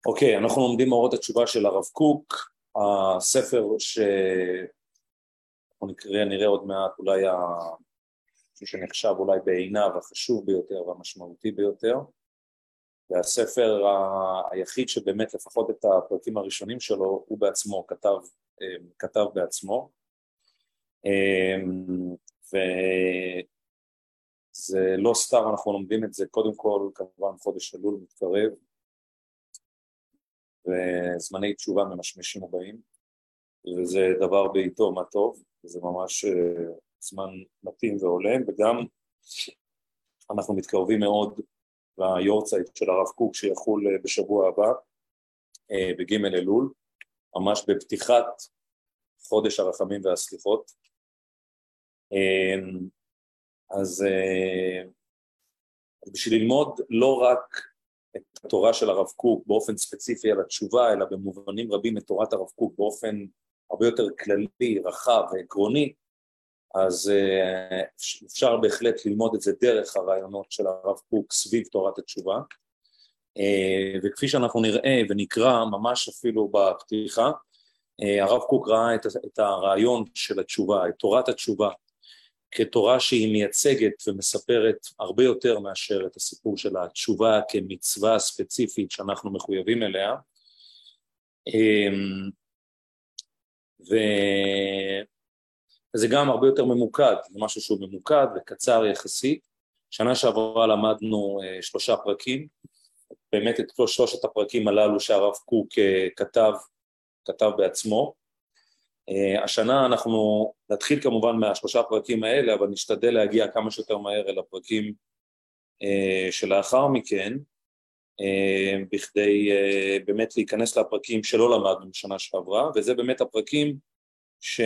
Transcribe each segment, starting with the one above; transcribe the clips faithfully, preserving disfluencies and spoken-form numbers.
אוקיי, אנחנו לומדים מאורות התשובה של הרב קוק, הספר שאנחנו נקרא, נראה עוד מעט, אולי שנחשב אולי בעיניו החשוב ביותר והמשמעותי ביותר, והספר היחיד שבאמת לפחות את הפרקים הראשונים שלו הוא בעצמו כתב, כתב בעצמו, וזה לא סתם, אנחנו לומדים את זה קודם כל, כמובן חודש אלול מתקרב, וזמני תשובה ממשמשים הבאים, וזה דבר בעיתו מה טוב, וזה ממש זמן מתאים והולם, וגם אנחנו מתקרבים מאוד ליורצייט של הרב קוק שיחול בשבוע הבא, בג' אלול, ממש בפתיחת חודש הרחמים והסליחות. אז בשביל ללמוד לא רק את התורה של הרב קוק באופן ספציפי על התשובה, אלא במובנים רבים את תורת הרב קוק באופן הרבה יותר כללי, רחב ועקרוני, אז אפשר בהחלט ללמוד את זה דרך הרעיונות של הרב קוק סביב תורת התשובה, וכפי שאנחנו נראה ונקרא ממש אפילו בפתיחה, הרב קוק ראה את, את הרעיון של התשובה, את תורת התשובה, כתורה שהיא מייצגת ומספרת הרבה יותר מאשר את הסיפור של התשובה כמצווה ספציפית שאנחנו מחויבים אליה, וזה גם הרבה יותר ממוקד, זה משהו שהוא ממוקד וקצר יחסית. שנה שעברה למדנו שלושה פרקים, באמת את שלושת הפרקים הללו שהרב קוק כתב, כתב בעצמו. השנה אנחנו נתחיל כמובן מהשלושה פרקים האלה, אבל נשתדל להגיע כמה שיותר מהר אל הפרקים שלאחר מכן, בכדי באמת להיכנס לפרקים שלא למדנו בשנה שעברה, וזה באמת הפרקים ש...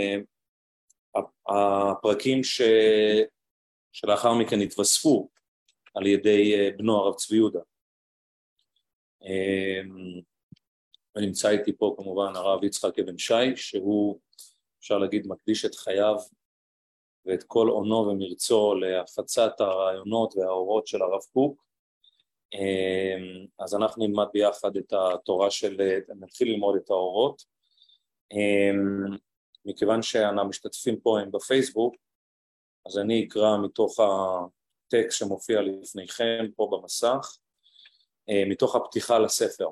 הפרקים ש... שלאחר מכן התווספו על ידי בנו הרב צבי יהודה. ונמצא איתי פה כמובן הרב יצחק אבן שי, שהוא אפשר להגיד מקדיש את חייו ואת כל עונו ומרצו להפצת הרעיונות והאורות של הרב קוק. אז אנחנו נלמד ביחד את התורה של, נתחיל ללמוד את האורות. מכיוון שאנחנו משתתפים פה הם בפייסבוק, אז אני אקרא מתוך הטקסט שמופיע לפניכם פה במסך, מתוך הפתיחה לספר.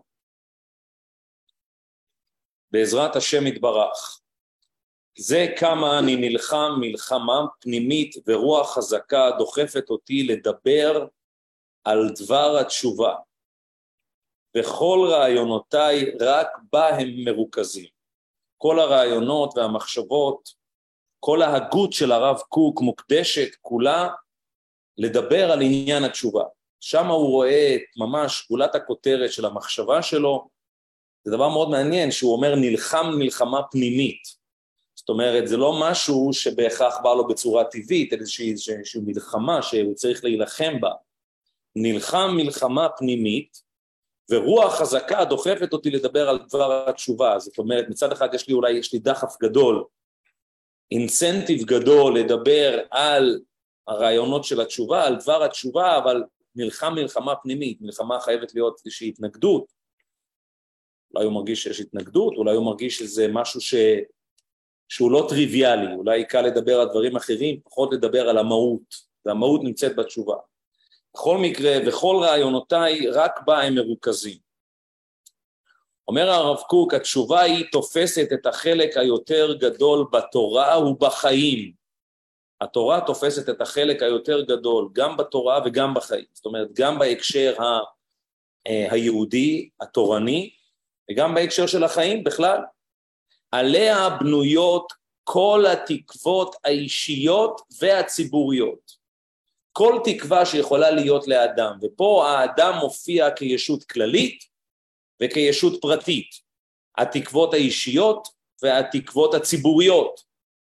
בעזרת השם יתברך, זה כמה אני נלחם מלחמה פנימית ורוח חזקה דוחפת אותי לדבר על דבר התשובה, וכל רעיונותיי רק בה הם מרוכזים. כל הרעיונות והמחשבות, כל ההגות של הרב קוק מוקדשת כולה לדבר על עניין התשובה. שם הוא רואה את ממש גולת הכותרת של המחשבה שלו. זה דבר מאוד מעניין שהוא אומר נלחם מלחמה פנימית. זאת אומרת, זה לא משהו שבהכרח בא לו בצורה טבעית, אלא איזושהי, איזושהי מלחמה שהוא צריך להילחם בה. נלחם מלחמה פנימית, ורוח חזקה דוחפת אותי לדבר על דבר התשובה. זאת אומרת, מצד אחד יש לי אולי, יש לי דחף גדול, אינסנטיב גדול לדבר על הרעיונות של התשובה, על דבר התשובה, אבל נלחם מלחמה פנימית, מלחמה חייבת להיות איזושהי התנגדות. אולי הוא מרגיש שיש התנגדות, אולי הוא מרגיש שזה משהו ש... שהוא לא טריוויאלי, אולי קל לדבר על דברים אחרים, פחות לדבר על המהות, והמהות נמצאת בתשובה. בכל מקרה, וכל רעיונותיי רק בה הם מרוכזים. אומר הרב קוק, התשובה היא תופסת את החלק היותר גדול בתורה ובחיים. התורה תופסת את החלק היותר גדול גם בתורה וגם בחיים. זאת אומרת, גם בהקשר ה... היהודי, התורני, וגם בהקשר של החיים בכלל. עליה בנויות כל התקוות האישיות והציבוריות. כל תקווה שיכולה להיות לאדם, ופה האדם מופיע כישות כללית וכישות פרטית. התקוות האישיות והתקוות הציבוריות.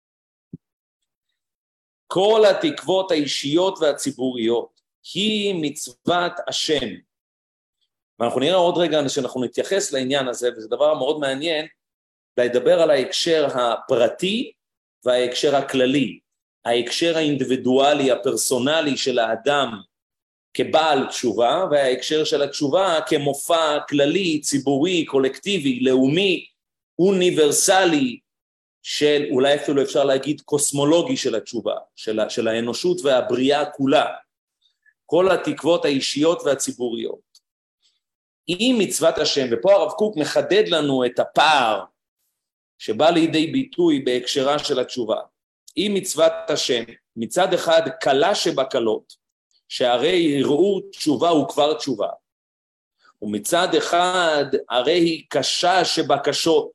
כל התקוות האישיות והציבוריות היא מצוות השם. ואנחנו נראה עוד רגע שאנחנו נתייחס לעניין הזה, וזה דבר מאוד מעניין, לדבר על ההקשר הפרטי וההקשר הכללי, ההקשר האינדיבידואלי, הפרסונלי של האדם, כבעל תשובה, וההקשר של התשובה כמופע כללי, ציבורי, קולקטיבי, לאומי, אוניברסלי, של אולי אפילו אפשר להגיד קוסמולוגי של התשובה, של, של האנושות והבריאה כולה, כל התקוות האישיות והציבוריות. היא מצוות השם, ופה הרב קוק מחדד לנו את הפער שבא לידי ביטוי בהקשרה של התשובה. היא מצוות השם, מצד אחד קלה שבקלות, שהרי ערעור תשובה הוא כבר תשובה, ומצד אחד הרי היא קשה שבקשות,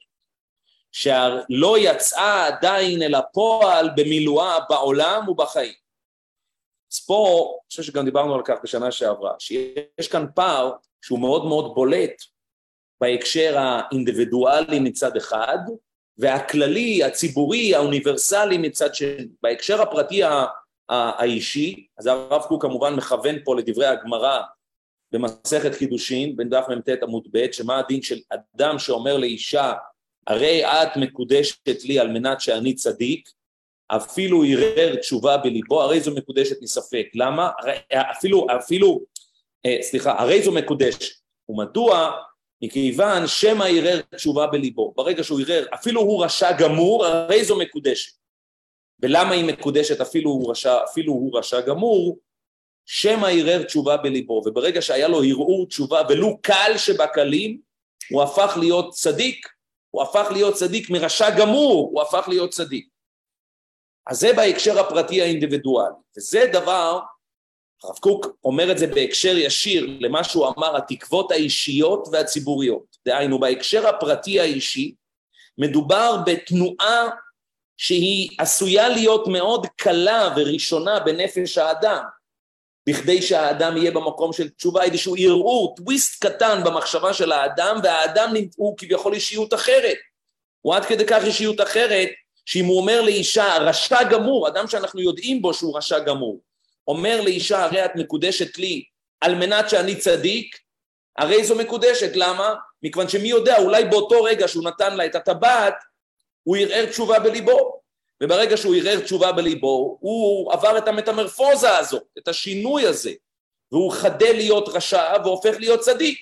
שלא יצאה עדיין אל הפועל במילואה בעולם ובחיים. אז פה, אני חושב שגם דיברנו על כך בשנה שעברה, שיש כאן פער שהוא מאוד מאוד בולט בהקשר האינדיבידואלי מצד אחד, והכללי, הציבורי, האוניברסלי מצד שני. בהקשר הפרטי האישי, אז הרב קוק כמובן מכוון פה לדברי הגמרא במסכת קידושין, בין דף מ"ט עמוד ב', שמה הדין של אדם שאומר לאישה, הרי את מקודשת לי על מנת שאני צדיק, אפילו ערער תשובה בליבו, הרי זו מקודשת מספק. למה? אפילו, אפילו, סליחה, הרי זו מקודשת. ומדוע? מכיוון שמא ערער תשובה בליבו. ברגע שהוא ערער, אפילו הוא רשע גמור, הרי זו מקודשת. ולמה היא מקודשת אפילו הוא רשע, אפילו הוא רשע גמור? שמא ערער תשובה בליבו. וברגע שהיה לו ערעור תשובה, ולו קל שבקלים, הוא הפך להיות צדיק. הוא הפך להיות צדיק מרשע גמור, הוא הפך להיות צדיק. אז זה בהקשר הפרטי האינדיבידואלי, וזה דבר, הרב קוק אומר את זה בהקשר ישיר למה שהוא אמר, התקוות האישיות והציבוריות. דהיינו, בהקשר הפרטי האישי, מדובר בתנועה שהיא עשויה להיות מאוד קלה וראשונה בנפש האדם, בכדי שהאדם יהיה במקום של תשובה, איזשהו ערעור, טוויסט קטן במחשבה של האדם, והאדם הוא כביכול אישיות אחרת. הוא עד כדי כך אישיות אחרת, שאם הוא אומר לאישה, רשע גמור, אדם שאנחנו יודעים בו שהוא רשע גמור, אומר לאישה, הרי את מקודשת לי, על מנת שאני צדיק, הרי זו מקודשת, למה? מכיוון שמי יודע, אולי באותו רגע שהוא נתן לה את הטבעת, הוא ערער תשובה בליבו, וברגע שהוא ערער תשובה בליבו, הוא עבר את המטמורפוזה הזאת, את השינוי הזה, והוא חדל להיות רשע והופך להיות צדיק.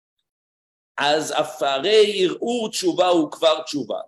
אז הרי ערעור תשובה הוא כבר תשובה.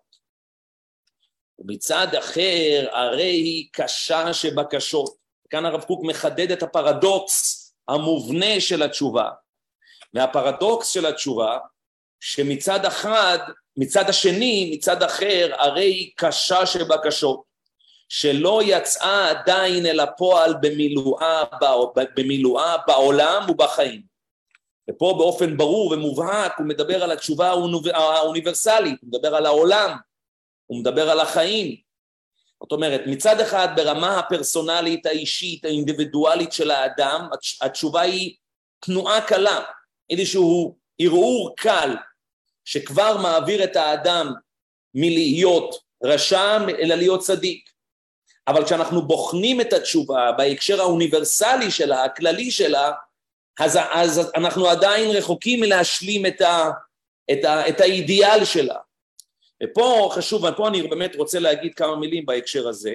ומצד אחר, הרי היא קשה שבקשות. כאן הרב קוק מחדד את הפרדוקס המובנה של התשובה. והפרדוקס של התשובה, שמצד אחד, מצד השני, מצד אחר, הרי היא קשה שבקשות, שלא יצאה עדיין אל הפועל במילואה, במילואה בעולם ובחיים. ופה באופן ברור ומובהק הוא מדבר על התשובה האוניברסלית, הוא מדבר על העולם, הוא מדבר על החיים. זאת אומרת, מצד אחד ברמה הפרסונלית, האישית, האינדיבידואלית של האדם, התשובה היא תנועה קלה, איזשהו ערעור קל, שכבר מעביר את האדם מלהיות רשע אלא להיות צדיק. אבל כשאנחנו בוחנים את התשובה בהקשר האוניברסלי שלה, הכללי שלה, אז, אז אנחנו עדיין רחוקים מלהשלים את, ה, את, ה, את האידיאל שלה. ופה חשוב, ופה אני באמת רוצה להגיד כמה מילים בהקשר הזה.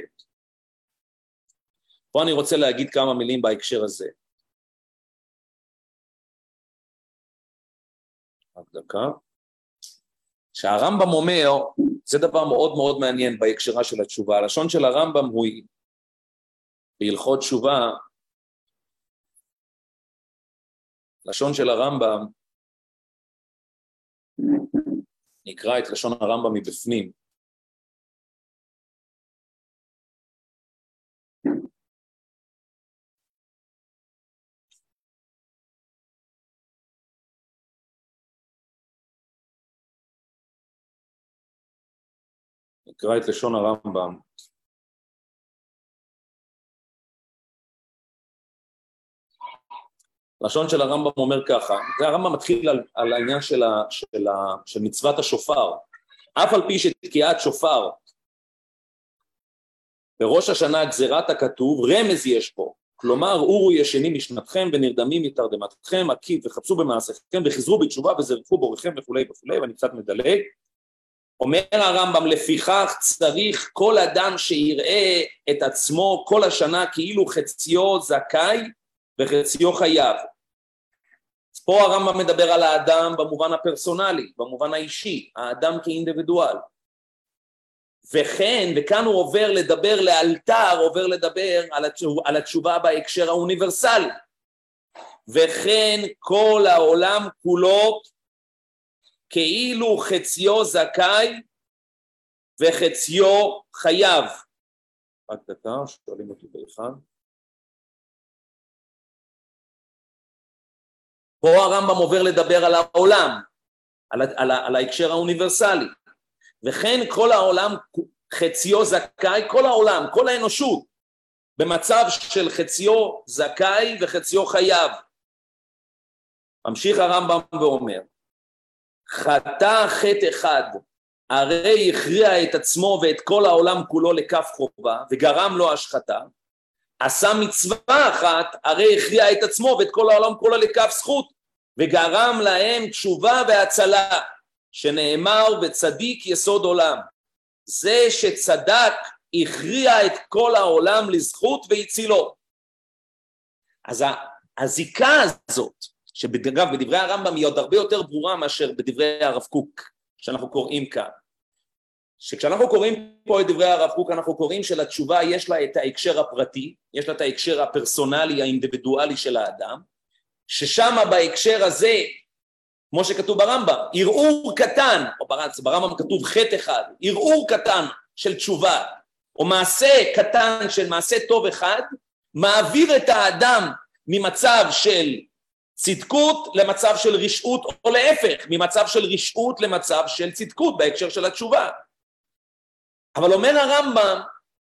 פה אני רוצה להגיד כמה מילים בהקשר הזה. רק דקה. שהרמב"ם אומר, זה דבר מאוד מאוד מעניין בהקשרה של התשובה. הלשון של הרמב"ם הוא בהלכות תשובה, לשון של הרמב"ם, נקרא את לשון הרמב"ם מבפנים. נקרא את לשון הרמב"ם. לשון של הרמב"ם אומר ככה, זה הרמב"ם מתחיל על, על העניין של, ה, של, ה, של מצוות השופר, אף על פי שתקיעת שופר, בראש השנה גזירת הכתוב, רמז יש פה, כלומר, אורו ישנים משנתכם ונרדמים מתרדמתכם, עקיב וחפשו במעשיכם וחזרו בתשובה וזרקו בוריכם וכולי וכולי, ואני קצת מדלג. אומר הרמב"ם, לפיכך צריך כל אדם שיראה את עצמו כל השנה כאילו חציו זכאי, וחציו חייב. פה הרמב"ם מדבר על האדם במובן הפרסונלי, במובן האישי, האדם כאינדיבידואל. וכן, וכאן הוא עובר לדבר לאלתר, עובר לדבר על התשובה, על התשובה בהקשר האוניברסלי. וכן כל העולם כולו כאילו חציו זכאי וחציו חייב. רק דקה, שואלים אותי באחד. פה הרמב"ם עובר לדבר על העולם, על, על, על ההקשר האוניברסלי. וכן כל העולם חציו זכאי, כל העולם, כל האנושות, במצב של חציו זכאי וחציו חייב. ממשיך הרמב"ם ואומר, חטא חטא אחד, הרי הכריע את עצמו ואת כל העולם כולו לכף חובה, וגרם לו השחתה, עשה מצווה אחת, הרי הכריע את עצמו ואת כל העולם כולו לכף זכות, וגרם להם תשובה והצלה, שנאמר וצדיק יסוד עולם. זה שצדק הכריע את כל העולם לזכות והצילו. אז הזיקה הזאת, שבדרך בדברי הרמב"ם היא עוד הרבה יותר ברורה מאשר בדברי הרב קוק, שאנחנו קוראים כאן. שכשאנחנו קוראים פה את דברי הרב קוק, אנחנו קוראים שלתשובה יש לה את ההקשר הפרטי, יש לה את ההקשר הפרסונלי, האינדיבידואלי של האדם, ששם בהקשר הזה, כמו שכתוב ברמב"ם, ערעור קטן, או ברמב"ם כתוב חטא אחד, ערעור קטן של תשובה, או מעשה קטן של מעשה טוב אחד, מעביר את האדם ממצב של צדקות למצב של רשעות, או להפך, ממצב של רשעות למצב של צדקות בהקשר של התשובה. אבל אומר הרמב"ם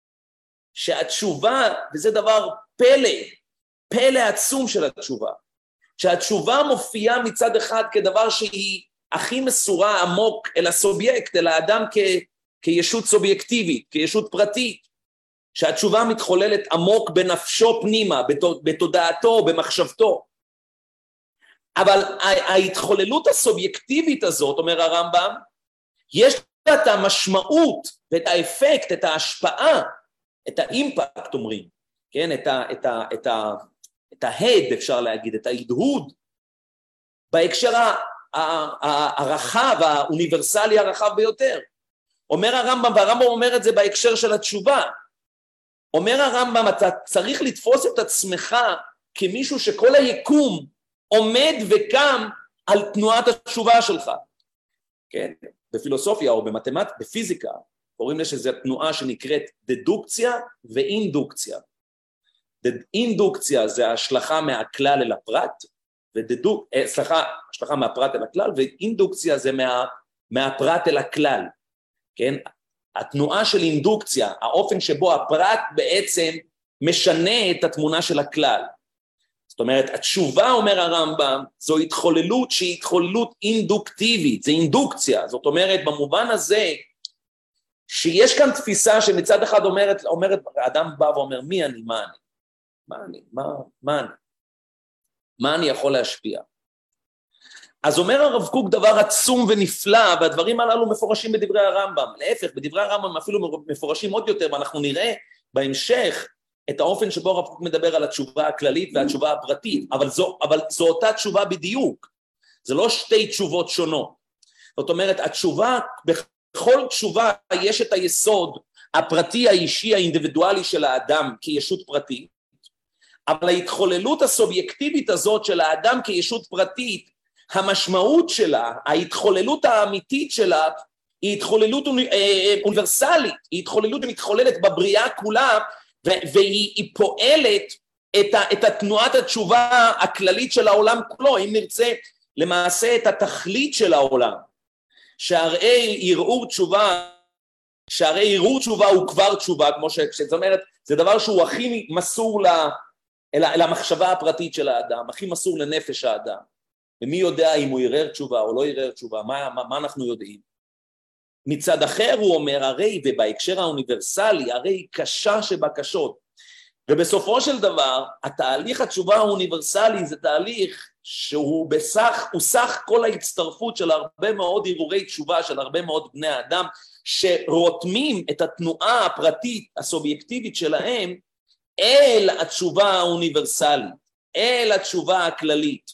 שהתשובה, וזה דבר פלא, פלא עצום של התשובה, שהתשובה מופיעה מצד אחד כדבר שהיא הכי מסורה עמוק אל הסובייקט, אל האדם כ, כישות סובייקטיבית, כישות פרטית, שהתשובה מתחוללת עמוק בנפשו פנימה, בתודעתו, במחשבתו. אבל ההתחוללות הסובייקטיבית הזאת, אומר הרמב"ם, יש לה את המשמעות ואת האפקט, את ההשפעה, את האימפקט אומרים, כן? את ה, את ה, את ה, את ההד אפשר להגיד, את ההדהוד, בהקשר הרחב, האוניברסלי הרחב ביותר. אומר הרמב"ם, והרמב"ם אומר את זה בהקשר של התשובה, אומר הרמב"ם, אתה צריך לתפוס את עצמך כמישהו שכל היקום עומד וקם על תנועת התשובה שלך. כן, בפילוסופיה או במתמטיקה, בפיזיקה, קוראים לזה תנועה שנקראת דדוקציה ואינדוקציה. אינדוקציה זה השלכה מהכלל אל הפרט, ודדוק, אה, סליחה, השלכה מהפרט אל הכלל, ואינדוקציה זה מה, מהפרט אל הכלל. כן, התנועה של אינדוקציה, האופן שבו הפרט בעצם משנה את התמונה של הכלל. זאת אומרת, התשובה, אומר הרמב"ם, זו התחוללות שהיא התחוללות אינדוקטיבית, זה אינדוקציה, זאת אומרת, במובן הזה, שיש כאן תפיסה שמצד אחד אומרת, אומרת, האדם בא ואומר, מי אני, מה אני? מה אני, מה, מה אני? מה אני יכול להשפיע? אז אומר הרב קוק דבר עצום ונפלא, והדברים הללו מפורשים בדברי הרמב"ם, להפך, בדברי הרמב"ם אפילו מפורשים עוד יותר, ואנחנו נראה בהמשך, את האופן שבו הרב קוק מדבר על התשובה הכללית והתשובה הפרטית, אבל זו, אבל זו אותה תשובה בדיוק, זה לא שתי תשובות שונות. זאת אומרת, התשובה, בכל תשובה יש את היסוד הפרטי, האישי, האינדיבידואלי של האדם כישות פרטית, אבל ההתחוללות הסובייקטיבית הזאת של האדם כישות פרטית, המשמעות שלה, ההתחוללות האמיתית שלה, היא התחוללות אוניברסלית, היא התחוללות שמתחוללת בבריאה כולה, והיא פועלת את, ה, את התנועת התשובה הכללית של העולם כולו, אם נרצה למעשה את התכלית של העולם, שהרי ערעור תשובה, שהרי ערעור תשובה הוא כבר תשובה, כמו ש, זאת אומרת, זה דבר שהוא הכי מסור ל, אל, אל המחשבה הפרטית של האדם, הכי מסור לנפש האדם, ומי יודע אם הוא ערער תשובה או לא ערער תשובה, מה, מה, מה אנחנו יודעים? מצד אחר הוא אומר, הרי ובהקשר האוניברסלי, הרי היא קשה שבקשות, ובסופו של דבר, התהליך התשובה האוניברסלי זה תהליך שהוא בסך, הוא סך כל ההצטרפות של הרבה מאוד הרהורי תשובה, של הרבה מאוד בני האדם, שרותמים את התנועה הפרטית הסובייקטיבית שלהם, אל התשובה האוניברסלית. אל התשובה הכללית,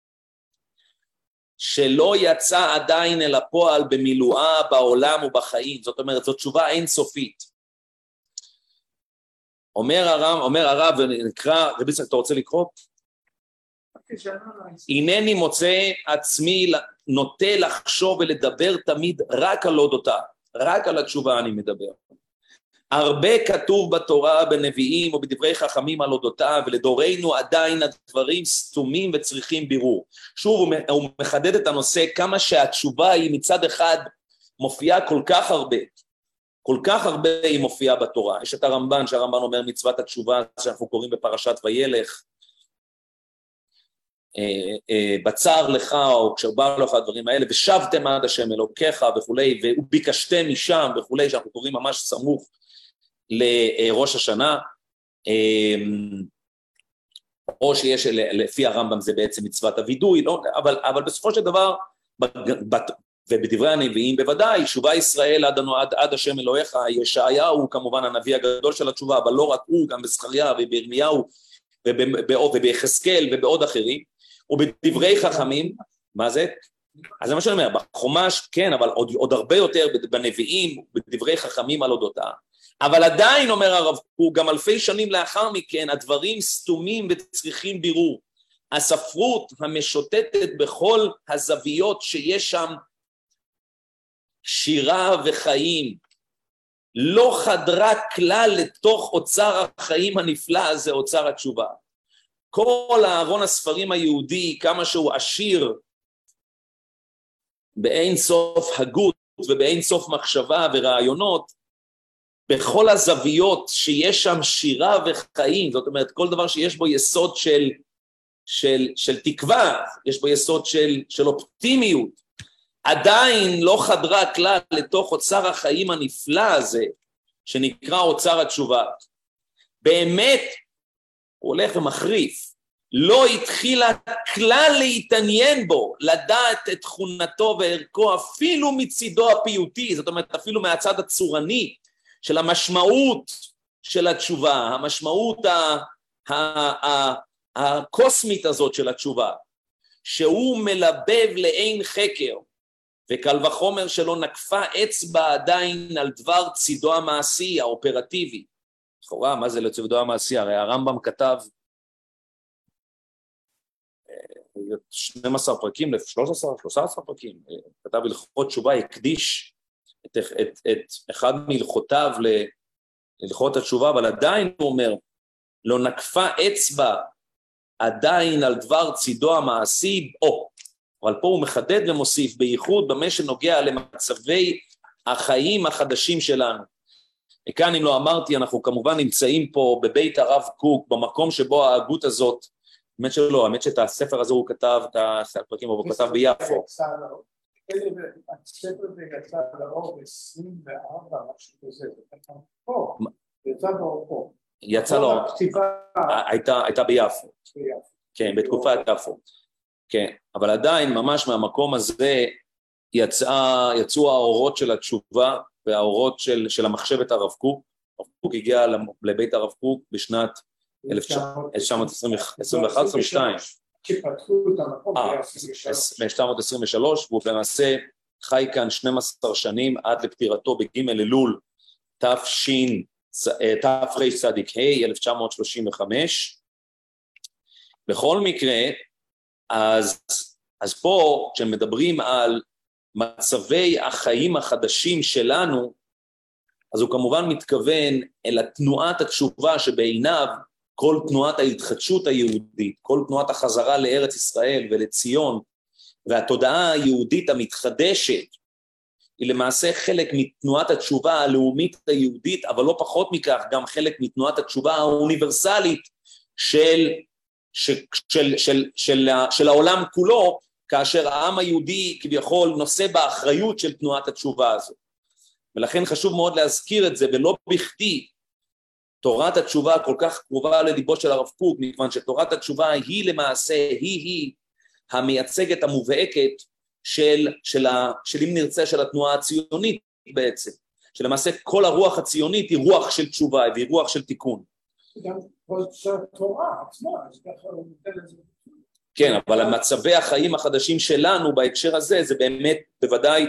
שלא יצא עדיין אל הפועל במילואה בעולם ובחיים. זאת אומרת, זאת תשובה אינסופית. אומר הרב, אומר הרב, ונקרא, רבי יצחק, אתה רוצה לקרוא? הנני מוצא עצמי נוטה לחשוב ולדבר תמיד רק על אודותה, רק על התשובה אני מדבר. הרבה כתוב בתורה, בנביאים ובדברי חכמים על אודותה, ולדורנו עדיין הדברים סתומים וצריכים בירור. שוב הוא מחדד את הנושא, כמה שהתשובה היא מצד אחד מופיעה כל כך הרבה, כל כך הרבה היא מופיעה בתורה. יש את הרמב"ן, שהרמב"ן אומר מצוות התשובה, שאנחנו קוראים בפרשת וילך, בצר לך, או כשבא לך הדברים האלה, ושבתם עד השם אלוקיך וכולי, וביקשתם משם וכולי, שאנחנו קוראים ממש סמוך לראש השנה, או שיש לפי הרמב"ם זה בעצם מצוות הוידוי, לא, אבל, אבל בסופו של דבר, ובדברי הנביאים בוודאי, שובה ישראל עד, עד, עד השם אלוהיך, ישעיהו הוא כמובן הנביא הגדול של התשובה, אבל לא רק הוא, גם בזכריה ובירמיהו, וביחזקאל ובעוד אחרים, ובדברי חכמים, מה זה? אז זה מה שאני אומר, בחומש כן, אבל עוד, עוד הרבה יותר בנביאים, בדברי חכמים על אודותה, אבל עדיין אומר הרב קוק, גם אלפי שנים לאחר מכן, הדברים סתומים וצריכים בירור. הספרות המשוטטת בכל הזוויות שיש שם שירה וחיים, לא חדרה כלל לתוך אוצר החיים הנפלא הזה, אוצר התשובה. כל הארון הספרים היהודי, כמה שהוא עשיר, באין סוף הגות ובאין סוף מחשבה ורעיונות, בכל הזוויות שיש שם שירה וחיים, זאת אומרת, כל דבר שיש בו יסוד של, של, של תקווה, יש בו יסוד של, של אופטימיות, עדיין לא חדרה כלל לתוך אוצר החיים הנפלא הזה, שנקרא אוצר התשובה. באמת, הוא הולך ומחריף, לא התחילה כלל להתעניין בו, לדעת את תכונתו וערכו, אפילו מצידו הפיוטי, זאת אומרת, אפילו מהצד הצורני, של המשמעות של התשובה, המשמעות ה- ה- ה- הקוסמית הזאת של התשובה, שהוא מלבב לאין חקר, וקל וחומר שלא נקפה אצבע עדיין על דבר צידו המעשי, האופרטיבי. לכאורה, מה זה לצידו המעשי? הרי הרמב"ם כתב שנים עשר פרקים, שלוש עשרה, שלושה עשר פרקים, כתב הלכות תשובה, הקדיש את, את, את אחד מהלכותיו להלכות התשובה, אבל עדיין הוא אומר, לא נקפה אצבע עדיין על דבר צידו המעשי, או, אבל פה הוא מחדד ומוסיף, בייחוד במה שנוגע למצבי החיים החדשים שלנו. וכאן אם לא אמרתי, אנחנו כמובן נמצאים פה בבית הרב קוק, במקום שבו ההגות הזאת, האמת שלא, האמת שאת הספר הזה הוא כתב, את הפרקים הוא כתב ביפו. הספר הזה יצא לאור עשרים וארבע, משהו כזה, פה, יצא לאור פה. יצא לאור, הייתה ביפו. כן, בתקופת יפו. כן, אבל עדיין ממש מהמקום הזה יצא, יצאו האורות של התשובה והאורות של, של המחשבת הרב קוק. הרב קוק הגיע לבית הרב קוק בשנת אלף תשע מאות עשרים ואחת עשרים ושתיים. שפתחו את המקום ב-אלף תשע מאות עשרים ושלוש, והוא למעשה חי כאן שנים עשר שנים עד לפטירתו בג' אלול תרצ"ה אלף תשע מאות שלושים וחמש. בכל מקרה, אז, אז פה כשמדברים על מצבי החיים החדשים שלנו, אז הוא כמובן מתכוון אל התנועת התשובה שבעיניו כל תנועת ההתחדשות היהודית, כל תנועת החזרה לארץ ישראל ולציון, והתודעה היהודית המתחדשת, היא למעשה חלק מתנועת התשובה הלאומית היהודית, אבל לא פחות מכך, גם חלק מתנועת התשובה האוניברסלית של, של, של, של, של, של העולם כולו, כאשר העם היהודי כביכול נושא באחריות של תנועת התשובה הזו. ולכן חשוב מאוד להזכיר את זה, ולא בכדי, תורת התשובה כל כך קרובה לליבו של הרב קוק, מכיוון שתורת התשובה היא למעשה, היא-היא המייצגת המובהקת של, של, ה, של אם נרצה של התנועה הציונית בעצם, שלמעשה כל הרוח הציונית היא רוח של תשובה, והיא רוח של תיקון. גם כל תורה עצמה, אז ככה הוא נותן את זה. כן, אבל מצבי החיים החדשים שלנו בהקשר הזה, זה באמת בוודאי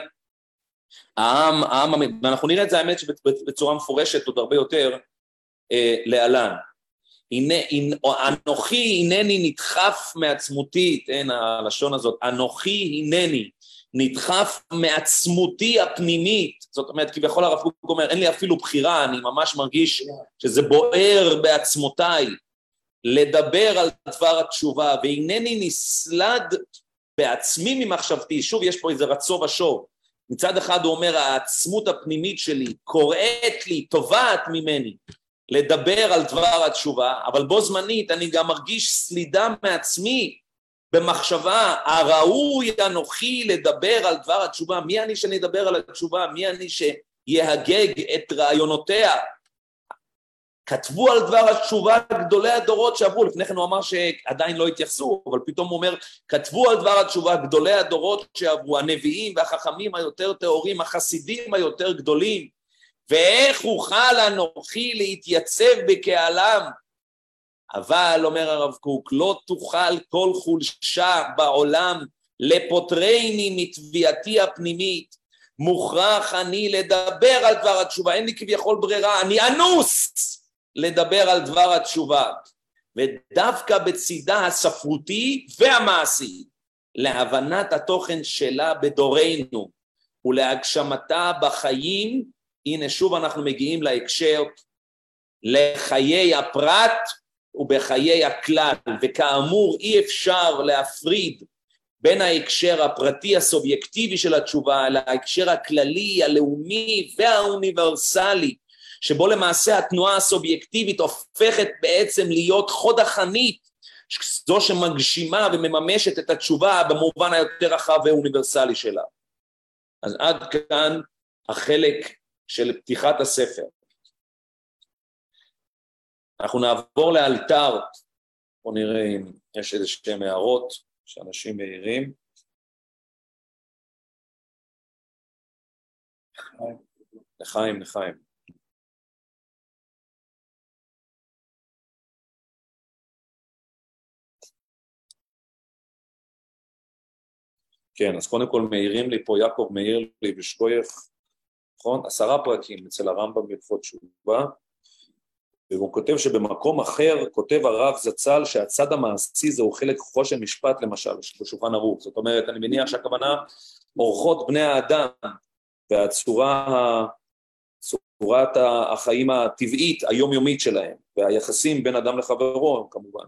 העם, העם, ואנחנו נראה את זה האמת שבצורה מפורשת עוד הרבה יותר אה, להלן. הנה, הנה, אנוכי הנני נדחף מעצמותי, אין הלשון הזאת, אנוכי הנני נדחף מעצמותי הפנימית, זאת אומרת, כביכול הרב קוק אומר, אין לי אפילו בחירה, אני ממש מרגיש שזה בוער בעצמותיי, לדבר על דבר התשובה, והנני נסלד בעצמי ממחשבתי, שוב יש פה איזה רצו ושוב, מצד אחד הוא אומר, העצמות הפנימית שלי קוראת לי, תובעת ממני, לדבר על דבר התשובה, אבל בו זמנית אני גם מרגיש סלידה מעצמי, במחשבה, הראוי אנוכי לדבר על דבר התשובה, מי אני שנדבר על התשובה, מי אני שיהגג את רעיונותיה, כתבו על דבר התשובה גדולי הדורות שעברו, לפני כן הוא אמר שעדיין לא התייחסו, אבל פתאום הוא אומר, כתבו על דבר התשובה גדולי הדורות שעברו, הנביאים והחכמים היותר טהורים, החסידים היותר גדולים, ואיך אוכל אנוכי להתייצב בקהלם, אבל אומר הרב קוק, לא תוכל כל חולשה בעולם לפוטרני מתביעתי הפנימית, מוכרח אני לדבר על דבר התשובה, אין לי כביכול ברירה, אני אנוס לדבר על דבר התשובה, ודווקא בצידה הספרותי והמעשי, להבנת התוכן שלה בדורנו, ולהגשמתה בחיים, הנה שוב אנחנו מגיעים להקשר, לחיי הפרט ובחיי הכלל, וכאמור אי אפשר להפריד, בין ההקשר הפרטי הסובייקטיבי של התשובה, להקשר הכללי, הלאומי והאוניברסלי, שבו למעשה התנועה הסובייקטיבית הופכת בעצם להיות חוד החנית, זו שמגשימה ומממשת את התשובה במובן היותר רחב והאוניברסלי שלה. אז עד כאן החלק של פתיחת הספר. אנחנו נעבור לאלתר, בואו נראה אם יש איזה שתי הערות שאנשים מעירים. לחיים, לחיים. כן, אז קודם כל מעירים לי פה, יעקב מעיר לי בשקוייך, נכון? עשרה פרקים אצל הרמב"ם בהלכות תשובה, והוא כותב שבמקום אחר כותב הרב זצ"ל שהצד המעשי זהו חלק חושן משפט למשל בשולחן ערוך, זאת אומרת אני מניח שהכוונה אורחות בני האדם והצורה, צורת החיים הטבעית היומיומית שלהם והיחסים בין אדם לחברו כמובן.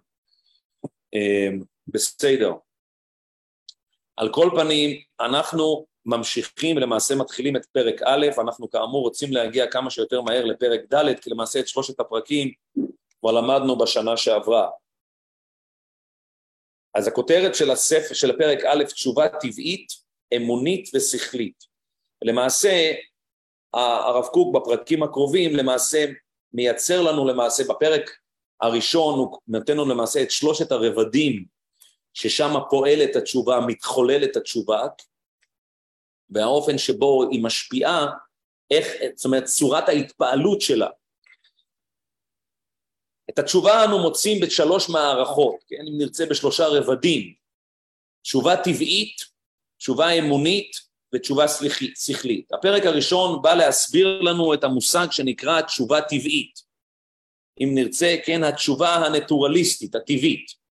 בסדר. על כל פנים אנחנו ממשיכים ולמעשה מתחילים את פרק א', אנחנו כאמור רוצים להגיע כמה שיותר מהר לפרק ד', כי למעשה את שלושת הפרקים כבר למדנו בשנה שעברה. אז הכותרת של הספר, של הפרק א', תשובה טבעית, אמונית ושכלית. למעשה, הרב קוק בפרקים הקרובים למעשה מייצר לנו למעשה, בפרק הראשון הוא נותן לנו למעשה את שלושת הרבדים, ששם פועלת התשובה, מתחוללת התשובה, והאופן שבו היא משפיעה, איך, זאת אומרת, צורת ההתפעלות שלה. את התשובה אנו מוצאים בשלוש מערכות, כן? אם נרצה בשלושה רבדים, תשובה טבעית, תשובה אמונית ותשובה שכלית. הפרק הראשון בא להסביר לנו את המושג שנקרא תשובה טבעית. אם נרצה, כן, התשובה הנטורליסטית, הטבעית.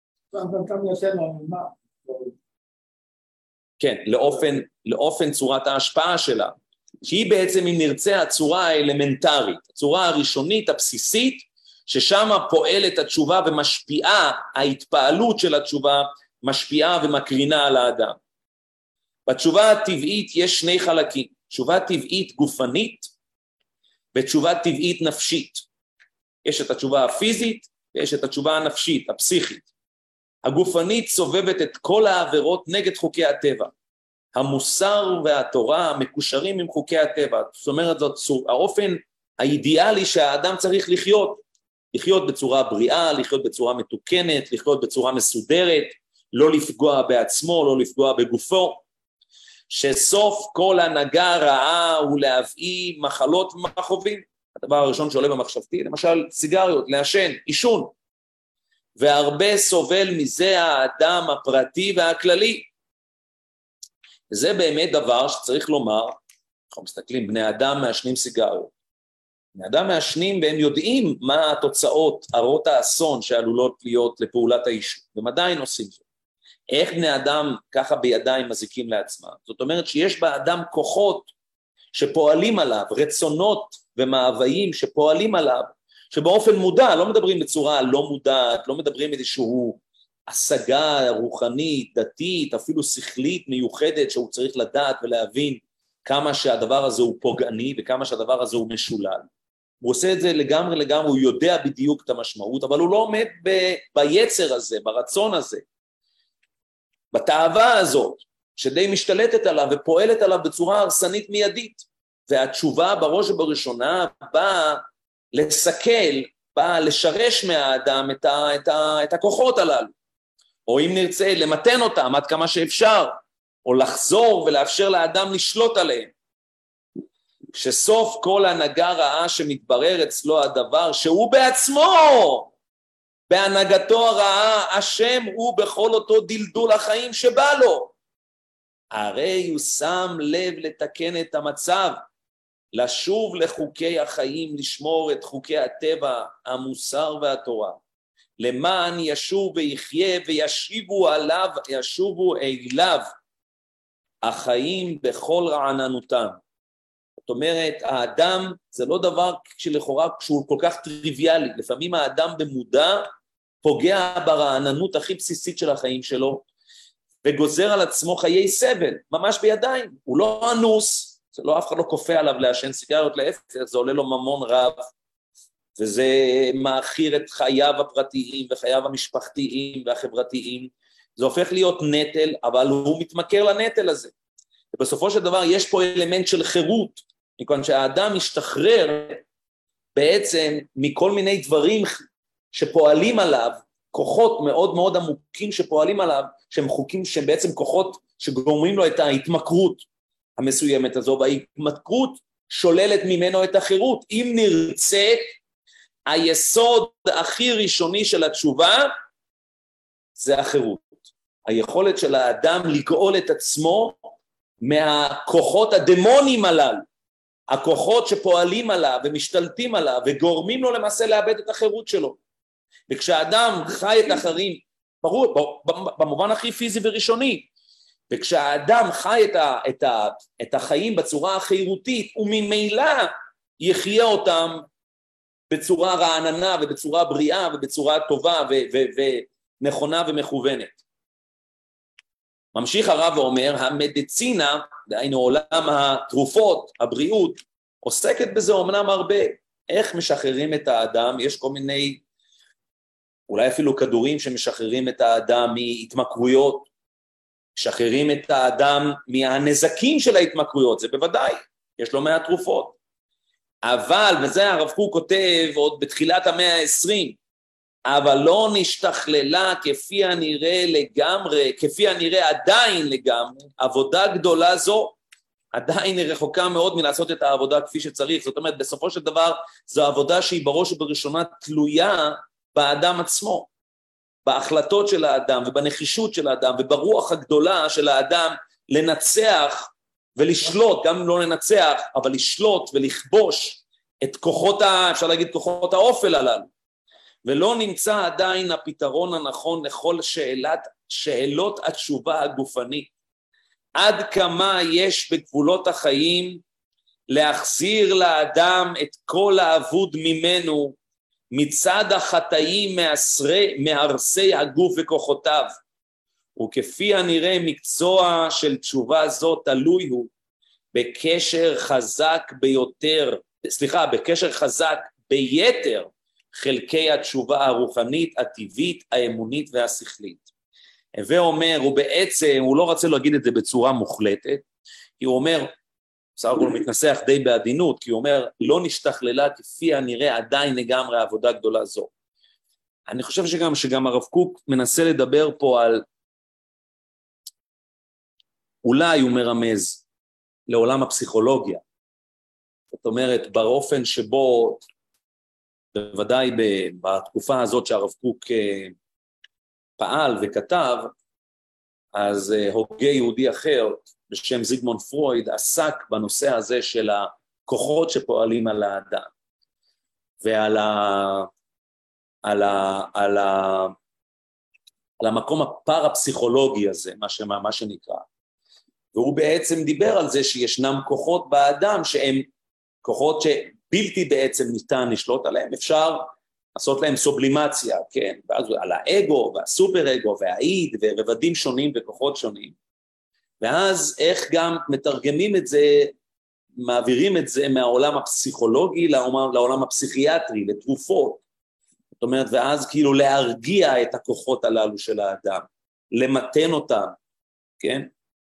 כן, לאופן, לאופן צורת ההשפעה שלה, שהיא בעצם אם נרצה הצורה האלמנטרית, הצורה הראשונית, הבסיסית, ששם פועלת התשובה ומשפיעה, ההתפעלות של התשובה משפיעה ומקרינה על האדם. בתשובה הטבעית יש שני חלקים, תשובה טבעית גופנית ותשובה טבעית נפשית. יש את התשובה הפיזית ויש את התשובה הנפשית, הפסיכית. הגופנית סובבת את כל העבירות נגד חוקי הטבע. המוסר והתורה מקושרים עם חוקי הטבע. זאת אומרת, זאת האופן האידיאלי שהאדם צריך לחיות. לחיות בצורה בריאה, לחיות בצורה מתוקנת, לחיות בצורה מסודרת, לא לפגוע בעצמו, לא לפגוע בגופו. שסוף כל הנהגה רעה הוא להביא מחלות ומכאובים. הדבר הראשון שעולה במחשבתי, למשל סיגריות, לעשן, עישון, והרבה סובל מזה האדם הפרטי והכללי. וזה באמת דבר שצריך לומר, אנחנו מסתכלים, בני אדם מעשנים סיגריות. בני אדם מעשנים והם יודעים מה התוצאות, הרות האסון שעלולות להיות לפעולת העישון, והם עדיין עושים זאת. איך בני אדם ככה בידיים מזיקים לעצמם? זאת אומרת שיש באדם כוחות שפועלים עליו, רצונות ומאוויים שפועלים עליו, שבאופן מודע, לא מדברים בצורה לא מודעת, לא מדברים איזשהו השגה רוחנית, דתית, אפילו שכלית מיוחדת שהוא צריך לדעת ולהבין כמה שהדבר הזה הוא פוגעני וכמה שהדבר הזה הוא משולל. הוא עושה את זה לגמרי לגמרי, הוא יודע בדיוק את המשמעות, אבל הוא לא עומד ב- ביצר הזה, ברצון הזה, בתאווה הזאת, שדי משתלטת עליו ופועלת עליו בצורה הרסנית מיידית. והתשובה בראש ובראשונה באה לסכל, באה לשרש מהאדם את, ה- את, ה- את הכוחות הללו. או אם נרצה למתן אותם עד כמה שאפשר, או לחזור ולאפשר לאדם לשלוט עליהם. כשסוף כל הנהגה רעה שמתברר אצלו הדבר שהוא בעצמו, בהנהגתו הרעה, השם הוא בכל אותו דלדול החיים שבא לו. הרי הוא שם לב לתקן את המצב, לשוב לחוקי החיים, לשמור את חוקי הטבע, המוסר והתורה. למען ישוב ויחיה וישיבו עליו, ישובו אליו החיים בכל רעננותם. זאת אומרת, האדם זה לא דבר שלכאורה שהוא כל כך טריוויאלי, לפעמים האדם במודע פוגע ברעננות הכי בסיסית של החיים שלו, וגוזר על עצמו חיי סבל, ממש בידיים, הוא לא אנוס, זה לא אף אחד לא כופה עליו לעשן סיגריות, להפך, זה עולה לו ממון רב, וזה מאחיר את חייו הפרטיים וחייו המשפחתיים והחברתיים, זה הופך להיות נטל, אבל הוא מתמכר לנטל הזה, ובסופו של דבר יש פה אלמנט של חירות, מכיוון שהאדם משתחרר בעצם מכל מיני דברים שפועלים עליו, כוחות מאוד מאוד עמוקים שפועלים עליו, שהם חוקים שהם בעצם כוחות שגורמים לו את ההתמכרות המסוימת הזו, וההתמכרות שוללת ממנו את החירות. אם נרצה, היסוד הכי ראשוני של התשובה זה החירות. היכולת של האדם לגאול את עצמו מהכוחות הדמונים הללו, הכוחות שפועלים עליו ומשתלטים עליו וגורמים לו למעשה לאבד את החירות שלו. וכשהאדם חי את אחרים, ברור, במובן הכי פיזי וראשוני, וכשהאדם חי את, ה, את, ה, את החיים בצורה החירותית, וממילא יחיה אותם בצורה רעננה ובצורה בריאה ובצורה טובה ו, ו, ונכונה ומכוונת. ממשיך הרב ואומר, המדיצינה, דהיינו עולם התרופות, הבריאות, עוסקת בזה אומנם הרבה. איך משחררים את האדם? יש כל מיני, אולי אפילו כדורים שמשחררים את האדם מהתמכרויות, משחררים את האדם מהנזקים של ההתמכרויות, זה בוודאי, יש לו מהתרופות. אבל, וזה הרב קוק כותב עוד בתחילת המאה העשרים, אבל לא נשתכללה כפי הנראה לגמרי, כפי הנראה עדיין לגמרי, עבודה גדולה זו, עדיין היא רחוקה מאוד מלעשות את העבודה כפי שצריך. זאת אומרת, בסופו של דבר, זו עבודה שהיא בראש ובראשונה תלויה באדם עצמו, בהחלטות של האדם ובנחישות של האדם וברוח הגדולה של האדם לנצח ולשלוט, גם אם לא לנצח, אבל לשלוט ולכבוש את כוחות, ה, אפשר להגיד כוחות האופל הללו. ולא נמצא עדיין הפתרון הנכון לכל שאלת, שאלות התשובה הגופנית. עד כמה יש בגבולות החיים להחזיר לאדם את כל האבוד ממנו, מצד החטאים מהרסי הגוף וכוחותיו. וכפי הנראה מקצוע של תשובה זו תלוי הוא בקשר חזק ביותר, סליחה, בקשר חזק ביתר, חלקי התשובה הרוחנית, הטבעית, האמונית והשכלית. ואומר, הוא בעצם, הוא לא רוצה להגיד את זה בצורה מוחלטת, כי הוא אומר, בסך הכל הוא מתנסח די בעדינות, כי הוא אומר, לא נשתכללה כפי הנראה עדיין לגמרי העבודה גדולה זו. אני חושב שגם, שגם הרב קוק מנסה לדבר פה על, אולי הוא מרמז לעולם הפסיכולוגיה, זאת אומרת, באופן שבו, בוודאי בתקופה הזאת שהרב קוק פעל וכתב, אז הוגה יהודי אחר בשם זיגמונד פרויד עסק בנושא הזה של הכוחות שפועלים על האדם, ועל ה... על ה... על ה... על המקום הפרפסיכולוגי הזה, מה, שמה, מה שנקרא. והוא בעצם דיבר על זה שישנם כוחות באדם שהם כוחות שבלתי בעצם ניתן לשלוט עליהם, אפשר לעשות להם סובלימציה, כן, ואז על האגו והסופר אגו והאיד ורבדים שונים וכוחות שונים. ואז איך גם מתרגמים את זה, מעבירים את זה מהעולם הפסיכולוגי לעולם, לעולם הפסיכיאטרי, לתרופות. זאת אומרת, ואז כאילו להרגיע את הכוחות הללו של האדם, למתן אותם, כן?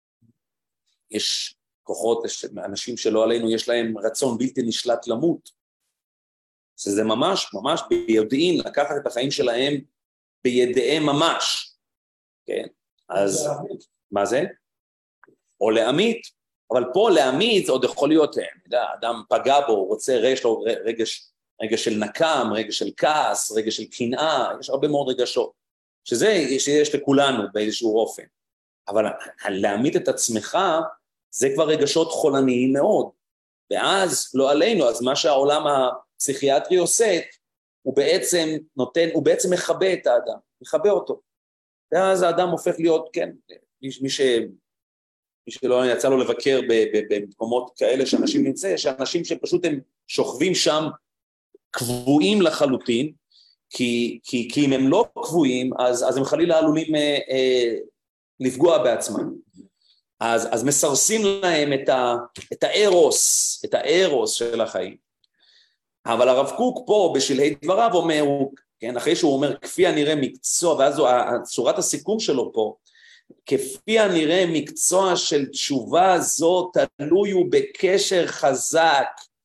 יש כוחות, יש אנשים שלא עלינו, יש להם רצון בלתי נשלט למות. שזה ממש, ממש ביודעין, לקחת את החיים שלהם בידיהם ממש, כן? אז, מה זה? או להמית, אבל פה להמית עוד יכול להיות, אני יודע, אדם פגע בו, רוצה, יש לו רגש, רגש של נקם, רגש של כעס, רגש של קנאה, יש הרבה מאוד רגשות, שזה שיש לכולנו באיזשהו אופן. אבל להעמיד את עצמך, זה כבר רגשות חולניים מאוד. ואז לא עלינו, אז מה שהעולם הפסיכיאטרי עושה, הוא בעצם נותן, הוא בעצם מחבא את האדם, מחבא אותו. ואז האדם הופך להיות, כן, מי, ש, מי שלא יצא לו לבקר במקומות כאלה שאנשים נמצא, שאנשים שפשוט הם שוכבים שם, קבועים לחלוטין, כי, כי, כי אם הם לא קבועים, אז, אז הם חלילה עלולים אה, אה, לפגוע בעצמם. אז, אז מסרסים להם את, ה, את הארוס, את הארוס של החיים. אבל הרב קוק פה בשלהי דבריו אומר, הוא, כן, אחרי שהוא אומר, כפי הנראה מקצוע, ואז שורת הסיכום שלו פה, כפי הנראה מקצוע של תשובה זו, תלוי הוא בקשר חזק,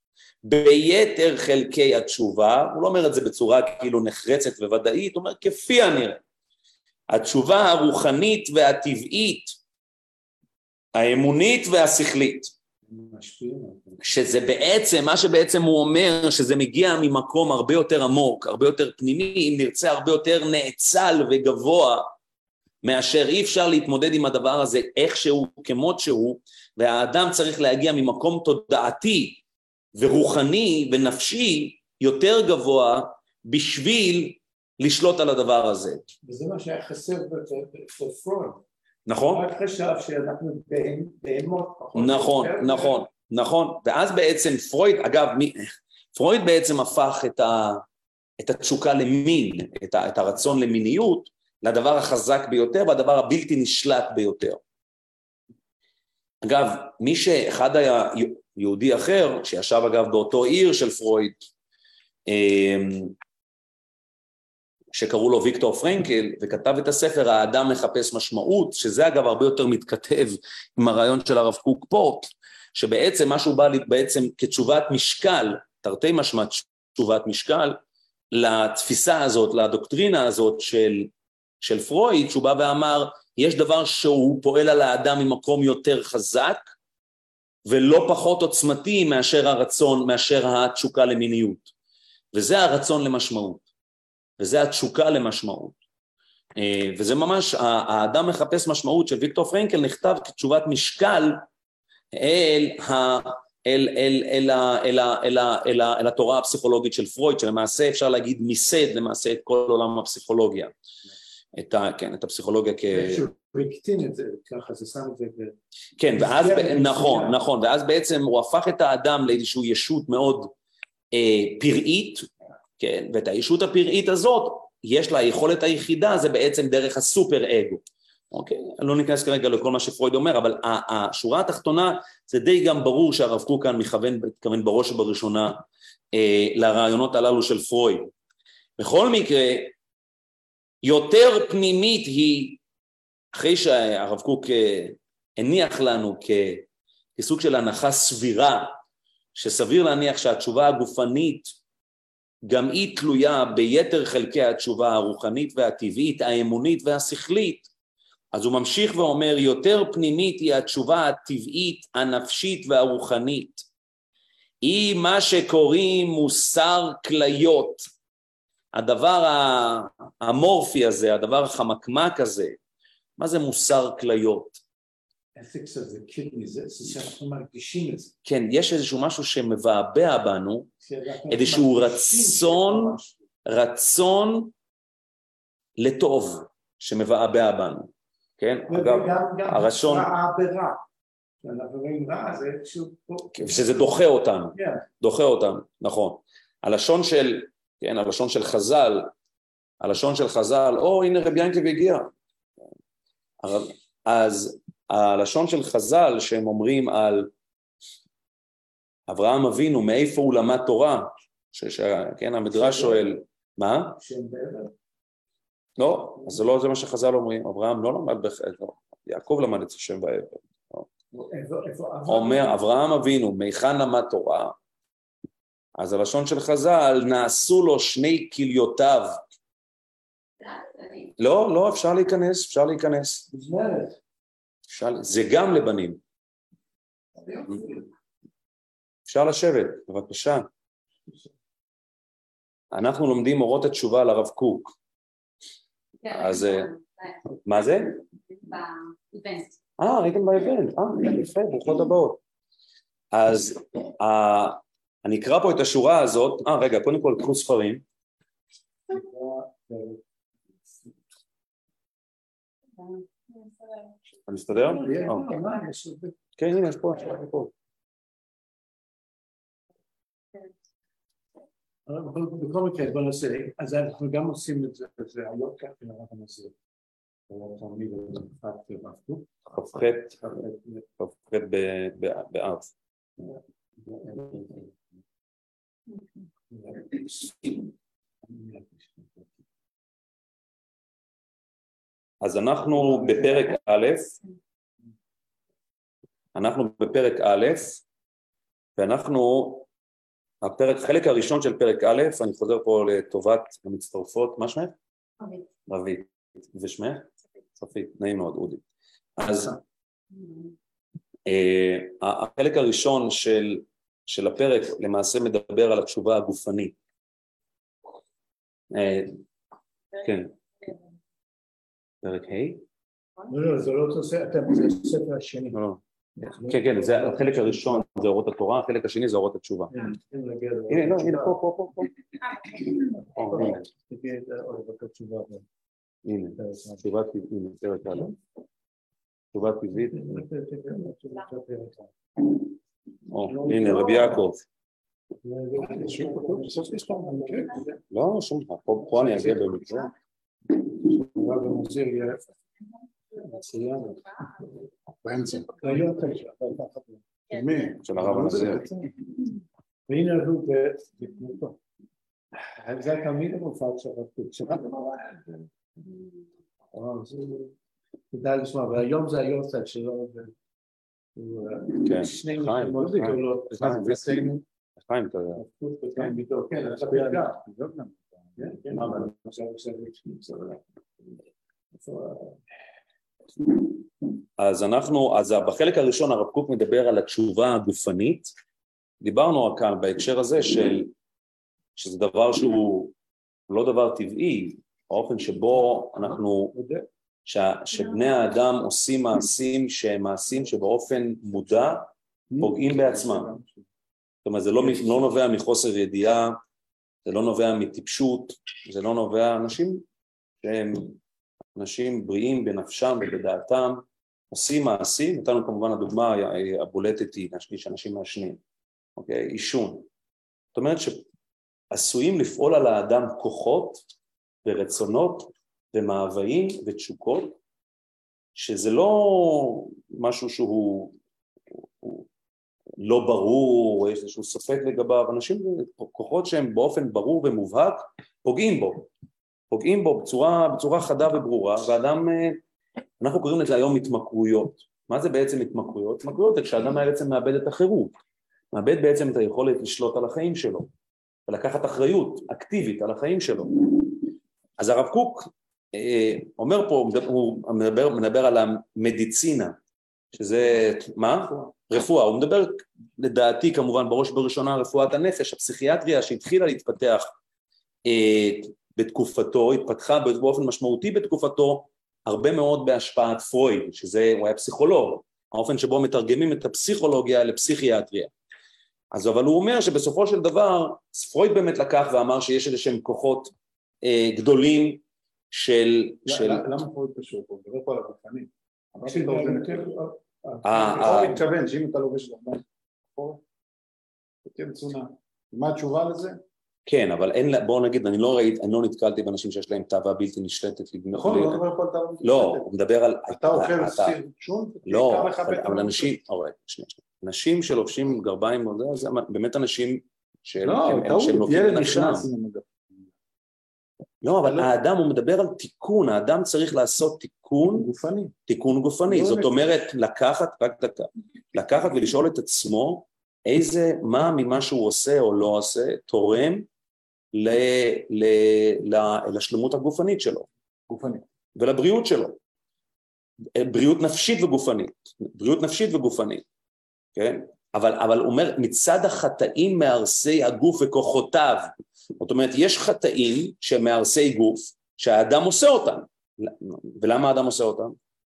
ביתר חלקי התשובה, הוא לא אומר את זה בצורה כאילו נחרצת וודאית, הוא אומר כפי הנראה, התשובה הרוחנית והטבעית, האמונית והשכלית, שזה בעצם, מה שבעצם הוא אומר, שזה מגיע ממקום הרבה יותר עמוק, הרבה יותר פנימי, אם נרצה הרבה יותר נאצל וגבוה, מאשר אי אפשר להתמודד עם הדבר הזה איכשהו כמות שהוא, והאדם צריך להגיע ממקום תודעתי, ורוחני ונפשי יותר גבוה בשביל לשלוט על הדבר הזה. וזה מה שהיה חסר בפרויד. נכון? רק חשב שאנחנו בהמות. נכון, נכון, נכון. ואז בעצם פרויד, אגב, פרויד בעצם הפך את, ה, את התשוקה למין, את, ה, את הרצון למיניות, לדבר החזק ביותר והדבר הבלתי נשלט ביותר. אגב, מי שאחד היה יהודי אחר, שישב אגב באותו עיר של פרויד, שקראו לו ויקטור פרנקל, וכתב את הספר האדם מחפש משמעות, שזה אגב הרבה יותר מתכתב עם הרעיון של הרב קוק פה, שבעצם משהו בא בעצם כתשובת משקל, תרתי משמע תשובת משקל, לתפיסה הזאת, לדוקטרינה הזאת של, של פרויד, שהוא בא ואמר, יש דבר שהוא פועל על האדם ממקום יותר חזק, ולא פחות עוצמתי מאשר הרצון, מאשר התשוקה למיניות. וזה הרצון למשמעות. וזה התשוקה למשמעות. וזה ממש, האדם מחפש משמעות של ויקטור פרנקל נכתב כתשובת משקל אל, ה, אל, אל, אל, אל, אל, אל, אל התורה הפסיכולוגית של פרויד, שלמעשה אפשר להגיד מיסד למעשה את כל עולם הפסיכולוגיה. את, ה, כן, את הפסיכולוגיה כ... הוא הקטין את זה, ככה זה שם את זה. כן, ואז, נכון, נכון, ואז בעצם הוא הפך את האדם לאיזושהי ישות מאוד אה, פראית, כן, ואת הישות הפראית הזאת, יש לה היכולת היחידה, זה בעצם דרך הסופר אגו. אוקיי, אני לא ניכנס כרגע לכל מה שפרויד אומר, אבל השורה התחתונה, זה די גם ברור שהרב קוק כאן מכוון, מתכוון בראש ובראשונה, אה, לרעיונות הללו של פרויד. בכל מקרה, יותר פנימית היא, אחרי שהרב קוק הניח לנו כסוג של הנחה סבירה, שסביר להניח שהתשובה הגופנית גם היא תלויה ביתר חלקי התשובה הרוחנית והטבעית, האמונית והשכלית, אז הוא ממשיך ואומר, יותר פנימית היא התשובה הטבעית, הנפשית והרוחנית. היא מה שקוראים מוסר כליות. הדבר האמורפי הזה, הדבר החמקמק הזה, מה זה מוסר כליות? אתיקס הזה, קידני, זה שאנחנו מרגישים את זה. כן, יש איזשהו משהו שמבעבע בנו, איזשהו רצון, רצון לטוב שמבעבע בנו. כן? אגב, הרצון... רעה ברע. אנחנו רואים רע, זה איזשהו... שזה דוחה אותנו, דוחה אותנו, נכון. הלשון של, כן, הלשון של חז"ל, הלשון של חז"ל, או הנה רבי ינקב הגיע. אז הלשון של חז"ל שהם אומרים על אברהם אבינו, מאיפה הוא למד תורה, כן, המדרש שואל, מה? שם בעבר? לא, אז זה לא זה מה שחז"ל אומרים, אברהם לא למד בחטא, יעקב למד את השם בעבר. אומר אברהם אבינו, מיכן למד תורה, אז הלשון של חז"ל, נעשו לו שני כליותיו. לא, לא, אפשר להיכנס, אפשר להיכנס. אפשר, זה גם לבנים. אפשר לשבת, בבקשה. אנחנו לומדים אורות התשובה על הרב קוק. אז מה זה? באיבנט. אה, ראיתם באיבנט. אה, יפה, ברוכות הבאות. אז אני אקרא פה את השורה הזאת. אה, רגע, קודם כל קחו ספרים. אני מסתדר? כן, הנה, יש פה, יש פה. בכל מקרה, בוא נעשה, אז אנחנו גם עושים את זה, זה היום כך נראה בנושא. חפחת, חפחת באב. אז אנחנו בפרק א', אנחנו בפרק א', ואנחנו, הפרק, חלק הראשון של פרק א', אני חוזר פה לטובת המצטרפות, מה שמך? רבית. רבית. ושמך? צפית, נעים מאוד, אודי. אז אה, החלק הראשון של, של הפרק למעשה מדבר על התשובה הגופנית. אה, כן. פרק ה'? לא, לא, זה לא אותו ספר, זה הספר השני. לא, לא. כן, כן, זה החלק הראשון זה אורות התורה, החלק השני זה אורות התשובה. הנה, לא, הנה, פה, פה, פה, פה. הנה, תשובה טבעית, הנה, פרק הלאה. תשובה טבעית. הנה, רבי יעקב. לא, שום דבר, פה אני אגיע במקרה. של הרב הנזיר. והנה אנחנו בתמותו. זה תמיד המופעת של הרב קוק. כדאי לשמוע, והיום זה היורצייט שלו. כן, שני חיים, מקומות גדולות. חיים, חיים, אתה יודע. כן, ביתו, כן, אתה בירגע. כן, אבל עכשיו עכשיו אז אנחנו, אז בחלק הראשון הרב קוק מדבר על התשובה הגופנית, דיברנו כאן בהקשר הזה של, שזה דבר שהוא לא דבר טבעי, האופן שבו אנחנו, ש, שבני האדם עושים מעשים שהם מעשים שבאופן מודע פוגעים בעצמם. זאת אומרת, זה לא, לא נובע מחוסר ידיעה, זה לא נובע מטיפשות, זה לא נובע, אנשים שהם אנשים בריאים בנפשם ובדעתם, עושים מעשים, נתנו כמובן הדוגמה הבולטת היא שאנשים מעשנים, אוקיי, עישון. זאת אומרת שעשויים לפעול על האדם כוחות ורצונות ומאוויים ותשוקות, שזה לא משהו שהוא הוא לא ברור, או יש איזשהו ספק לגביו, אנשים כוחות שהם באופן ברור ומובהק פוגעים בו. פוגעים בו בצורה, בצורה חדה וברורה, ואדם, אנחנו קוראים לזה היום התמכרויות. מה זה בעצם התמכרויות? התמכרויות זה כשאדם בעצם מאבד את החירות, מאבד בעצם את היכולת לשלוט על החיים שלו, ולקחת אחריות אקטיבית על החיים שלו. אז הרב קוק אה, אומר פה, הוא מדבר, מדבר על המדיצינה, שזה, מה? רפואה, הוא מדבר לדעתי כמובן בראש בראשונה רפואת הנפש, הפסיכיאטריה שהתחילה להתפתח אה, בתקופתו, התפתחה באופן משמעותי בתקופתו, הרבה מאוד בהשפעת פרויד, שזה, הוא היה פסיכולוג, האופן שבו מתרגמים את הפסיכולוגיה לפסיכיאטריה. אז אבל הוא אומר שבסופו של דבר, פרויד באמת לקח ואמר שיש איזה שהם כוחות אה, גדולים של... של... למה פרויד קשור פה? דבר פה על הגופנים. אמרתי לו, זה נקר... אה, אני מתכוון שאם אתה לובש לבן, תהיה מצונה. מה התשובה לזה? כן, אבל אין, בואו נגיד, אני לא ראית, אני לא נתקלתי באנשים שיש להם תאווה בלתי נשלטת. נכון, לא מדבר פה על תאווה בלתי נשלטת. לא, הוא מדבר על... אתה אוכל סיר שון? לא, אבל אנשים, אנשים שלובשים גרביים, זה באמת אנשים שהם נופלים בנפשם. לא, אבל האדם, הוא מדבר על תיקון, האדם צריך לעשות תיקון גופני. תיקון גופני, זאת אומרת, לקחת, רק דקה, לקחת ולשאול את עצמו, איזה, מה ממה שהוא עושה או לא עושה, תורם ל, ל, ל, לשלמות הגופנית שלו. גופנית. ולבריאות שלו. בריאות נפשית וגופנית. בריאות נפשית וגופנית. כן? אבל, אבל הוא אומר, מצד החטאים מהרסי הגוף וכוחותיו. זאת אומרת, יש חטאים שמהרסי גוף, שהאדם עושה אותם. ולמה האדם עושה אותם?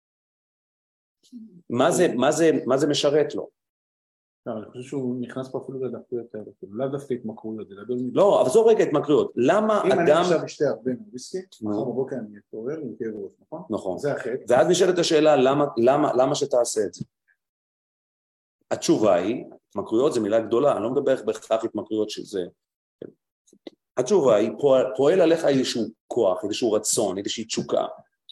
מה זה, מה זה, מה זה משרת לו? אני חושב שהוא נכנס פה אפילו לדקויות האלה, לא דווקא התמכרויות, זה גדול מדי. לא, אבל זו רגע התמכרויות. למה אדם... אם אני עכשיו אשתה הרבה מוויסקי, מחר בבוקר אני אתעורר עם כאב ראש, נכון? נכון. זה החטא. ואז נשאלת השאלה, למה, למה, למה שתעשה את זה? התשובה היא, התמכרויות זה מילה גדולה, אני לא מדבר בהכרח התמכרויות שזה... התשובה היא, פועל, פועל עליך איזשהו כוח, איזשהו רצון, איזושהי תשוקה,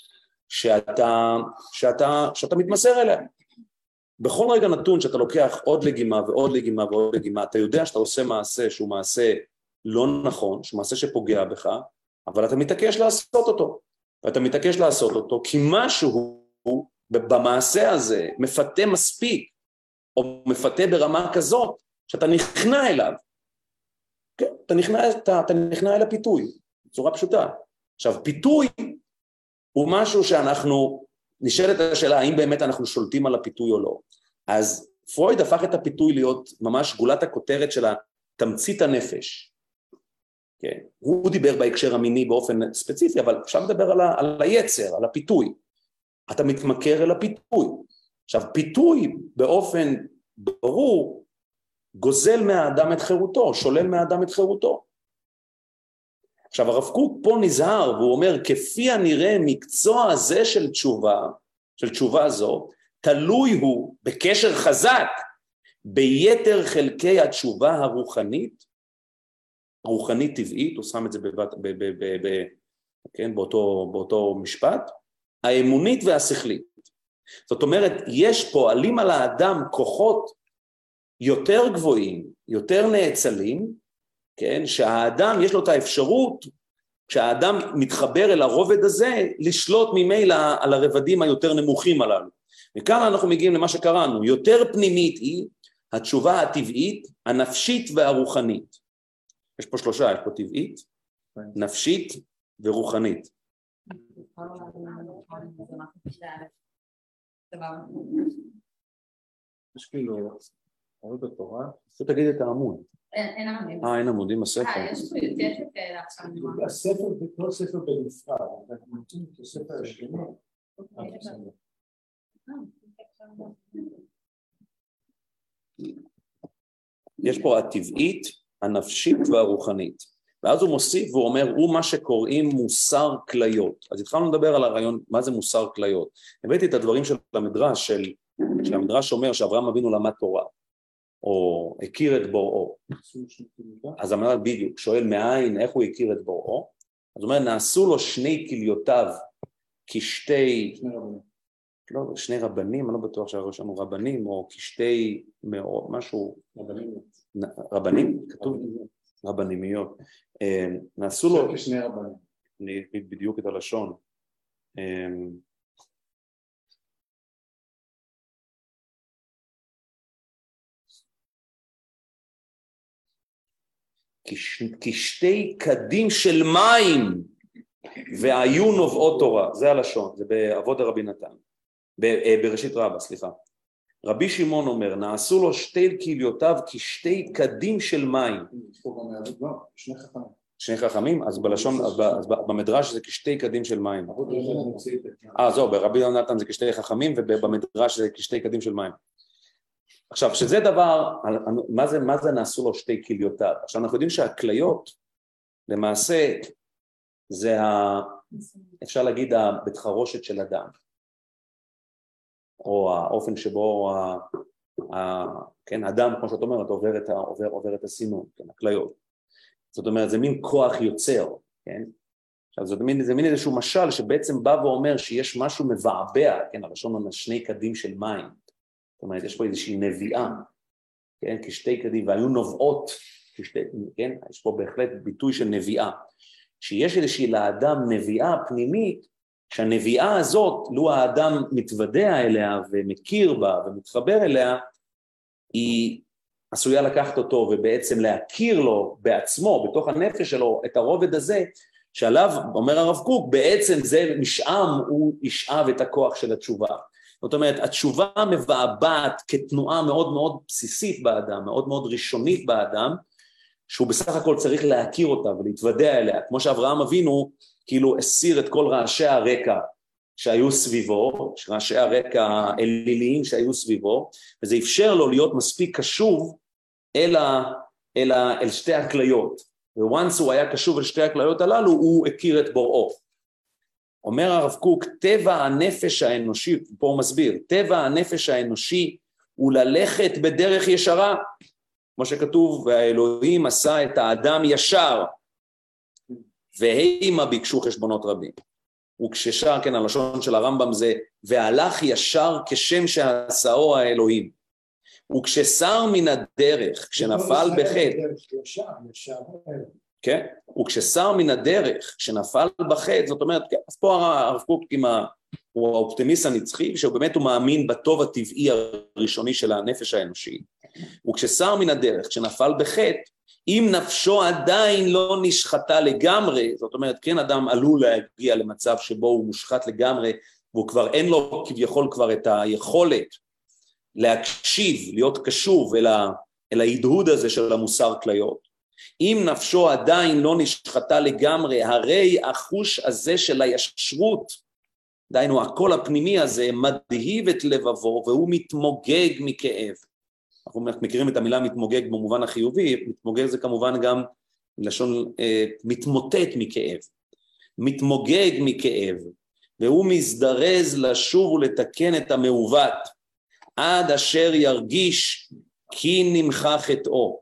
שאתה, שאתה, שאתה מתמסר אליה. בכל רגע נתון שאתה לוקח עוד לגימה ועוד לגימה ועוד לגימה, אתה יודע שאתה עושה מעשה שהוא מעשה לא נכון, שהוא מעשה שפוגע בך, אבל אתה מתעקש לעשות אותו. ואתה מתעקש לעשות אותו כי משהו במעשה הזה מפתה מספיק, או מפתה ברמה כזאת, שאתה נכנע אליו. כן, אתה נכנע, אתה, אתה נכנע אל הפיתוי, בצורה פשוטה. עכשיו, פיתוי הוא משהו שאנחנו... נשאלת השאלה, האם באמת אנחנו שולטים על הפיתוי או לא. אז פרויד הפך את הפיתוי להיות ממש גולת הכותרת של תמצית הנפש. כן. הוא דיבר בהקשר המיני באופן ספציפי, אבל אפשר לדבר על, ה, על היצר, על הפיתוי. אתה מתמכר אל הפיתוי. עכשיו, פיתוי באופן ברור, גוזל מהאדם את חירותו, שולל מהאדם את חירותו. עכשיו הרב קוק פה נזהר והוא אומר כפי הנראה מקצוע הזה של תשובה, של תשובה זו, תלוי הוא בקשר חזק ביתר חלקי התשובה הרוחנית, הרוחנית טבעית, הוא שם את זה בבת, ב, ב, ב, ב, כן, באותו, באותו משפט, האמונית והשכלית. זאת אומרת, יש פועלים על האדם כוחות יותר גבוהים, יותר נאצלים, כן, שהאדם יש לו את האפשרות, כשהאדם מתחבר אל הרובד הזה, לשלוט ממילא על הרבדים היותר נמוכים הללו. וכאן אנחנו מגיעים למה שקראנו, יותר פנימית היא התשובה הטבעית, הנפשית והרוחנית. יש פה שלושה, יש פה טבעית, נפשית ורוחנית. יש כאילו, רואה בתורה, תגיד את העמוד. אין עמודים. אה, אין עמודים בספר. אה, יש יש את כאלה עכשיו. הספר בכל ספר בנפרד, אנחנו מוצאים את הספר השני. יש פה הטבעית, הנפשית והרוחנית. ואז הוא מוסיף והוא אומר, הוא מה שקוראים מוסר כליות. אז התחלנו לדבר על הרעיון, מה זה מוסר כליות. הבאתי את הדברים של המדרש, של, של המדרש אומר שאברהם אבינו למד תורה. או הכיר את בוראו. אז המדרש בדיוק שואל מאין, איך הוא הכיר את בוראו? אז הוא אומר, נעשו לו שני כליותיו כשתי, שני רבנים. לא, שני רבנים, אני לא בטוח שיש לנו רבנים, או כשתי, משהו, רבנים. רבנים? כתוב? רבנימיות. נעשו לו, כשני רבנים. אני אגיד בדיוק את הלשון. כשתי קדים של מים והיו נובעות תורה, זה הלשון, זה בעבוד רבי נתן, בראשית רבה, סליחה. רבי שמעון אומר, נעשו לו שתי כליותיו כשתי קדים של מים. לא, שני חכמים. שני חכמים? אז בלשון, אז במדרש זה כשתי קדים של מים. אה, זהו, ברבי יונתן זה כשתי חכמים, ובמדרש זה כשתי קדים של מים. עכשיו, שזה דבר, מה זה, מה זה נעשו לו שתי כליותיו? עכשיו, אנחנו יודעים שהכליות, למעשה, זה ה... אפשר להגיד הבית חרושת של אדם, או האופן שבו ה... ה... כן, אדם, כמו שאת אומרת, עובר את, ה... עובר, עובר את הסינון, כן, הכליות. זאת אומרת, זה מין כוח יוצר, כן? עכשיו, זאת מין, זה מין איזשהו משל שבעצם בא ואומר שיש משהו מבעבע, כן, הראשון הוא שני קדים של מים. זאת אומרת, יש פה איזושהי נביאה, כן, כשתי קדים, והיו נובעות, כשתי, כן, יש פה בהחלט ביטוי של נביאה. שיש איזושהי לאדם נביאה פנימית, שהנביאה הזאת, לו האדם מתוודע אליה ומכיר בה ומתחבר אליה, היא עשויה לקחת אותו ובעצם להכיר לו בעצמו, בתוך הנפש שלו, את הרובד הזה, שעליו, אומר הרב קוק, בעצם זה משעם, הוא ישאב את הכוח של התשובה. זאת אומרת, התשובה מבעבעת כתנועה מאוד מאוד בסיסית באדם, מאוד מאוד ראשונית באדם, שהוא בסך הכל צריך להכיר אותה ולהתוודע אליה, כמו שאברהם אבינו כאילו הסיר את כל רעשי הרקע שהיו סביבו, רעשי הרקע האליליים שהיו סביבו, וזה אפשר לו להיות מספיק קשוב אל, ה, אל, ה, אל שתי הכליות, וואנס הוא היה קשוב אל שתי הכליות הללו, הוא הכיר את בוראו. אומר הרב קוק, טבע הנפש האנושי, פה הוא מסביר, טבע הנפש האנושי הוא ללכת בדרך ישרה, כמו שכתוב, והאלוהים עשה את האדם ישר, והימה ביקשו חשבונות רבים. וכששר, כן, הלשון של הרמב"ם זה, והלך ישר כשם שעשאו האלוהים. וכשסר מן הדרך, כשנפל בחטא, ישר, ישר. כן, וכשסר מן הדרך, כשנפל בחטא, זאת אומרת, כן, אז פה הרב קוק הוא האופטימיסט הנצחי, שהוא באמת הוא מאמין בטוב הטבעי הראשוני של הנפש האנושי. וכשסר מן הדרך, כשנפל בחטא, אם נפשו עדיין לא נשחטה לגמרי, זאת אומרת, כן, אדם עלול להגיע למצב שבו הוא מושחת לגמרי, והוא כבר אין לו כביכול כבר את היכולת להקשיב, להיות קשוב אל, ה, אל ההדהוד הזה של המוסר כליות. אם נפשו עדיין לא נשחטה לגמרי, הרי החוש הזה של הישרות, דיינו, הקול הפנימי הזה מדהיב את לבבו, והוא מתמוגג מכאב. אנחנו מכירים את המילה מתמוגג במובן החיובי, מתמוגג זה כמובן גם לשון אה, מתמוטט מכאב. מתמוגג מכאב, והוא מזדרז לשוב ולתקן את המעוות, עד אשר ירגיש כי נמחה חטאו.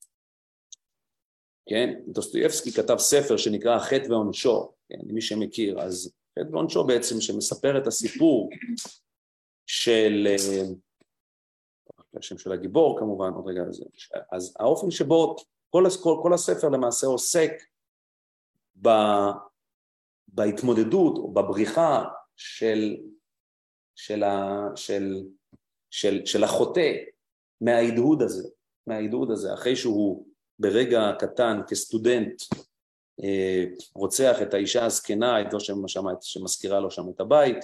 כן, דוסטויבסקי כתב ספר שנקרא חטא ועונשו, כן, מי שמכיר, אז חטא ועונשו בעצם שמספר את הסיפור של, השם של הגיבור כמובן, עוד רגע הזה, אז האופן שבו כל, כל, כל הספר למעשה עוסק ב, בהתמודדות או בבריחה של, של, ה, של, של, של החוטא מההדהוד הזה, מההדהוד הזה, אחרי שהוא ברגע קטן כסטודנט רוצח את האישה הזקנה, את זו שמזכירה לו שם את הבית,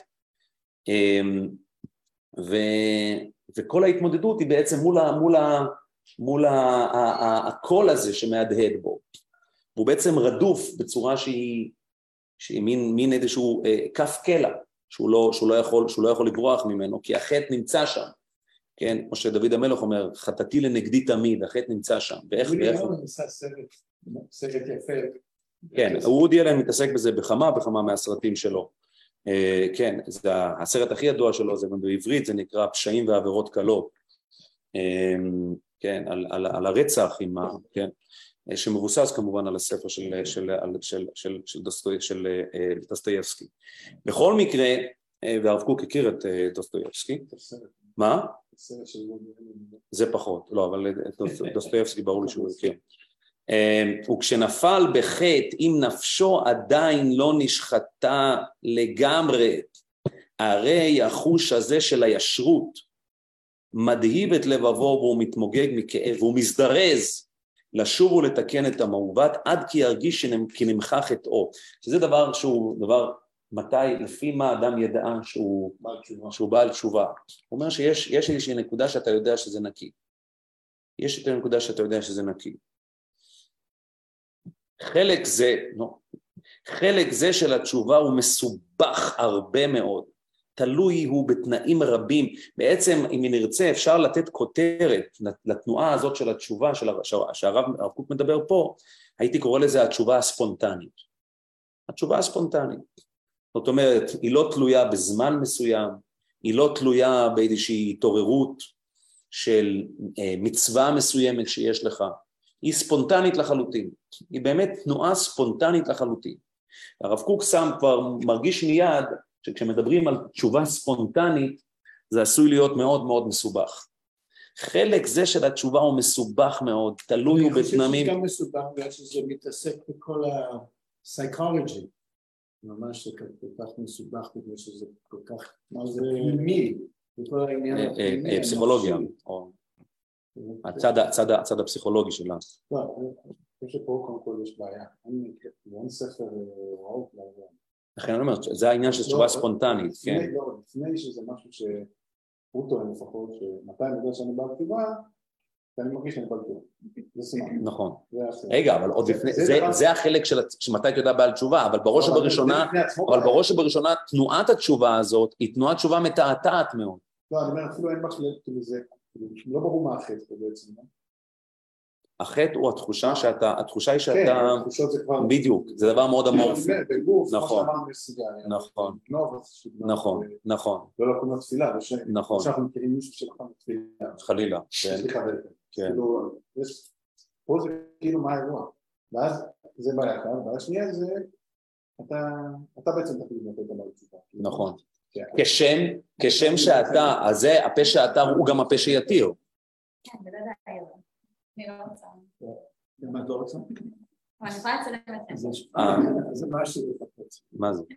ו, וכל ההתמודדות היא בעצם מול, מול, מול הקול הזה שמהדהד בו. הוא בעצם רדוף בצורה שהיא, שהיא מין, מין איזשהו כף קלע, שהוא לא, שהוא לא יכול, שהוא לא יכול לברוח ממנו, כי החטא נמצא שם. כן, כמו שדוד המלך אומר, חטאתי לנגדי תמיד, החטא נמצא שם. ואיך, ואיך... הוא נמצא סרט, סרט יפה. כן, וודי אלן מתעסק בזה בכמה, בכמה מהסרטים שלו. כן, זה הסרט הכי ידוע שלו, זה בעברית, זה נקרא פשעים ועבירות קלות. כן, על, על, על הרצח, עם ה, כן, שמבוסס כמובן על הספר של, של, של, של, של, דוסטוי, של דוסטויבסקי. בכל מקרה, והרב קוק הכיר את דוסטויבסקי. מה? זה פחות, לא, אבל דוסטויבסקי ברור לי שהוא הכיר. וכשנפל בחטא, אם נפשו עדיין לא נשחטה לגמרי, הרי החוש הזה של הישרות מדהיב את לבבו והוא מתמוגג מכאב, והוא מזדרז לשוב ולתקן את המעוות עד כי ירגיש כי נמחה חטאו, שזה דבר שהוא דבר מתי, לפי מה אדם ידע שהוא, שהוא בעל תשובה. הוא אומר שיש יש איזושהי נקודה שאתה יודע שזה נקי. יש את הנקודה שאתה יודע שזה נקי. חלק זה, לא, חלק זה של התשובה הוא מסובך הרבה מאוד. תלוי הוא בתנאים רבים. בעצם אם נרצה אפשר לתת כותרת לתנועה הזאת של התשובה, של שהרב קוק מדבר פה, הייתי קורא לזה התשובה הספונטנית. התשובה הספונטנית. זאת אומרת, היא לא תלויה בזמן מסוים, היא לא תלויה באיזושהי התעוררות של מצווה מסוימת שיש לך, היא ספונטנית לחלוטין, היא באמת תנועה ספונטנית לחלוטין. הרב קוק שם כבר מרגיש מיד שכשמדברים על תשובה ספונטנית, זה עשוי להיות מאוד מאוד מסובך. חלק זה של התשובה הוא מסובך מאוד, תלוי הוא בתנמים. אני חושב שזה גם מסובך, בגלל שזה מתעסק בכל ה-psychology. ממש זה כל כך מסובך, בגלל שזה כל כך, מה זה פנימי, בכל העניין הפנימי. פסיכולוגיה, או הצד הפסיכולוגי שלה. לא, אני חושב שפה קודם כל יש בעיה. אין ספר הוראות לעניין. לכן אני אומר, זה העניין של תשובה ספונטנית, כן. לא, לפני שזה משהו שהוא טוען לפחות, שמתי אני יודע שאני בעל תשובה, ואני מרגיש שאני בעל תשובה. זה סימן. נכון. רגע, אבל עוד לפני, זה החלק של מתי אתה יודע בעל תשובה, אבל בראש ובראשונה, אבל בראש ובראשונה, תנועת התשובה הזאת, היא תנועת תשובה מתעתעת מאוד. לא, אני אומר, אפילו אין מחלט, כאילו זה, לא ברור מה החטא פה בעצם, לא? החטא הוא התחושה שאתה, התחושה היא שאתה, כן, התחושות זה כבר, בדיוק, זה דבר מאוד אמורפי. בגוף, נכון, מה שאמרנו בסיגריה, נכון, נכון, נכון, לא לקום לתפילה, נכון, שאנחנו מכירים מישהו שלקום לתפילה, חלילה, סליחה, כן, פה זה כאילו מה האירוע, ואז זה בעיה כאן, והשנייה שנייה זה, אתה בעצם תחליט לתת את המרצופה. נכון, כשם, כשם שאתה, אז זה הפה שאתה הוא גם הפה שיתיר. כן, זה לא יודע, אני לא רוצה. למה את לא רוצה? אני יכולה לצלם את זה. זה משהו לפחות. מה זה?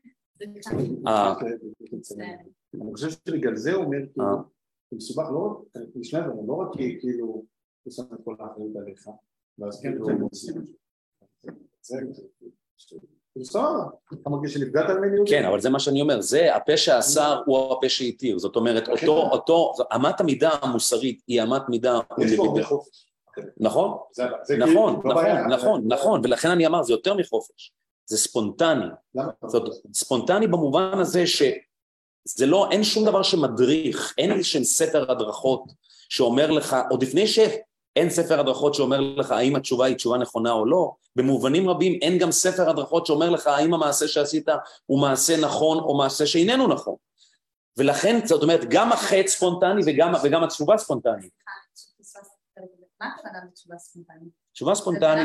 אני חושב שבגלל זה הוא אומר, כאילו, הוא מסובך לא רק, נשמע לנו, לא רק כאילו, הוא שם את כל האחריות עליך, ואז כן, זה, זה סבבה, אתה מרגיש שנפגעת על מני? כן, אבל זה מה שאני אומר, זה הפה שאסר הוא הפה שהתיר, זאת אומרת, אותו, אותו, אמת המידה המוסרית היא אמת מידה, נכון? נכון, נכון, נכון, נכון, ולכן אני אמר, זה יותר מחופש, זה ספונטני, ספונטני במובן הזה שזה לא, אין שום דבר שמדריך, אין איזשהו ספר הדרכות שאומר לך, עוד לפני שאין ספר הדרכות שאומר לך האם התשובה היא תשובה נכונה או לא, במובנים רבים אין גם ספר הדרכות שאומר לך האם המעשה שעשית הוא מעשה נכון או מעשה שאיננו נכון, ולכן זאת אומרת גם החטא ספונטני וגם, וגם התשובה ספונטנית. מה הכוונה בתשובה ספונטנית? תשובה ספונטנית,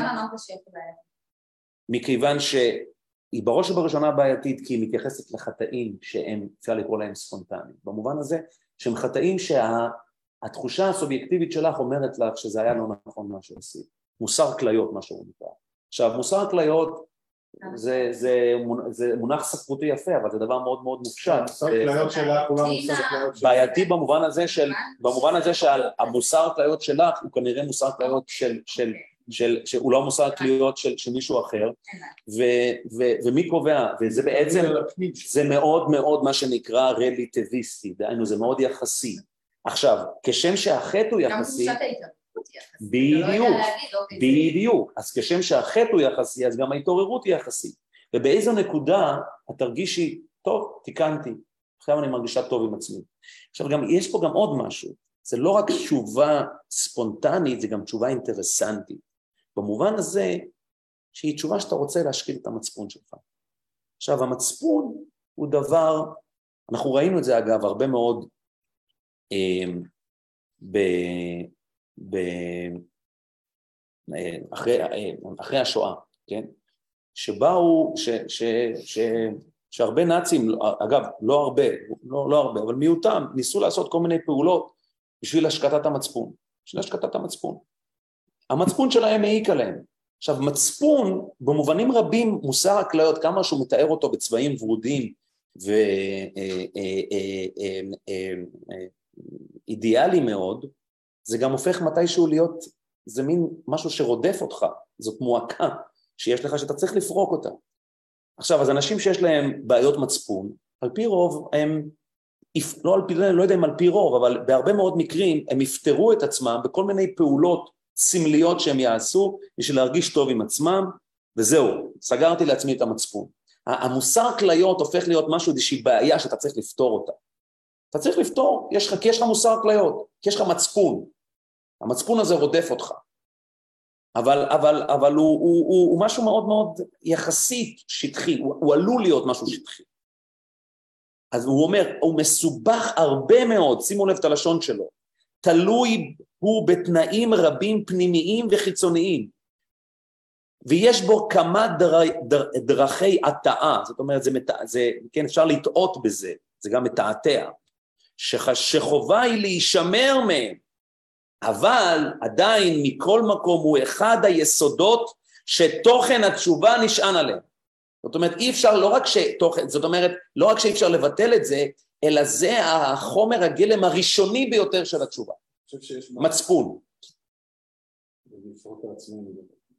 מכיוון שהיא בראש ובראשונה בעייתית, כי היא מתייחסת לחטאים שהם, אפשר לקרוא להם ספונטניים. במובן הזה שהם חטאים שהתחושה הסובייקטיבית שלך אומרת לך שזה היה לא נכון מה שעשית. מוסר כליות, מה שהוא נקרא. עכשיו, מוסר כליות זה, זה, זה מונח ספרותי יפה, אבל זה דבר מאוד מאוד מופשט. מוסר כליות שלך הוא לא מוסר כליות שלך. בעייתי במובן הזה של, במובן הזה שהמוסר כליות שלך הוא כנראה מוסר כליות של, של, של, שהוא לא מוסר כליות של, של מישהו אחר, ו, ו, ומי קובע, וזה בעצם, זה מאוד מאוד מה שנקרא רליטיביסטי, דהיינו זה מאוד יחסי. עכשיו, כשם שהחטא הוא יחסי, בדיוק, בדיוק, אז כשם שהחטא הוא יחסי, אז גם ההתעוררות היא יחסית, ובאיזו נקודה את תרגישי, טוב, תיקנתי, עכשיו אני מרגישה טוב עם עצמי. עכשיו גם, יש פה גם עוד משהו, זה לא רק תשובה ספונטנית, זה גם תשובה אינטרסנטית, במובן הזה שהיא תשובה שאתה רוצה להשקיל את המצפון שלך. עכשיו, המצפון הוא דבר, אנחנו ראינו את זה אגב הרבה מאוד אה, ב... ב... אחרי, אחרי השואה, כן? שבאו, ש, ש, ש, שהרבה נאצים, אגב, לא הרבה, לא, לא הרבה, אבל מיעוטם, ניסו לעשות כל מיני פעולות בשביל השקטת המצפון, בשביל השקטת המצפון. המצפון שלהם העיק עליהם. עכשיו, מצפון, במובנים רבים, מוסר הכליות, כמה שהוא מתאר אותו בצבעים ורודים ואידיאלי מאוד, זה גם הופך מתישהו להיות, זה מין משהו שרודף אותך, זאת מועקה שיש לך שאתה צריך לפרוק אותה. עכשיו, אז אנשים שיש להם בעיות מצפון, על פי רוב הם, לא, על פי, לא יודע אם על פי רוב, אבל בהרבה מאוד מקרים הם יפתרו את עצמם בכל מיני פעולות סמליות שהם יעשו, בשביל להרגיש טוב עם עצמם, וזהו, סגרתי לעצמי את המצפון. המוסר כליות הופך להיות משהו, איזושהי בעיה שאתה צריך לפתור אותה. אתה צריך לפתור, יש לך, כי יש לך מוסר כליות, כי יש לך מצפון. המצפון הזה רודף אותך. אבל, אבל, אבל הוא, הוא, הוא, הוא משהו מאוד מאוד יחסית שטחי, הוא, הוא עלול להיות משהו שטחי. אז הוא אומר, הוא מסובך הרבה מאוד, שימו לב את הלשון שלו, תלוי הוא בתנאים רבים פנימיים וחיצוניים, ויש בו כמה דר, דר, דרכי הטעה, זאת אומרת, זה, זה, כן, אפשר לטעות בזה, זה גם מתעתע, שחובה היא להישמר מהם, אבל עדיין מכל מקום הוא אחד היסודות שתוכן התשובה נשען עליהם. זאת אומרת, אי אפשר לא רק שתוכן, זאת אומרת, לא רק שאי אפשר לבטל את זה, אלא זה החומר הגלם הראשוני ביותר של התשובה. אני חושב שיש מצפון. אני אפרות על עצמנו,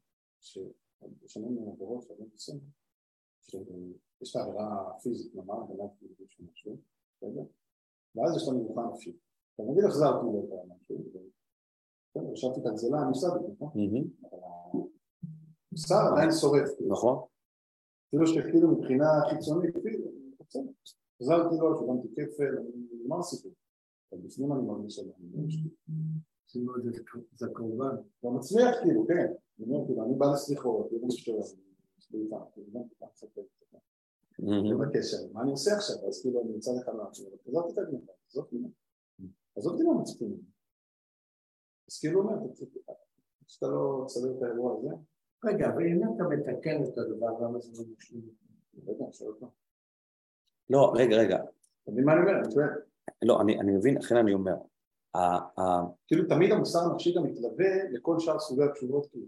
ששנים מעברות, שאני עושה, שיש את העבירה הפיזית, נאמר, ולא פיזית של משהו, ואז יש לנו מוכן נפשי. אתה מבין החזרתי לו את המשהו, ושאלתי את הגזלה, אני עושה בזה, נכון? אבל המוסר עדיין שורף. נכון. אפילו שכאילו מבחינה חיצונית, חזרתי לו, שגמתי כפל, מה עשיתי? אבל בפנים אני מרגיש עליו, אני לא משקיע. שימו את זה כמובן. אתה מצליח כאילו, כן. אני אומר, כאילו, אני בא לסליחות, אני משהו שלנו, אני סליחה, אני לא מפתח ספק. אני מבקש שם, מה אני עושה עכשיו? אז כאילו, אני נמצא לך לאט, חזרתי את הגניבה, זאת מילה. אז זאת מילה מצפים. אז כאילו אומר, שאתה לא צלב את האירוע הזה. רגע, אבל אם אתה מתקן את הדבר, למה זה לא משלים? רגע, שאלות לא. לא, רגע, רגע. אתה מבין מה אני אומר? אני שואל. לא, אני, אני מבין, אחרי אני אומר. כאילו תמיד המוסר הנפשי גם מתלווה לכל שאר סוגי התשובות כאילו.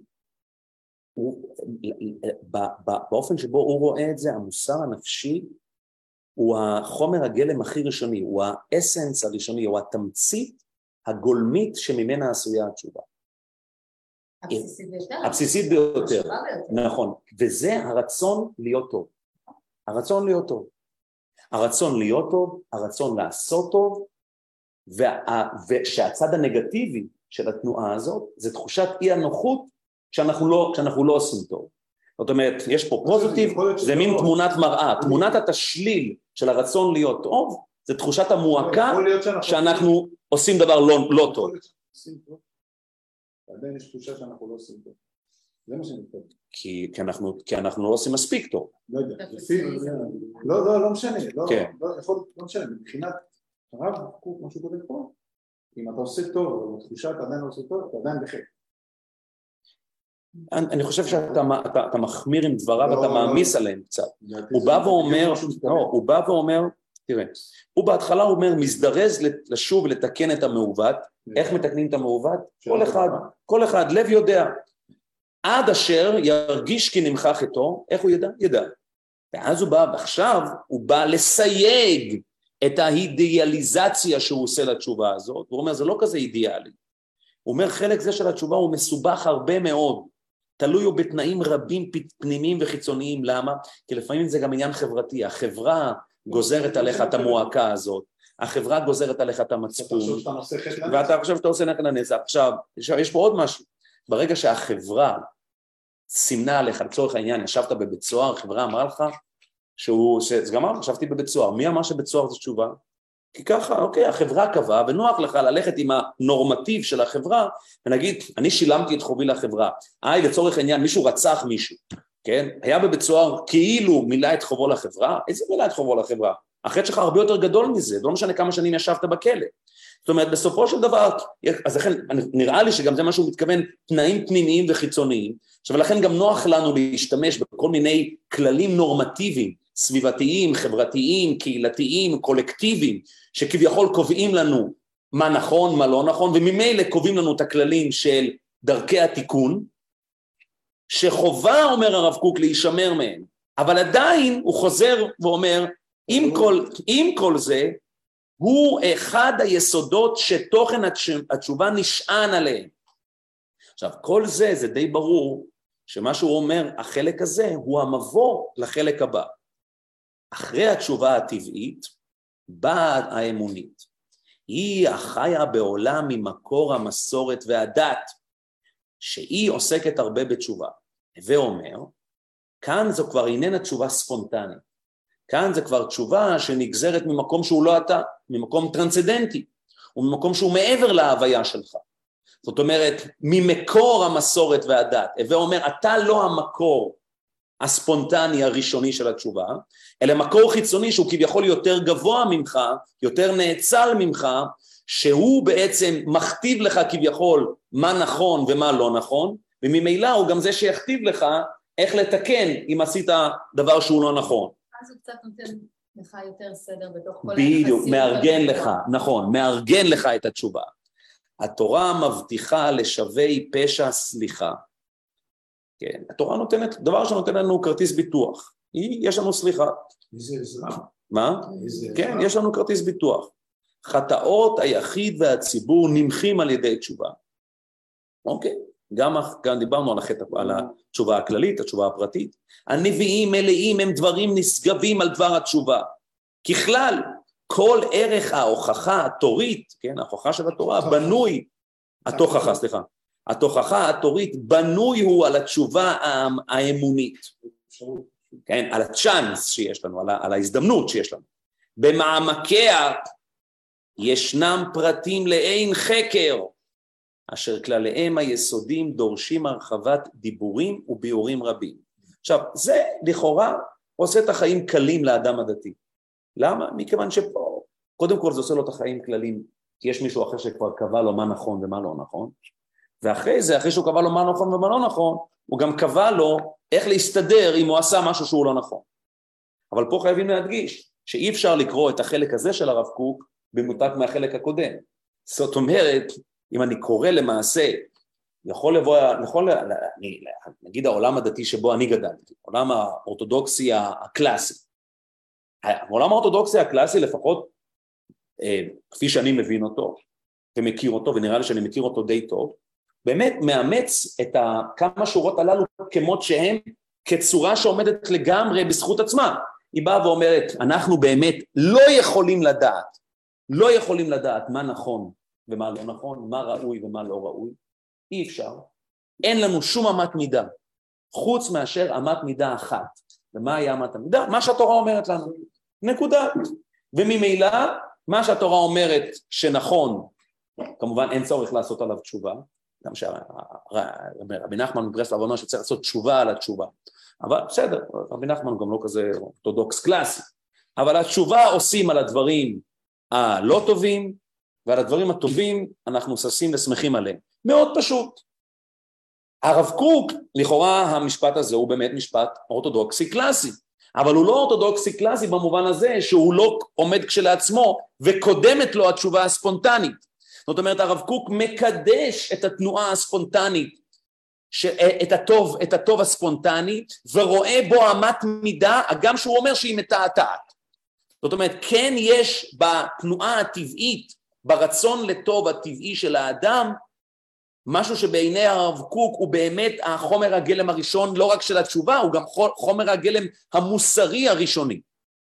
באופן שבו הוא רואה את זה, המוסר הנפשי הוא החומר הגלם הכי ראשוני, הוא האסנס הראשוני, הוא התמצית הגולמית שממנה עשויה התשובה. הבסיסית ביותר. הבסיסית ביותר, נכון. וזה הרצון להיות טוב. הרצון להיות טוב. הרצון להיות טוב, הרצון לעשות טוב, ושהצד הנגטיבי של התנועה הזאת, זה תחושת אי הנוחות כשאנחנו לא, כשאנחנו לא עושים טוב. זאת אומרת, יש פה פוזיטיב, זה מין תמונת מראה. תמונת התשליל של הרצון להיות טוב, זה תחושת המועקה שאנחנו עושים דבר לא טוב. עדיין יש תחושה שאנחנו לא עושים טוב. זה מה שאני מתכוון. כי אנחנו לא עושים מספיק טוב. לא יודע. לא, לא, לא משנה. לא משנה. מבחינת הרב, משהו קודם פה, אם אתה עושה טוב, או בתחושה אתה עדיין לא עושה טוב, אתה עדיין בחק. אני חושב שאתה מחמיר עם דבריו ואתה מעמיס עליהם קצת. הוא בא ואומר, הוא בא ואומר, תראה, הוא בהתחלה אומר, מזדרז לשוב ולתקן את המעוות. איך מתקנים את המעוות? כל אחד, כל אחד, לב יודע. עד אשר ירגיש כי נמחה חטאו, איך הוא ידע? ידע. ואז הוא בא, ועכשיו הוא בא לסייג את האידיאליזציה שהוא עושה לתשובה הזאת. הוא אומר, זה לא כזה אידיאלי. הוא אומר, חלק זה של התשובה הוא מסובך הרבה מאוד. תלוי הוא בתנאים רבים פנימיים וחיצוניים. למה? כי לפעמים זה גם עניין חברתי. החברה גוזרת עליך את המועקה הזאת. החברה גוזרת עליך את המצפון. ואתה חושב שאתה עושה נחל הנצח. עכשיו, יש פה עוד משהו. ברגע שהחברה סימנה עליך, לצורך העניין, ישבת בבית סוהר, החברה אמרה לך, שהוא, זה גם אמר, ישבתי בבית סוהר. מי אמר שבית סוהר זה תשובה? כי ככה, אוקיי, החברה קבעה, ונוח לך ללכת עם הנורמטיב של החברה, ונגיד, אני שילמתי את חובי לחברה. היי, לצורך העניין, מישהו רצח מישהו, כן? היה בבית סוהר כאילו מילא את חובו לחברה, איזה מילא את חובו לחברה? החטא שלך הרבה יותר גדול מזה, לא משנה כמה שנים ישבת בכלא. זאת אומרת, בסופו של דבר, אז לכן, נראה לי שגם זה משהו מתכוון, תנאים פנימיים וחיצוניים, ולכן גם נוח לנו להשתמש בכל מיני כללים נורמטיביים, סביבתיים, חברתיים, קהילתיים, קולקטיביים, שכביכול קובעים לנו מה נכון, מה לא נכון, וממילא קובעים לנו את הכללים של דרכי התיקון, שחובה, אומר הרב קוק, להישמר מהם, אבל עדיין הוא חוזר ואומר, עם כל, עם כל זה, הוא אחד היסודות שתוכן התשובה נשען עליהם. עכשיו, כל זה, זה די ברור, שמה שהוא אומר, החלק הזה הוא המבוא לחלק הבא. אחרי התשובה הטבעית, באה האמונית. היא החיה בעולם ממקור המסורת והדת, שהיא עוסקת הרבה בתשובה. ואומר, כאן זו כבר איננה תשובה ספונטנית. כאן זה כבר תשובה שנגזרת ממקום שהוא לא אתה, ממקום טרנסדנטי, וממקום שהוא מעבר להוויה שלך. זאת אומרת, ממקור המסורת והדת. ואומר, אתה לא המקור הספונטני הראשוני של התשובה, אלא מקור חיצוני שהוא כביכול יותר גבוה ממך, יותר נאצל ממך, שהוא בעצם מכתיב לך כביכול מה נכון ומה לא נכון, וממילא הוא גם זה שיכתיב לך איך לתקן אם עשית דבר שהוא לא נכון. אז הוא קצת נותן לך יותר סדר בתוך כל בדיוק, מארגן לך, נכון, מארגן לך את התשובה. התורה מבטיחה לשווי פשע סליחה. כן, התורה נותנת, דבר שנותן לנו כרטיס ביטוח. היא, יש לנו סליחה. איזה עזרה. מה? איזה כן, עזרה. יש לנו כרטיס ביטוח. חטאות היחיד והציבור נמחים על ידי תשובה. אוקיי, גם כאן דיברנו על, החטא, על התשובה הכללית, התשובה הפרטית. הנביאים מלאים הם דברים נשגבים על דבר התשובה. ככלל, כל ערך ההוכחה התורית, כן, ההוכחה של התורה, בנוי, התוכחה, סליחה, התוכחה התורית בנוי הוא על התשובה האמונית, כן, על הצ'אנס שיש לנו, על, על ההזדמנות שיש לנו. במעמקיה ישנם פרטים לאין חקר, אשר כלליהם היסודים דורשים הרחבת דיבורים וביאורים רבים. עכשיו, זה לכאורה עושה את החיים קלים לאדם הדתי. למה? מכיוון שפה, קודם כל זה עושה לו את החיים כללים, כי יש מישהו אחר שכבר קבע לו מה נכון ומה לא נכון, ואחרי זה, אחרי שהוא קבע לו מה נכון ומה לא נכון, הוא גם קבע לו איך להסתדר אם הוא עשה משהו שהוא לא נכון. אבל פה חייבים להדגיש שאי אפשר לקרוא את החלק הזה של הרב קוק במנותק מהחלק הקודם. זאת אומרת, אם אני קורא למעשה, יכול לבוא, יכול, נגיד העולם הדתי שבו אני גדלתי, עולם האורתודוקסי הקלאסי. העולם האורתודוקסי הקלאסי לפחות, אה, כפי שאני מבין אותו, ומכיר אותו, ונראה לי שאני מכיר אותו די טוב, באמת מאמץ את כמה שורות הללו כמות שהן, כצורה שעומדת לגמרי בזכות עצמה. היא באה ואומרת, אנחנו באמת לא יכולים לדעת, לא יכולים לדעת מה נכון ומה לא נכון, מה ראוי ומה לא ראוי, אי אפשר. אין לנו שום אמת מידה, חוץ מאשר אמת מידה אחת. ומה היה אמת המידה? מה שהתורה אומרת לנו. נקודה. וממילא, מה שהתורה אומרת שנכון, כמובן אין צורך לעשות עליו תשובה, גם שרבי נחמן מברסלב אומר שצריך לעשות תשובה על התשובה. אבל בסדר, רבי נחמן גם לא כזה אורתודוקס קלאסי. אבל התשובה עושים על הדברים הלא טובים, ועל הדברים הטובים אנחנו ששים ושמחים עליהם. מאוד פשוט. הרב קוק, לכאורה המשפט הזה הוא באמת משפט אורתודוקסי קלאסי, אבל הוא לא אורתודוקסי קלאסי במובן הזה שהוא לא עומד כשלעצמו וקודמת לו התשובה הספונטנית. זאת אומרת, הרב קוק מקדש את התנועה הספונטנית, את הטוב, את הטוב הספונטני, ורואה בו אמת מידה, גם שהוא אומר שהיא מתעתעת. זאת אומרת, כן יש בתנועה הטבעית, ברצון לטוב הטבעי של האדם, משהו שבעיני הרב קוק הוא באמת החומר הגלם הראשון, לא רק של התשובה, הוא גם חומר הגלם המוסרי הראשוני.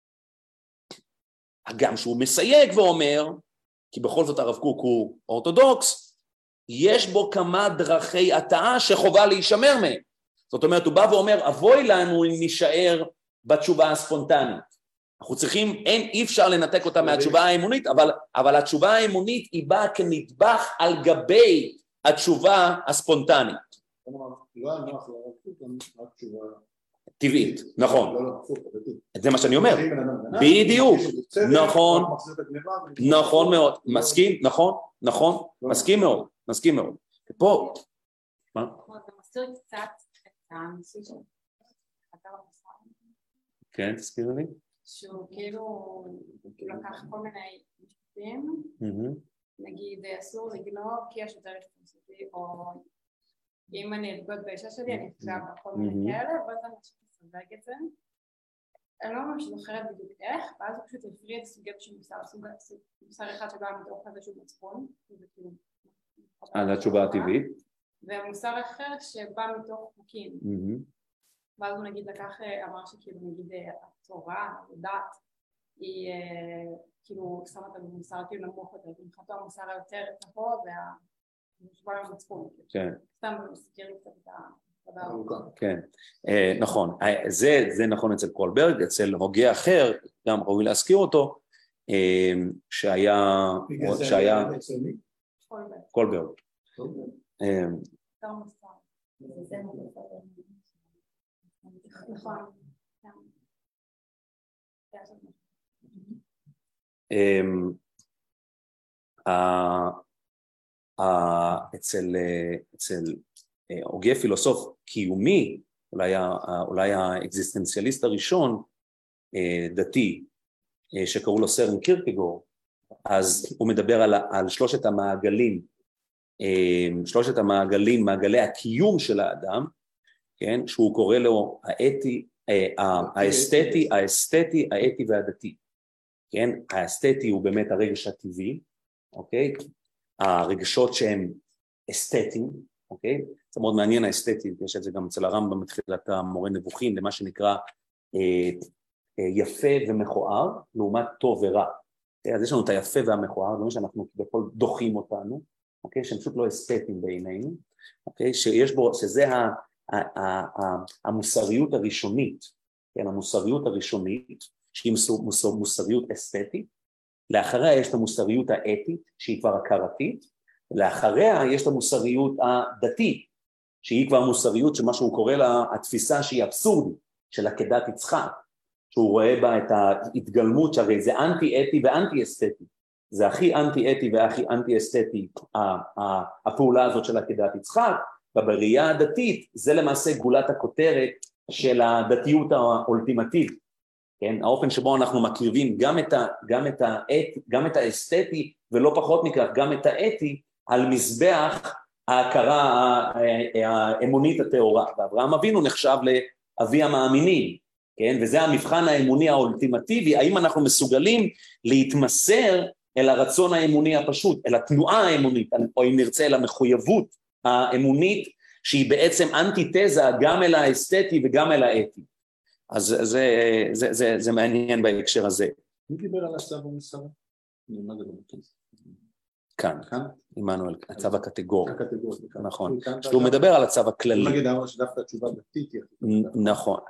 גם שהוא מסייג ואומר, כי בכל זאת הרב קוק הוא אורתודוקס, יש בו כמה דרכי הטעה שחובה להישמר מהם. זאת אומרת, הוא בא ואומר, אבוי לנו אם נשאר בתשובה הספונטנית. אנחנו צריכים, אין, אי אפשר לנתק אותה מהתשובה האמונית, אבל, אבל התשובה האמונית היא באה כנדבך על גבי התשובה הספונטנית. לא הנוח לרב קוק, רק תשובה טבעית, נכון. לא, לא, הפוך, הדתית. זה מה שאני אומר. בדיוק, נכון, נכון מאוד, מסכים, נכון, נכון, מסכים מאוד, מסכים מאוד. ופה, מה? זה מסתיר קצת את הנושא של חטא המוסר. כן, תזכירי לי. שהוא כאילו לקח כל מיני משפטים, נגיד אסור לגנוב כי יש יותר התפסותי, או אם אני אבגוד באישה שלי אני אפגע בכל מיני כאלה, ואז אני חושבת לסווג את זה. אני לא ממש זוכרת בדיוק איך, ואז הוא פשוט הפריד סוגיות של מוסר, מוסר אחד שבא מתוך איזשהו מצפון. על התשובה הטבעית. ומוסר אחר שבא מתוך חוקים. ואז הוא נגיד לקח, אמר שכאילו נגיד התורה, הדת, היא כאילו שמה את המוסר כאילו נמוך יותר, מבחינתו המוסר היותר טהור והמשבר המצפון. כן. סתם מסתכל קצת את ה... כן, נכון. זה נכון אצל קולברג, אצל הוגה אחר, גם ראוי להזכיר אותו, שהיה... שהיה... קולברג. נכון. אצל הוגה פילוסוף קיומי, אולי האקזיסטנציאליסט הראשון דתי, שקראו לו סרן קירקגור, אז הוא מדבר על, על שלושת המעגלים, שלושת המעגלים, מעגלי הקיום של האדם, כן, שהוא קורא לו האתי, האסתטי, האסתטי, האתי והדתי. כן, האסתטי הוא באמת הרגש הטבעי, אוקיי? הרגשות שהם אסתטיים, אוקיי? זה מאוד מעניין האסתטי, יש את זה גם אצל הרמב"ם בתחילת המורה נבוכים, למה שנקרא אה, אה, יפה ומכוער, לעומת טוב ורע. Okay, אז יש לנו את היפה והמכוער, זאת אומרת שאנחנו בכל דוחים אותנו, אוקיי? שהם פשוט לא אסתטיים בעינינו, אוקיי? שיש בו, שזה ה, ה, ה, ה, המוסריות הראשונית, כן, המוסריות הראשונית, שהיא מוסר, מוסריות אסתטית, לאחריה יש את המוסריות האתית, שהיא כבר הכרתית, לאחריה יש את המוסריות הדתית, שהיא כבר מוסריות שמה שהוא קורא לה התפיסה שהיא אבסורדית, של עקדת יצחק, שהוא רואה בה את ההתגלמות, שהרי זה אנטי-אתי ואנטי-אסתטי, זה הכי אנטי-אתי והכי אנטי-אסתטי, הפעולה הזאת של עקדת יצחק, ובראייה הדתית זה למעשה גולת הכותרת של הדתיות האולטימטיבית, כן? האופן שבו אנחנו מקריבים גם את, ה, גם את, האת, גם את האסתטי, ולא פחות מכך, גם את האתי, על מזבח ההכרה האמונית הטהורה. ואברהם אבינו נחשב לאבי המאמינים, כן? וזה המבחן האמוני האולטימטיבי, האם אנחנו מסוגלים להתמסר אל הרצון האמוני הפשוט, אל התנועה האמונית, או אם נרצה אל המחויבות האמונית, שהיא בעצם אנטיתזה גם אל האסתטי וגם אל האתי. אז זה, זה, זה, זה, זה מעניין בהקשר הזה. מי דיבר על הצו המוסר? מה זה לא כאן, עמנואל, הצו הקטגורי. הקטגורי, נכון. שהוא מדבר על הצו הכללי. הוא נגיד אמר שדווקא התשובה דתית. נכון.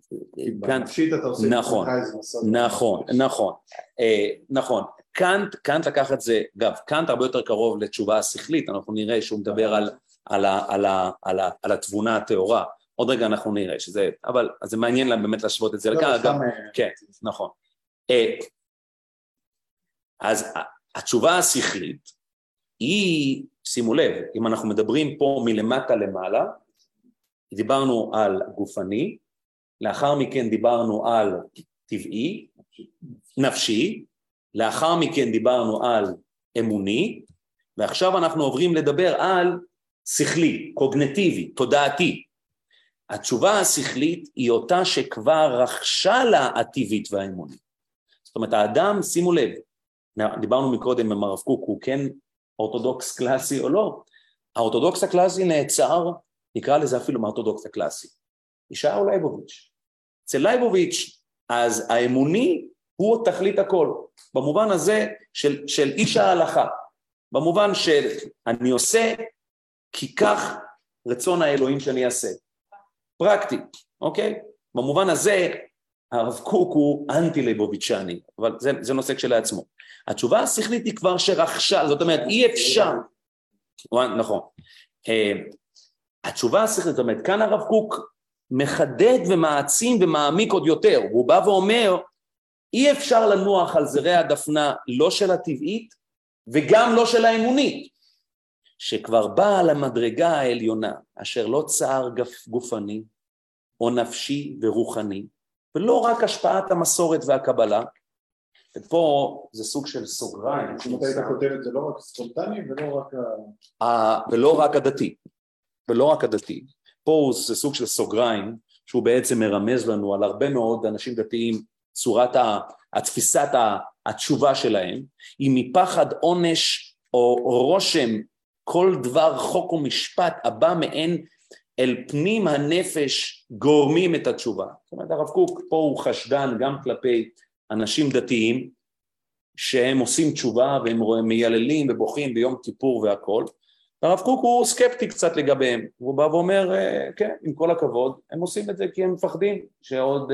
בנפשית אתה עושה... נכון, נכון, נכון. נכון. קאנט, קאנט לקח את זה, אגב, קאנט הרבה יותר קרוב לתשובה השכלית, אנחנו נראה שהוא מדבר על, על, על, על, על התבונה הטהורה. עוד רגע אנחנו נראה שזה, אבל אז זה מעניין להם באמת להשוות את זה לכאן, גם, כן, נכון. אז התשובה השכלית היא, שימו לב, אם אנחנו מדברים פה מלמטה למעלה, דיברנו על גופני, לאחר מכן דיברנו על טבעי, נפשי, לאחר מכן דיברנו על אמוני, ועכשיו אנחנו עוברים לדבר על שכלי, קוגניטיבי, תודעתי. התשובה השכלית היא אותה שכבר רכשה לה הטבעית והאמונית. זאת אומרת, האדם, שימו לב, דיברנו מקודם עם הרב קוק, הוא כן אורתודוקס קלאסי או לא, האורתודוקס הקלאסי נעצר, נקרא לזה אפילו מהאורתודוקס הקלאסי, ישעיהו לייבוביץ'. אצל לייבוביץ', אז האמוני הוא תכלית הכל, במובן הזה של, של איש ההלכה, במובן של אני עושה כי כך רצון האלוהים שאני אעשה. פרקטי, אוקיי? במובן הזה, הרב קוק הוא אנטי-ליבוביצ'ני, אבל זה, זה נושא כשלעצמו. התשובה השכלית היא כבר שרכשה, זאת אומרת, אי אפשר, נכון. התשובה השכלית, זאת אומרת, כאן הרב קוק מחדד ומעצים ומעמיק עוד יותר, והוא בא ואומר, אי אפשר לנוח על זרי הדפנה לא של הטבעית, וגם לא של האמונית, שכבר באה למדרגה העליונה, אשר לא צער גופני, או נפשי ורוחני, ולא רק השפעת המסורת והקבלה, ופה זה סוג של סוגריים. אם אתה היית כותבת, זה לא רק ספונטני ולא רק... ולא רק הדתי, ולא רק הדתי. פה זה סוג של סוגריים, שהוא בעצם מרמז לנו על הרבה מאוד אנשים דתיים, צורת התפיסת התשובה שלהם, היא מפחד עונש או רושם כל דבר חוק ומשפט הבא מעין אל פנים הנפש גורמים את התשובה. זאת אומרת, הרב קוק פה הוא חשדן גם כלפי אנשים דתיים, שהם עושים תשובה והם מייללים ובוכים ביום כיפור והכל, הרב קוק הוא סקפטי קצת לגביהם, הוא בא ואומר, כן, עם כל הכבוד, הם עושים את זה כי הם מפחדים, שעוד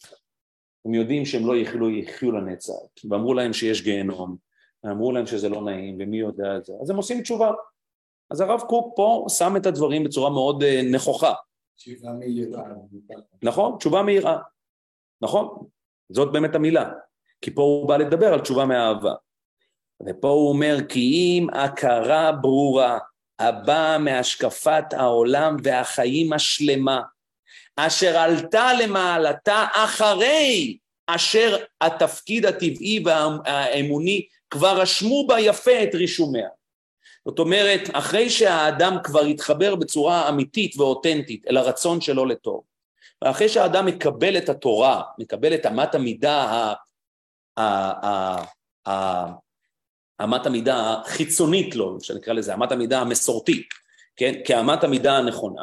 הם יודעים שהם לא יחיו, יחיו לנצח, ואמרו להם שיש גיהנום, אמרו להם שזה לא נעים, ומי יודע את זה, אז הם עושים תשובה. אז הרב קוק פה שם את הדברים בצורה מאוד נכוחה. תשובה מהירה. נכון, תשובה מהירה, נכון, זאת באמת המילה, כי פה הוא בא לדבר על תשובה מהאהבה. ופה הוא אומר, כי אם הכרה ברורה, הבאה מהשקפת העולם והחיים השלמה, אשר עלתה למעלתה אחרי אשר התפקיד הטבעי והאמוני כבר רשמו בה יפה את רישומיה. זאת אומרת, אחרי שהאדם כבר התחבר בצורה אמיתית ואותנטית אל הרצון שלו לטוב, ואחרי שהאדם מקבל את התורה, מקבל את אמת המידה ה... ה... ה... ה... אמת המידה החיצונית לו, שנקרא לזה, אמת המידה המסורתית, כן? כאמת המידה הנכונה.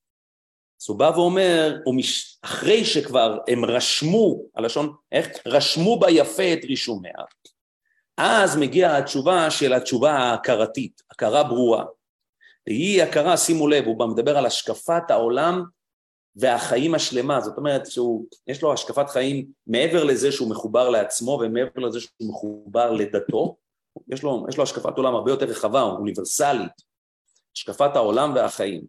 אז הוא בא ואומר, אחרי שכבר הם רשמו, הלשון, איך? רשמו בה יפה את רישומיה, אז מגיעה התשובה של התשובה ההכרתית, הכרה ברורה. והיא הכרה, שימו לב, הוא מדבר על השקפת העולם והחיים השלמה, זאת אומרת שיש לו השקפת חיים מעבר לזה שהוא מחובר לעצמו, ומעבר לזה שהוא מחובר לדתו, יש לו, יש לו השקפת עולם הרבה יותר רחבה, אוניברסלית, השקפת העולם והחיים.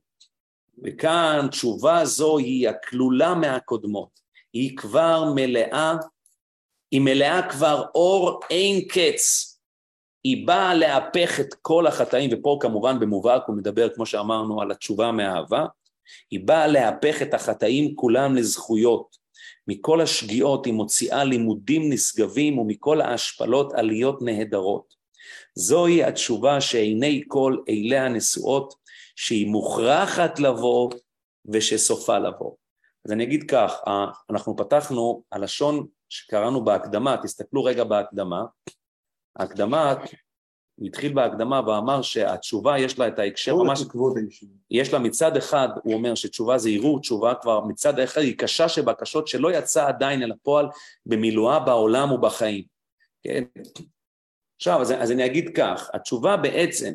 וכאן תשובה זו היא הכלולה מהקודמות, היא כבר מלאה, היא מלאה כבר אור אין קץ, היא באה להפך את כל החטאים, ופה כמובן במובהק הוא מדבר כמו שאמרנו על התשובה מהאהבה, היא באה להפך את החטאים כולם לזכויות, מכל השגיאות היא מוציאה לימודים נשגבים, ומכל ההשפלות עליות נהדרות. זוהי התשובה שעיני כל אלי הנשואות, שהיא מוכרחת לבוא ושסופה לבוא. אז אני אגיד כך, אנחנו פתחנו הלשון שקראנו בהקדמה, תסתכלו רגע בהקדמה, ההקדמה, הוא התחיל בהקדמה ואמר שהתשובה יש לה את ההקשר ממש, יש לה מצד אחד, הוא אומר שתשובה זה ערעור תשובה, כבר מצד אחד היא קשה שבקשות שלא יצא עדיין אל הפועל במילואה בעולם ובחיים. כן? עכשיו, אז, אז אני אגיד כך, התשובה בעצם,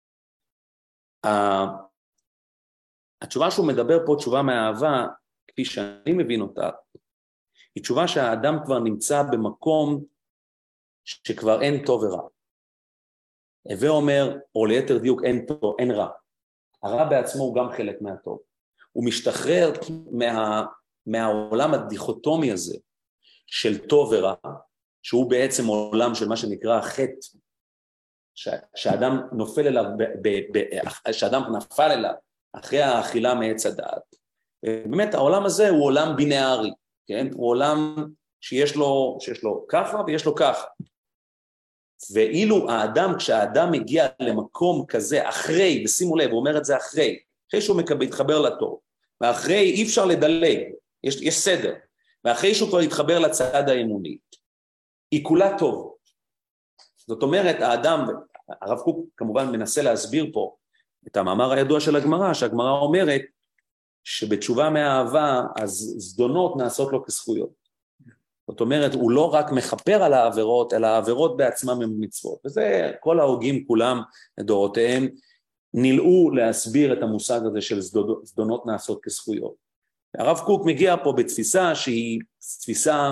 התשובה שהוא מדבר פה, תשובה מהאהבה, כפי שאני מבין אותה, היא תשובה שהאדם כבר נמצא במקום שכבר אין טוב ורע. הווה אומר, או ליתר דיוק, אין טוב, אין רע. הרע בעצמו הוא גם חלק מהטוב. הוא משתחרר מה, מהעולם הדיכוטומי הזה של טוב ורע, שהוא בעצם עולם של מה שנקרא חטא, שאדם נופל אליו, ב, ב, ב, שאדם נפל אליו אחרי האכילה מעץ הדעת. באמת העולם הזה הוא עולם בינארי, כן? הוא עולם שיש לו, שיש לו ככה ויש לו ככה. ואילו האדם, כשהאדם מגיע למקום כזה אחרי, ושימו לב, הוא אומר את זה אחרי, אחרי שהוא מקבל, התחבר לטוב, ואחרי אי אפשר לדלג, יש, יש סדר, ואחרי שהוא כבר התחבר לצד האמוני, היא כולה טוב. זאת אומרת, האדם, הרב קוק כמובן מנסה להסביר פה את המאמר הידוע של הגמרא, שהגמרא אומרת שבתשובה מהאהבה, אז זדונות נעשות לו כזכויות. זאת אומרת, הוא לא רק מחפר על העבירות, אלא העבירות בעצמם הם מצוות. וזה כל ההוגים כולם לדורותיהם נלאו להסביר את המושג הזה של זדונות נעשות כזכויות. הרב קוק מגיע פה בתפיסה שהיא תפיסה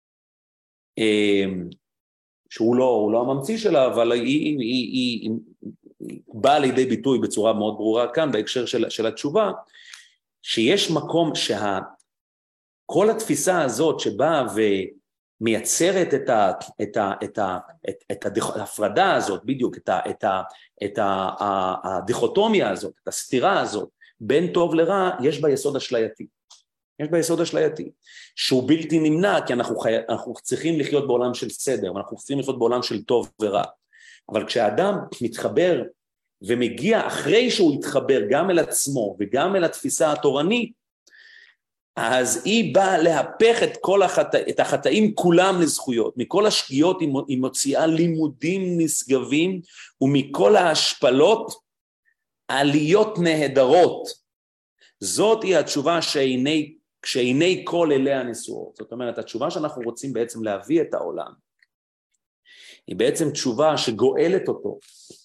שהוא לא, הוא לא הממציא שלה, אבל היא, היא, היא, היא, היא באה לידי ביטוי בצורה מאוד ברורה כאן, בהקשר של, של התשובה, שיש מקום שה... כל התפיסה הזאת שבאה ומייצרת את ה, את ה, את ה, את, את ההפרדה הזאת, בדיוק, את ה, את ה, את ה, הדיכוטומיה הזאת, את הסתירה הזאת, בין טוב לרע, יש בה יסוד אשלייתי. יש בה יסוד אשלייתי, שהוא בלתי נמנע, כי אנחנו, חי... אנחנו צריכים לחיות בעולם של סדר, ואנחנו צריכים לחיות בעולם של טוב ורע. אבל כשהאדם מתחבר ומגיע אחרי שהוא יתחבר גם אל עצמו וגם אל התפיסה התורנית, אז היא באה להפך את כל החטא, את החטאים כולם לזכויות, מכל השגיאות היא מוציאה לימודים נשגבים, ומכל ההשפלות עליות נהדרות. זאת היא התשובה שעיני, שעיני כל אליה נשואות. זאת אומרת, התשובה שאנחנו רוצים בעצם להביא את העולם, היא בעצם תשובה שגואלת אותו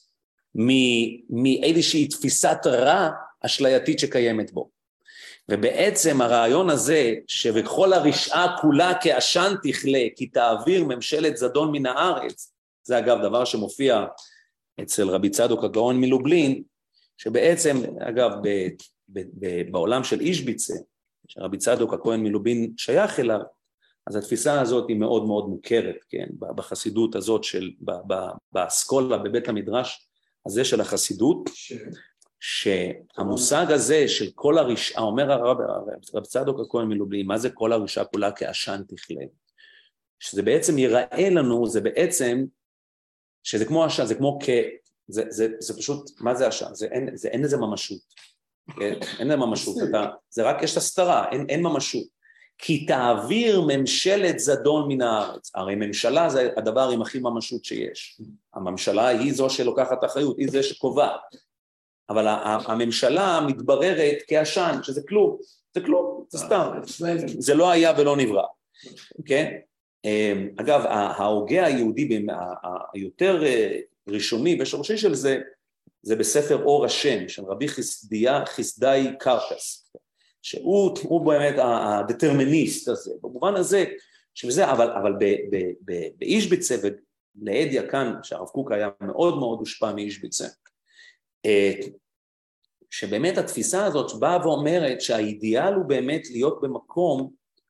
מאיזושהי תפיסת רע אשלייתית שקיימת בו. ובעצם הרעיון הזה שבכל הרשעה כולה כעשן תכלה, כי תעביר ממשלת זדון מן הארץ, זה אגב דבר שמופיע אצל רבי צדוק הגאון מלובלין, שבעצם אגב ב, ב, ב, בעולם של אישביצה, שרבי צדוק הכהן מלובלין שייך אליו, אז התפיסה הזאת היא מאוד מאוד מוכרת, כן, בחסידות הזאת של, באסכולה, בבית המדרש הזה של החסידות, ש... שהמושג הזה של כל הרשעה, אומר הרב, רב צדוק הכהן מלובלין, מה זה כל הרשעה כולה כעשן תכלה? שזה בעצם ייראה לנו, זה בעצם, שזה כמו עשן, זה כמו כ... זה, זה, זה פשוט, מה זה עשן? זה אין, זה אין איזה ממשות, כן? אין איזה ממשות, אתה, זה רק יש את הסתרה, אין, אין ממשות. כי תעביר ממשלת זדון מן הארץ. הרי ממשלה זה הדבר עם הכי ממשות שיש. הממשלה היא זו שלוקחת אחריות, היא זה שקובעת. אבל הממשלה מתבררת כעשן, שזה כלום, זה כלום, זה סתם, זה לא היה ולא נברא, כן? אגב, ההוגה היהודי היותר ראשוני ושורשי של זה, זה בספר אור השם, של רבי חסדיה, חסדאי קרקס, שהוא באמת הדטרמיניסט הזה, במובן הזה, שזה, אבל, אבל באישביצה ולעדיה כאן, שהרב קוק היה מאוד מאוד הושפע מאישביצה, שבאמת התפיסה הזאת באה ואומרת שהאידיאל הוא באמת להיות במקום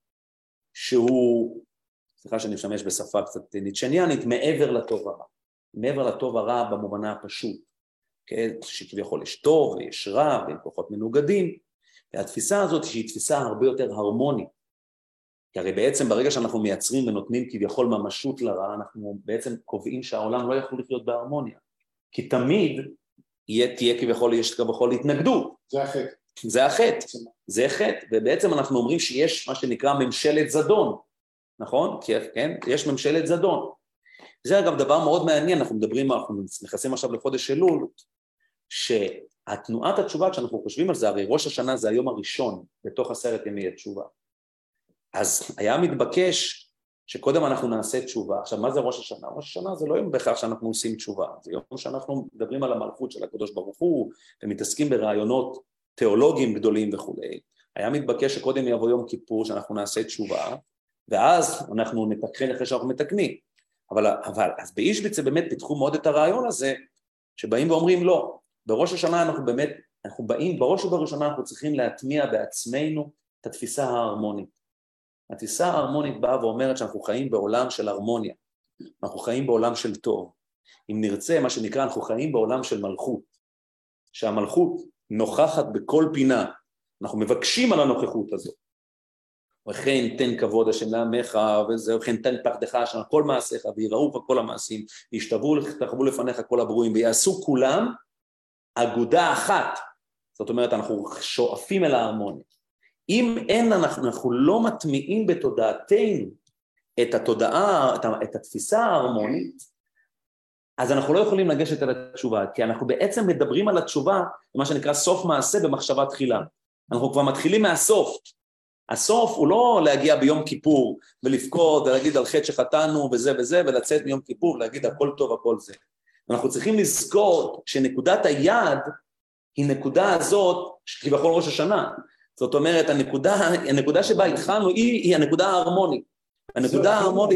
שהוא, סליחה שאני משתמש בשפה קצת ניטשניאנית, מעבר לטוב הרע, מעבר לטוב הרע במובנה הפשוט, כן? שכביכול יש טוב ויש רע ויש כוחות מנוגדים, והתפיסה הזאת שהיא תפיסה הרבה יותר הרמונית, כי הרי בעצם ברגע שאנחנו מייצרים ונותנים כביכול ממשות לרע, אנחנו בעצם קובעים שהעולם לא יכול לחיות בהרמוניה, כי תמיד יהיה, תהיה כביכול, יש כביכול התנגדות. זה החטא. זה החטא, זה חטא, ובעצם אנחנו אומרים שיש מה שנקרא ממשלת זדון, נכון? כן? יש ממשלת זדון. זה אגב דבר מאוד מעניין, אנחנו מדברים, אנחנו נכנסים עכשיו לחודש אלול, שהתנועת התשובה, כשאנחנו חושבים על זה, הרי ראש השנה זה היום הראשון בתוך עשרת ימי התשובה. אז היה מתבקש שקודם אנחנו נעשה תשובה. עכשיו, מה זה ראש השנה? ראש השנה זה לא יום בכך שאנחנו עושים תשובה, זה יום שאנחנו מדברים על המלכות של הקדוש ברוך הוא, ומתעסקים ברעיונות תיאולוגיים גדולים וכו'. היה מתבקש שקודם יבוא יום כיפור שאנחנו נעשה תשובה, ואז אנחנו נתקן אחרי שאנחנו מתקנים. אבל, אבל אז באישביצה באמת פיתחו מאוד את הרעיון הזה, שבאים ואומרים לא, בראש השנה אנחנו באמת, אנחנו באים, בראש ובראשונה אנחנו צריכים להטמיע בעצמנו את התפיסה ההרמונית. התפיסה ההרמונית באה ואומרת שאנחנו חיים בעולם של הרמוניה, אנחנו חיים בעולם של טוב. אם נרצה, מה שנקרא, אנחנו חיים בעולם של מלכות, שהמלכות נוכחת בכל פינה, אנחנו מבקשים על הנוכחות הזאת. וכן תן כבוד השם לעמך, וזה, וכן תן פחדך השם על כל מעשיך, ויראוך כל המעשים, וישתבו תחבו לפניך כל הברואים, ויעשו כולם אגודה אחת. זאת אומרת, אנחנו שואפים אל ההרמוניה. אם אין, אנחנו, אנחנו לא מטמיעים בתודעתנו את התודעה, את, את התפיסה ההרמונית, אז אנחנו לא יכולים לגשת אל התשובה, כי אנחנו בעצם מדברים על התשובה, מה שנקרא סוף מעשה במחשבה תחילה. אנחנו כבר מתחילים מהסוף. הסוף הוא לא להגיע ביום כיפור ולפקוד ולהגיד על חטא שחטאנו וזה וזה, ולצאת מיום כיפור ולהגיד הכל טוב, הכל זה. אנחנו צריכים לזכור שנקודת היעד היא נקודה הזאת, כביכול ראש השנה. זאת אומרת, הנקודה, הנקודה שבה התחלנו היא, היא הנקודה ההרמונית. הנקודה ההרמונית.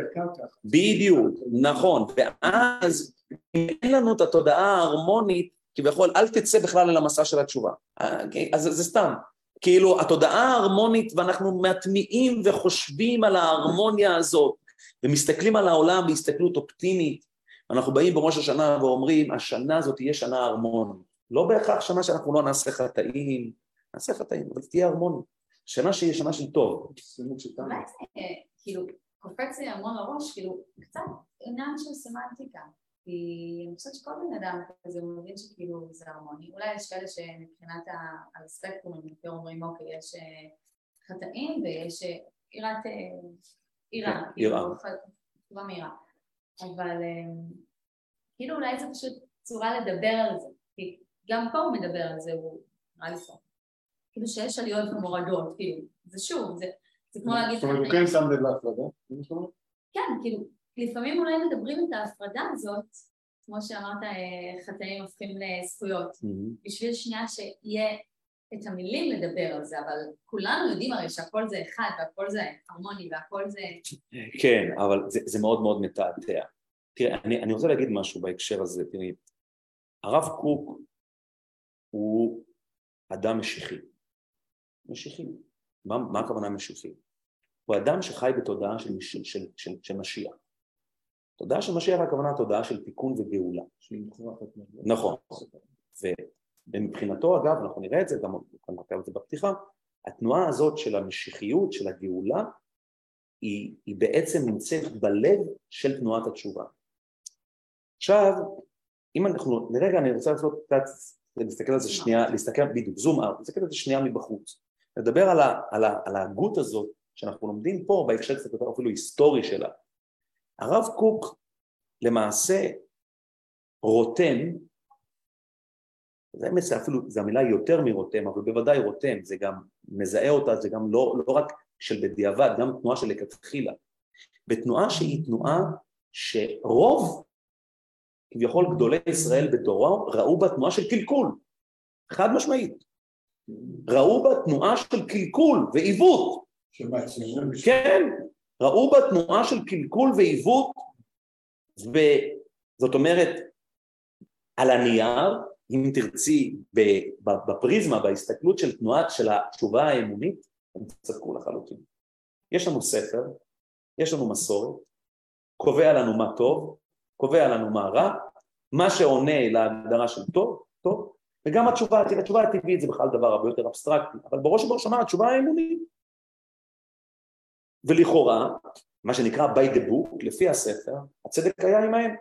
בדיוק, נכון. ואז אם אין לנו את התודעה ההרמונית, כביכול אל תצא בכלל אל המסע של התשובה. אז זה סתם. כאילו התודעה ההרמונית, ואנחנו מטמיעים וחושבים על ההרמוניה הזאת, ומסתכלים על העולם בהסתכלות אופטימית, אנחנו באים בראש השנה ואומרים, השנה הזאת תהיה שנה הרמונית. לא בהכרח שנה שאנחנו לא נעשה חטאים, נעשה חטאים, אבל תהיה הרמונית. שנה שהיא שנה של טוב. אולי זה, כאילו, קופץ לי המון לראש, כאילו, קצת עניין של סמנטיקה. כי אני חושבת שכל בן אדם כזה, הוא מבין שכאילו זה הרמוני. אולי יש כאלה שמבחינת הספקטרום, הם יותר אומרים, אוקיי, יש חטאים ויש עירת, עירה, עירה. תשובה מהירה. אבל כאילו אולי זה פשוט צורה לדבר על זה. כי גם פה הוא מדבר על זה, הוא נראה לי פה. כאילו שיש עליות ומורדות, כאילו, זה שוב, זה, זה כמו להגיד... זאת אומרת, הוא כן שם לב להפרדה? כן, כאילו, לפעמים אולי מדברים את ההפרדה הזאת, כמו שאמרת, חטאים הופכים לזכויות, בשביל שנייה שיהיה את המילים לדבר על זה, אבל כולנו יודעים הרי שהכל זה אחד, והכל זה הרמוני, והכל זה... כן, אבל זה, זה מאוד מאוד מתעתע. תראה, אני, אני רוצה להגיד משהו בהקשר הזה, תראי, הרב קוק הוא אדם משיחי. משיחי. מה, מה הכוונה משיחי? הוא אדם שחי בתודעה של, של, של, של, של משיח. תודעה של משיח הכוונה תודעה של תיקון וגאולה. נכון. ומבחינתו, אגב, אנחנו נראה את זה, גם נקרא את זה בפתיחה, התנועה הזאת של המשיחיות, של הגאולה, היא, היא בעצם נמצאת בלב של תנועת התשובה. עכשיו, אם אנחנו, לרגע אני רוצה לעשות קצת, להסתכל על זה שנייה, להסתכל בדיוק, זום אאוט, להסתכל על זה שנייה מבחוץ. לדבר על, ה, על, ה, על ההגות הזאת, שאנחנו לומדים פה, בהקשר קצת יותר אפילו היסטורי שלה. הרב קוק למעשה רותם, זה אמצע אפילו, זו המילה יותר מרותם, אבל בוודאי רותם, זה גם מזהה אותה, זה גם לא, לא רק של בדיעבד, גם תנועה של לכתחילה. בתנועה שהיא תנועה שרוב, כביכול גדולי ישראל בתורה, ראו בה תנועה של קלקול, חד משמעית. ראו בה תנועה של קלקול ועיוות. כן, ראו בה תנועה של קלקול ועיוות, וזאת אומרת, על הנייר, אם תרצי, בפריזמה, בהסתכלות של תנועת של התשובה האמונית, הם תצדקו לחלוטין. יש לנו ספר, יש לנו מסורת, קובע לנו מה טוב, קובע לנו מה רע, מה שעונה להגדרה של טוב, טוב, וגם התשובה, התשובה הטבעית זה בכלל דבר הרבה יותר אבסטרקטי, אבל בראש ובראשונה התשובה האמונית. ולכאורה, מה שנקרא by the book, לפי הספר, הצדק היה עמהם.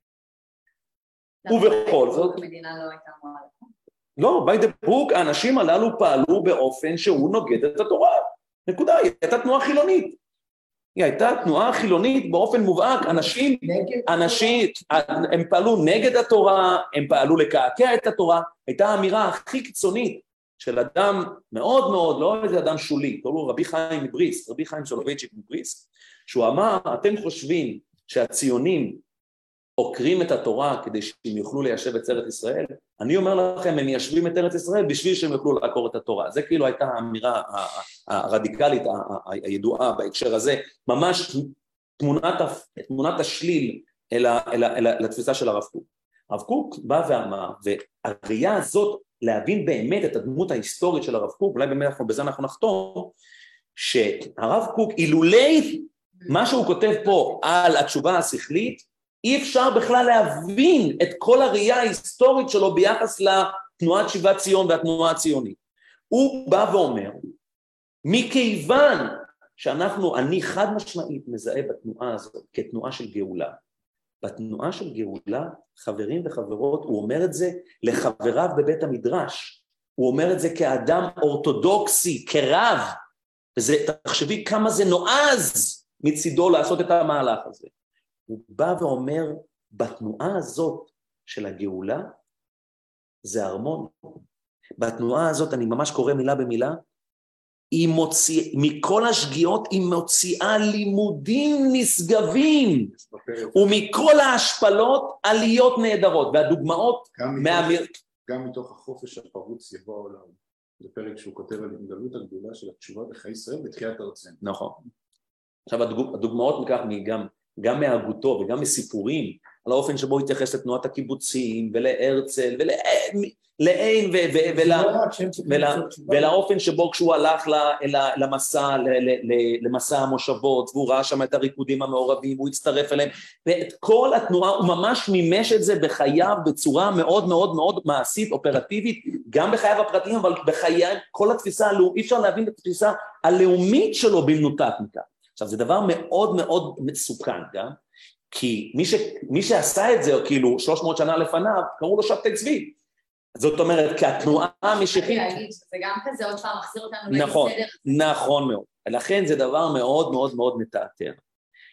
ובכל זאת... המדינה לא הייתה אמורה לקום. לא, by the book, האנשים הללו פעלו באופן שהוא נוגד את התורה. נקודה, היא הייתה תנועה חילונית. היא הייתה תנועה חילונית באופן מובהק, אנשים, אנשים, הם פעלו נגד התורה, הם פעלו לקעקע את התורה, הייתה האמירה הכי קיצונית של אדם מאוד מאוד, לא איזה אדם שולי, קראו רבי חיים מבריסק, רבי חיים סולובייצ'יק מבריסק, שהוא אמר, אתם חושבים שהציונים עוקרים את התורה כדי שהם יוכלו ליישב את ארץ ישראל? אני אומר לכם, הם מיישבים את ארץ ישראל בשביל שהם יוכלו לעקור את התורה. זה כאילו הייתה האמירה הרדיקלית הידועה בהקשר הזה, ממש תמונת, תמונת השליל אל, אל, אל, אל, לתפיסה של הרב קוק. הרב קוק בא ואמר, והראייה הזאת להבין באמת את הדמות ההיסטורית של הרב קוק, אולי באמת אנחנו, בזה אנחנו נחתום, שהרב קוק אילולי מה שהוא כותב פה על התשובה השכלית, אי אפשר בכלל להבין את כל הראייה ההיסטורית שלו ביחס לתנועת שיבת ציון והתנועה הציונית. הוא בא ואומר, מכיוון שאנחנו, אני חד משמעית מזהה בתנועה הזאת כתנועה של גאולה, בתנועה של גאולה, חברים וחברות, הוא אומר את זה לחבריו בבית המדרש, הוא אומר את זה כאדם אורתודוקסי, כרב, וזה, תחשבי כמה זה נועז מצידו לעשות את המהלך הזה. הוא בא ואומר, בתנועה הזאת של הגאולה, זה הרמון. בתנועה הזאת, אני ממש קורא מילה במילה, היא מוציאה, מכל השגיאות היא מוציאה לימודים נשגבים, ומכל ההשפלות עליות נהדרות, והדוגמאות... גם, מהמיר... מתוך, גם מתוך החופש הפרוץ יבוא העולם. זה פרק שהוא כותב על התגלות הגדולה של התשובה בחיי ישראל בתחיית ארצנו. נכון. עכשיו הדוגמאות מכך גם, גם מהגותו וגם מסיפורים, על האופן שבו התייחס לתנועת הקיבוצים ולהרצל ולאין ולאופן שבו כשהוא הלך למסע, למסע המושבות, והוא ראה שם את הריקודים המעורבים, הוא הצטרף אליהם, ואת כל התנועה הוא ממש מימש את זה בחייו בצורה מאוד מאוד מאוד מעשית, אופרטיבית, גם בחייו הפרטיים, אבל בחייו, כל התפיסה הלאומית, אי אפשר להבין את התפיסה הלאומית שלו במנותק מכך. עכשיו, זה דבר מאוד מאוד מסוכן גם, כי מי, ש, מי שעשה את זה, כאילו שלוש מאות שנה לפניו, קראו לו שבתאי צבי. זאת אומרת, כי התנועה המשיחית... זה גם כזה עוד פעם מחזיר אותנו נכון, בסדר. נכון מאוד. לכן זה דבר מאוד מאוד מאוד מתעתר.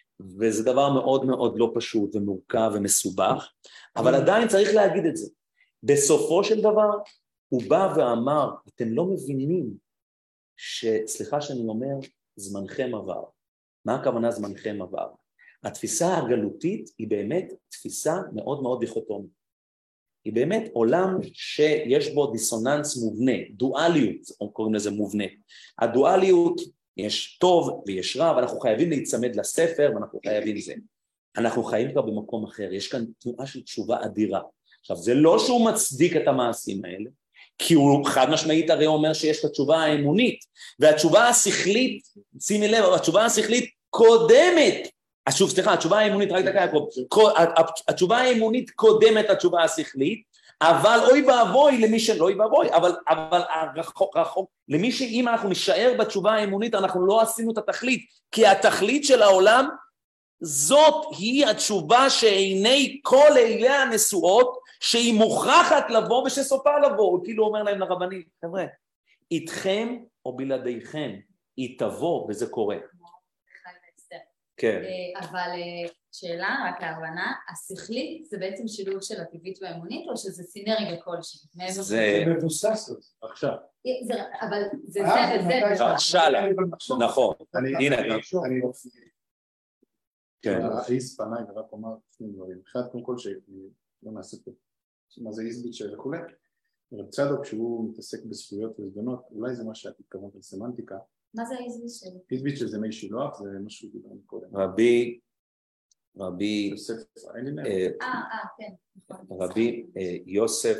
וזה דבר מאוד מאוד לא פשוט ומורכב ומסובך, אבל עדיין צריך להגיד את זה. בסופו של דבר, הוא בא ואמר, אתם לא מבינים, שסליחה שאני אומר, זמנכם עבר. מה הכוונה זמנכם עבר? התפיסה הגלותית היא באמת תפיסה מאוד מאוד דיכוטומית. היא באמת עולם שיש בו דיסוננס מובנה, דואליות, או קוראים לזה מובנה. הדואליות, יש טוב ויש רע, ואנחנו חייבים להיצמד לספר, ואנחנו חייבים זה. אנחנו חיים כבר במקום אחר, יש כאן תנועה של תשובה אדירה. עכשיו, זה לא שהוא מצדיק את המעשים האלה, כי הוא חד משמעית הרי אומר שיש את התשובה האמונית, והתשובה השכלית, שימי לב, התשובה השכלית קודמת, השוב, סליחה, התשובה האמונית, רק דקה יעקב, התשובה האמונית קודמת לתשובה השכלית, אבל אוי ואבוי למי שלא אוי ואבוי, אבל, אבל רחוק, רחוק, למי שאם אנחנו נשאר בתשובה האמונית, אנחנו לא עשינו את התכלית, כי התכלית של העולם, זאת היא התשובה שעיני כל אלה הנשואות, שהיא מוכרחת לבוא ושסופה לבוא, הוא כאילו אומר להם לרבנים, חבר'ה, איתכם או בלעדיכם, היא תבוא וזה קורה. כן. אבל שאלה, רק להבנה, השכלית זה בעצם שילוב של הטבעית והאמונית, או שזה סינרגיה כלשהי? זה מבוסס עכשיו. אבל זה זה וזה. שאלה, נכון. הנה. אני רוצה. כן. האיס פניי ורק אומר שני דברים. אחד, קודם כל שלא נעשה פה. מה זה איסביץ' וכולי. רב צדוק, כשהוא מתעסק בזכויות וזדונות, אולי זה מה שאת התכוונת לסמנטיקה. מה זה איסביץ'? איסביץ' זה מי שילוח, זה משהו דיברנו קודם. רבי, רבי, יוסף, אה, אה, כן. רבי יוסף,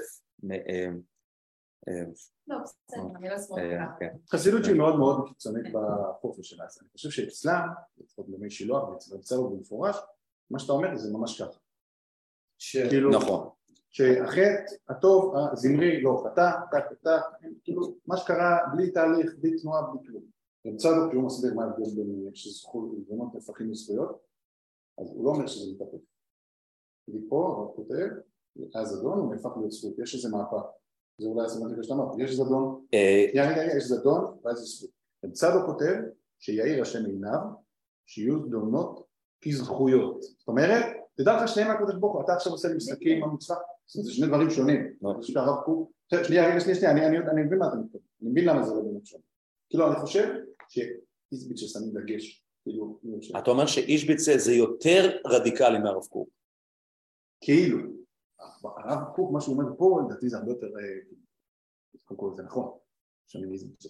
לא, בסדר, אני לא סמוך ככה. חסידות שהיא מאוד מאוד קיצונית בחופש שלה, אני חושב שאצלם, לפחות במי שילוח, ואצלם צלו במפורש, מה שאתה אומר זה ממש ככה. נכון. שהחטא, הטוב, הזמרי, לא חטא, חטא, חטא, כאילו, מה שקרה בלי תהליך, בלי תנועה, בלי כלום. ומצדוק, שהוא מסביר מה ההבדל בין שזכו לבנות נפחים לזכויות, אז הוא לא אומר שזה מתהפך. ופה, הוא כותב, הזדון הוא נהפך להיות זכות, יש איזה מהפך. זה אולי הסמנטיקה שאתה אמרת, יש זדון, רגע, רגע, יש זדון, ואז זה זכות. ומצדוק כותב, שיעיר השם עיניו, שיהיו זדונות כזכויות. זאת אומרת, תדע לך שניהם מהקודש ברוך הוא, אתה עכשיו עושה לי משחקים עם המצווה, זה שני דברים שונים. יש הרב קוק, שנייה, רגע, שנייה, שנייה, אני מבין מה אתה מתכוון, אני מבין למה זה לא באמת שונה. כאילו, אני חושב שאיסביץ' ששמים דגש, כאילו, אתה אומר שאישביץ' זה יותר רדיקלי מהרב קוק. כאילו, הרב קוק, מה שהוא אומר פה, לדעתי זה הרבה יותר, קודם כל זה נכון, שאני איסביץ',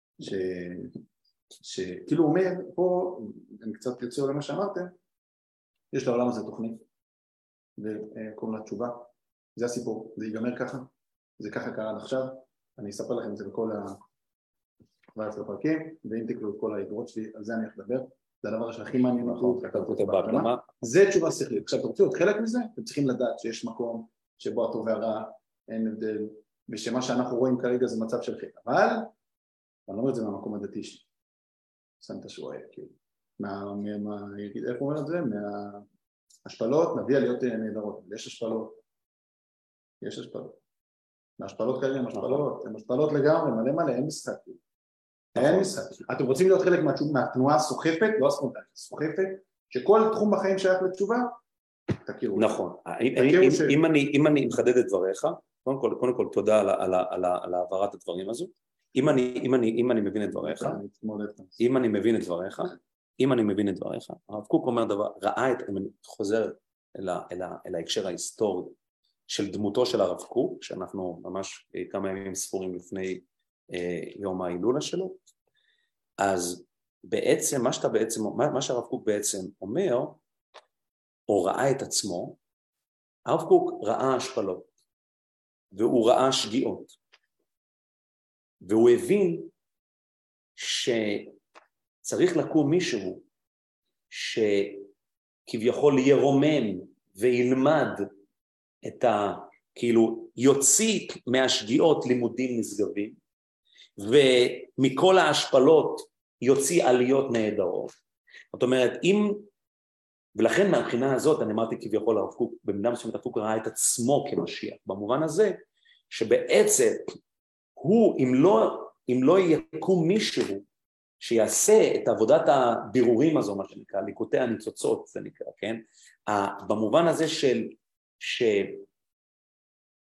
שכאילו אומר, פה, אני קצת יוצא למה שאמרתם, יש לעולם הזה תוכנית, וקוראים לה תשובה, זה הסיפור, זה ייגמר ככה, זה ככה קרה עד עכשיו, אני אספר לכם את זה בכל ה-שבעה עשר פרקים, ואם תקלו את כל היתרות שלי, על זה אני הולך לדבר, זה הדבר שהכי מעניין אותי, זה תשובה שכלית. עכשיו, אתם רוצים להיות חלק מזה, אתם צריכים לדעת שיש מקום שבו הטוב והרע, אין הבדל, ושמה שאנחנו רואים כרגע זה מצב של חטא, אבל, אני לא אומר את זה מהמקום הדתי שלי, שם את השורה, כאילו. איך הוא אומר את זה? מההשפלות נביא להיות נהדרות, יש השפלות, יש השפלות, מהשפלות כאלה הם השפלות, הם השפלות לגמרי, מלא מלא, אין משחק, אין משחק, אתם רוצים להיות חלק מהתנועה הסוחפת, לא הספונטנית, הסוחפת, שכל תחום בחיים שייך לתשובה, תכירו. נכון, אם אני מחדד את דבריך, קודם כל תודה על העברת הדברים הזו, אם אני מבין את דבריך, אם אני מבין את דבריך, אם אני מבין את דבריך, הרב קוק אומר דבר, ראה את, אם אני חוזר אל, אל, אל ההקשר ההיסטורי של דמותו של הרב קוק, שאנחנו ממש כמה ימים ספורים לפני אה, יום ההילולה שלו, אז בעצם, מה שאתה בעצם, מה, מה שהרב קוק בעצם אומר, או ראה את עצמו, הרב קוק ראה השפלות, והוא ראה שגיאות, והוא הבין ש... צריך לקום מישהו שכביכול ירומם וילמד את ה... כאילו יוציא מהשגיאות לימודים נשגבים, ומכל ההשפלות יוציא עליות נהדרות. זאת אומרת, אם... ולכן מהבחינה הזאת, אני אמרתי כביכול הרב קוק, במידה מסוימת הרב קוק ראה את עצמו כמשיח, במובן הזה שבעצם הוא, אם לא, אם לא יקום מישהו, שיעשה את עבודת הבירורים הזו, מה שנקרא, ליקוטי הניצוצות, זה נקרא, כן? במובן הזה של, ש,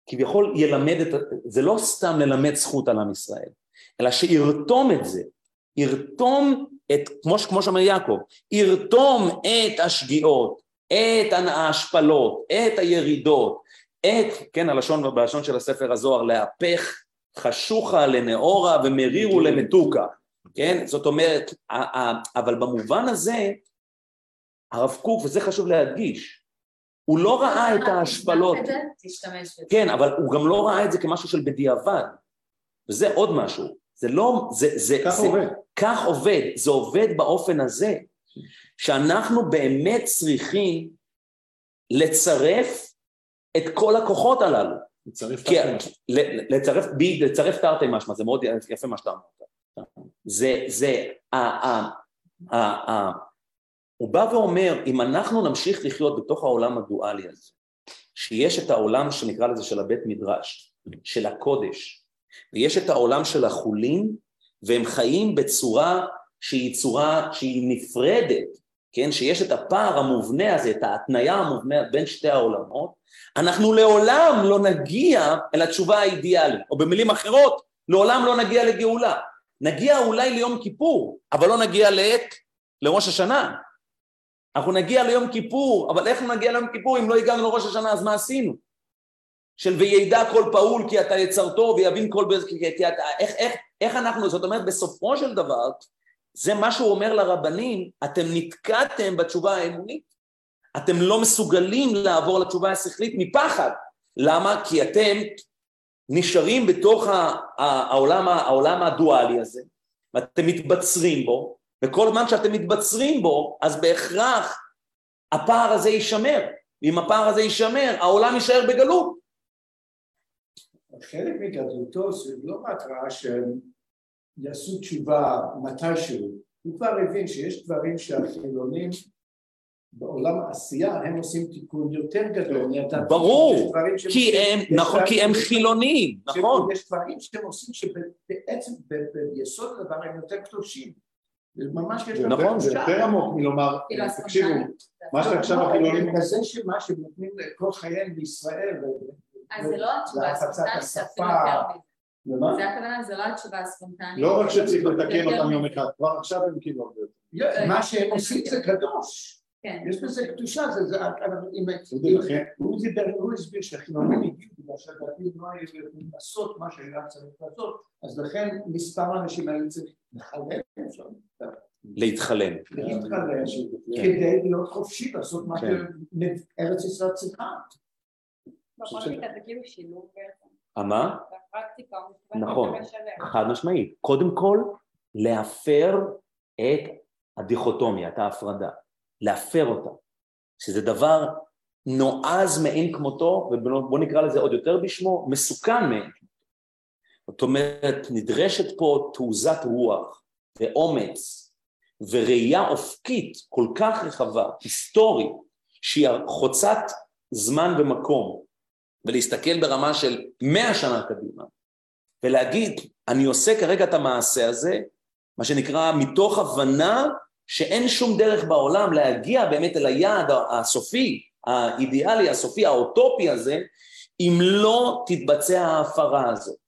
כביכול ילמד את, זה לא סתם ללמד זכות על עם ישראל, אלא שירתום את זה, ירתום את, כמו, כמו שאומר יעקב, ירתום את השגיאות, את ההשפלות, את הירידות, את, כן, הלשון, בלשון של הספר הזוהר, להפך חשוכה לנאורה ומרירו למתוקה, כן, זאת אומרת, אבל במובן הזה, הרב קוק, וזה חשוב להדגיש, הוא לא ראה את ההשפלות, כן, אבל הוא גם לא ראה את זה כמשהו של בדיעבד, וזה עוד משהו, זה לא, זה, זה, כך זה, עובד. כך עובד, זה עובד באופן הזה, שאנחנו באמת צריכים לצרף את כל הכוחות הללו, לצרף כי, תרתי לצרף, בי, לצרף תרתי משמע, זה מאוד יפה מה שאתה אמרת, זה, זה, ה, ה, ה, ה, הוא בא ואומר, אם אנחנו נמשיך לחיות בתוך העולם הדואלי הזה, שיש את העולם שנקרא לזה של הבית מדרש, של הקודש, ויש את העולם של החולין, והם חיים בצורה שהיא צורה שהיא נפרדת, כן? שיש את הפער המובנה הזה, את ההתניה המובנה בין שתי העולמות, אנחנו לעולם לא נגיע אל התשובה האידיאלית, או במילים אחרות, לעולם לא נגיע לגאולה. נגיע אולי ליום כיפור, אבל לא נגיע לעת, לראש השנה. אנחנו נגיע ליום כיפור, אבל איך נגיע ליום כיפור אם לא הגענו לראש השנה, אז מה עשינו? של וידע כל פעול כי אתה יצרתו ויבין כל... כי אתה, איך, איך, איך אנחנו, זאת אומרת, בסופו של דבר, זה מה שהוא אומר לרבנים, אתם נתקעתם בתשובה האמונית, אתם לא מסוגלים לעבור לתשובה השכלית מפחד. למה? כי אתם נשארים בתוך העולם, העולם הדואלי הזה, ואתם מתבצרים בו, וכל זמן שאתם מתבצרים בו, אז בהכרח הפער הזה יישמר, ואם הפער הזה יישמר, העולם יישאר בגלות. חלק מגדלותו זה לא מטרה שהם יעשו תשובה מתישהו, הוא כבר הבין שיש דברים שהחילונים בעולם העשייה הם עושים תיקון יותר גדול. ברור, כי הם, נכון, כי הם חילונים, נכון. יש דברים שהם עושים שבעצם ביסוד הדבר הם יותר קדושים. ממש יש נכון, זה יותר עמוק מלומר, תקשיבו, מה שעכשיו החילונים... כזה שמה שנותנים לכל חייהם בישראל, אז זה לא התשובה הספונטנית, זה אפילו יותר מזה. זה הכוונה, זה לא התשובה הספונטנית. לא רק שצריך לתקן אותם יום אחד, כבר עכשיו הם כאילו... מה שהם עושים זה קדוש. יש בזה קדושה, זה... הוא הסביר שהחילונים הגיעו, בגלל שהדתיים לא היו יכולים לעשות מה שהיה צריך לעשות, אז לכן מספר אנשים האלה צריך לחלם, אפשר להתחלם. להתחלם, כדי להיות חופשי לעשות מה שארץ ישראל צריכה. בפרקטיקה זה כאילו שילוב בעצם. מה? בפרקטיקה הוא נכון, חד משמעית. קודם כל, להפר את הדיכוטומיה, את ההפרדה. להפר אותה. שזה דבר נועז מעין כמותו, ובוא נקרא לזה עוד יותר בשמו, מסוכן מעין כמותו. זאת אומרת, נדרשת פה תעוזת רוח ואומץ וראייה אופקית כל כך רחבה, היסטורית, שהיא חוצת זמן ומקום, ולהסתכל ברמה של מאה שנה קדימה, ולהגיד, אני עושה כרגע את המעשה הזה, מה שנקרא מתוך הבנה שאין שום דרך בעולם להגיע באמת אל היעד הסופי, האידיאלי, הסופי, האוטופי הזה, אם לא תתבצע ההפרה הזאת.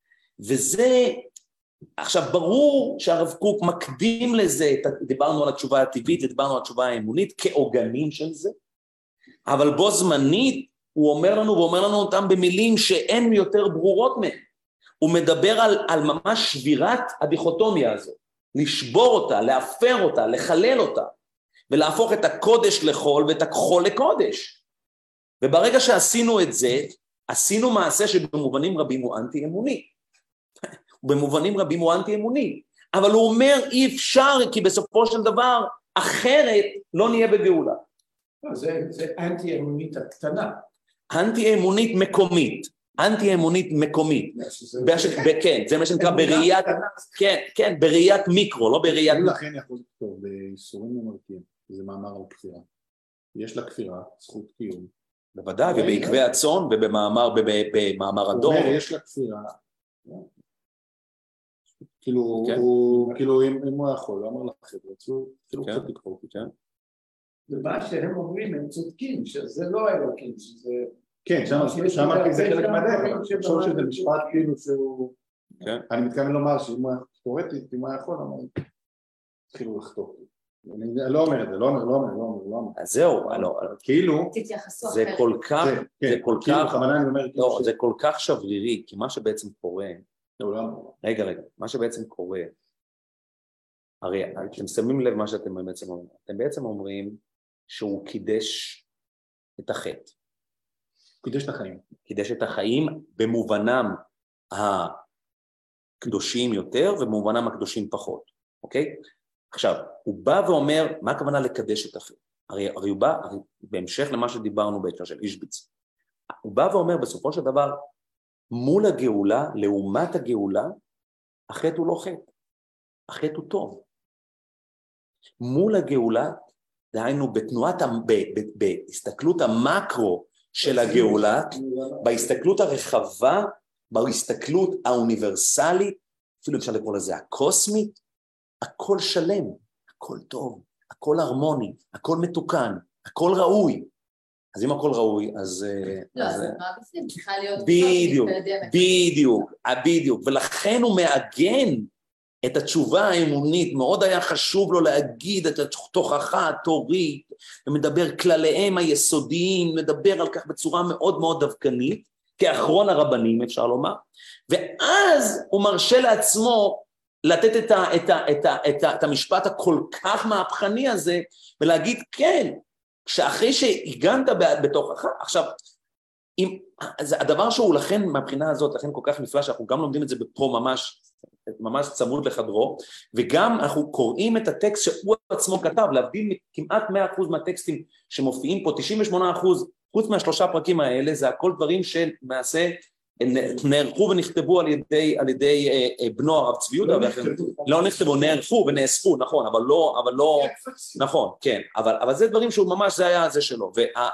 וזה, עכשיו ברור שהרב קוק מקדים לזה, דיברנו על התשובה הטבעית ודיברנו על התשובה האמונית כעוגנים של זה, אבל בו זמנית הוא אומר לנו ואומר לנו אותם במילים שאין יותר ברורות מהם. הוא מדבר על, על ממש שבירת הדיכוטומיה הזאת, לשבור אותה, להפר אותה, לחלל אותה, ולהפוך את הקודש לחול ואת החול לקודש. וברגע שעשינו את זה, עשינו מעשה שבמובנים רבים הוא אנטי-אמוני. במובנים רבים הוא אנטי-אמוני. אבל הוא אומר אי אפשר, כי בסופו של דבר, אחרת לא נהיה בגאולה. זה, זה אנטי-אמונית הקטנה. אנטי-אמונית מקומית. אנטי-אמונית מקומית. כן, זה מה שנקרא בראיית, כן, כן, בראיית מיקרו, לא בראיית... לכן יכול לכתוב באיסורים ומרקים, זה מאמר על כפירה. יש לה כפירה, זכות קיום. בוודאי, ובעקבי הצאן ובמאמר הדור. הוא אומר, יש לה כפירה. כאילו, אם הוא יכול, הוא אמר לך, כאילו קצת לקרוא, כן? ומה שהם אומרים, הם צודקים, שזה לא אלוקים, שזה כן, שם אמרתי זה חלק מהדרך, אבל אני חושב שזה משפט כאילו שהוא... אני מתכוון לומר שאם הוא תיאורטית, אם הוא יכול, התחילו לחתוך. אני לא אומר את זה, לא אומר, לא אומר, לא אומר, לא אומר. אז זהו, כאילו, זה כל כך, זה כל כך, לא, זה כל כך שברירי, כי מה שבעצם קורה, רגע, רגע, מה שבעצם קורה, הרי אתם שמים לב מה שאתם בעצם אומרים, אתם בעצם אומרים שהוא קידש את החטא. קידש את החיים. קידש את החיים במובנם הקדושים יותר ובמובנם הקדושים פחות, אוקיי? עכשיו, הוא בא ואומר, מה הכוונה לקדש את החטא? הרי, הרי הוא בא, הרי בהמשך למה שדיברנו בהקשר של אישביץ, הוא בא ואומר בסופו של דבר, מול הגאולה, לעומת הגאולה, החטא הוא לא חטא, החטא הוא טוב. מול הגאולה, דהיינו בתנועת, ב, ב, בהסתכלות המקרו של הגאולה, בהסתכלות הרחבה, בהסתכלות האוניברסלית, אפילו אפשר לקרוא לזה הקוסמית, הכל שלם, הכל טוב, הכל הרמוני, הכל מתוקן, הכל ראוי. אז אם הכל ראוי, אז... לא, אז מה בפנים? צריכה להיות... בדיוק, בדיוק, בדיוק, ולכן הוא מעגן את התשובה האמונית, מאוד היה חשוב לו להגיד את התוכחה התורית, ומדבר כלליהם היסודיים, מדבר על כך בצורה מאוד מאוד דווקנית, כאחרון הרבנים אפשר לומר, ואז הוא מרשה לעצמו לתת את, ה, את, ה, את, ה, את, ה, את המשפט הכל כך מהפכני הזה, ולהגיד כן, שאחרי שהגנת בתוכך, עכשיו, אם, אז הדבר שהוא לכן מהבחינה הזאת, לכן כל כך נפלא, שאנחנו גם לומדים את זה פה ממש, ממש צמוד לחדרו, וגם אנחנו קוראים את הטקסט שהוא עצמו כתב, להבדיל כמעט מאה אחוז מהטקסטים שמופיעים פה, תשעים ושמונה אחוז, חוץ מהשלושה פרקים האלה, זה הכל דברים שלמעשה נערכו ונכתבו על ידי, על ידי אה, אה, בנו הרב צבי יהודה, לא, לא נכתבו, נערכו ונאספו, נכון, אבל לא, אבל לא, נכון, כן, אבל, אבל זה דברים שהוא ממש, זה היה זה שלו,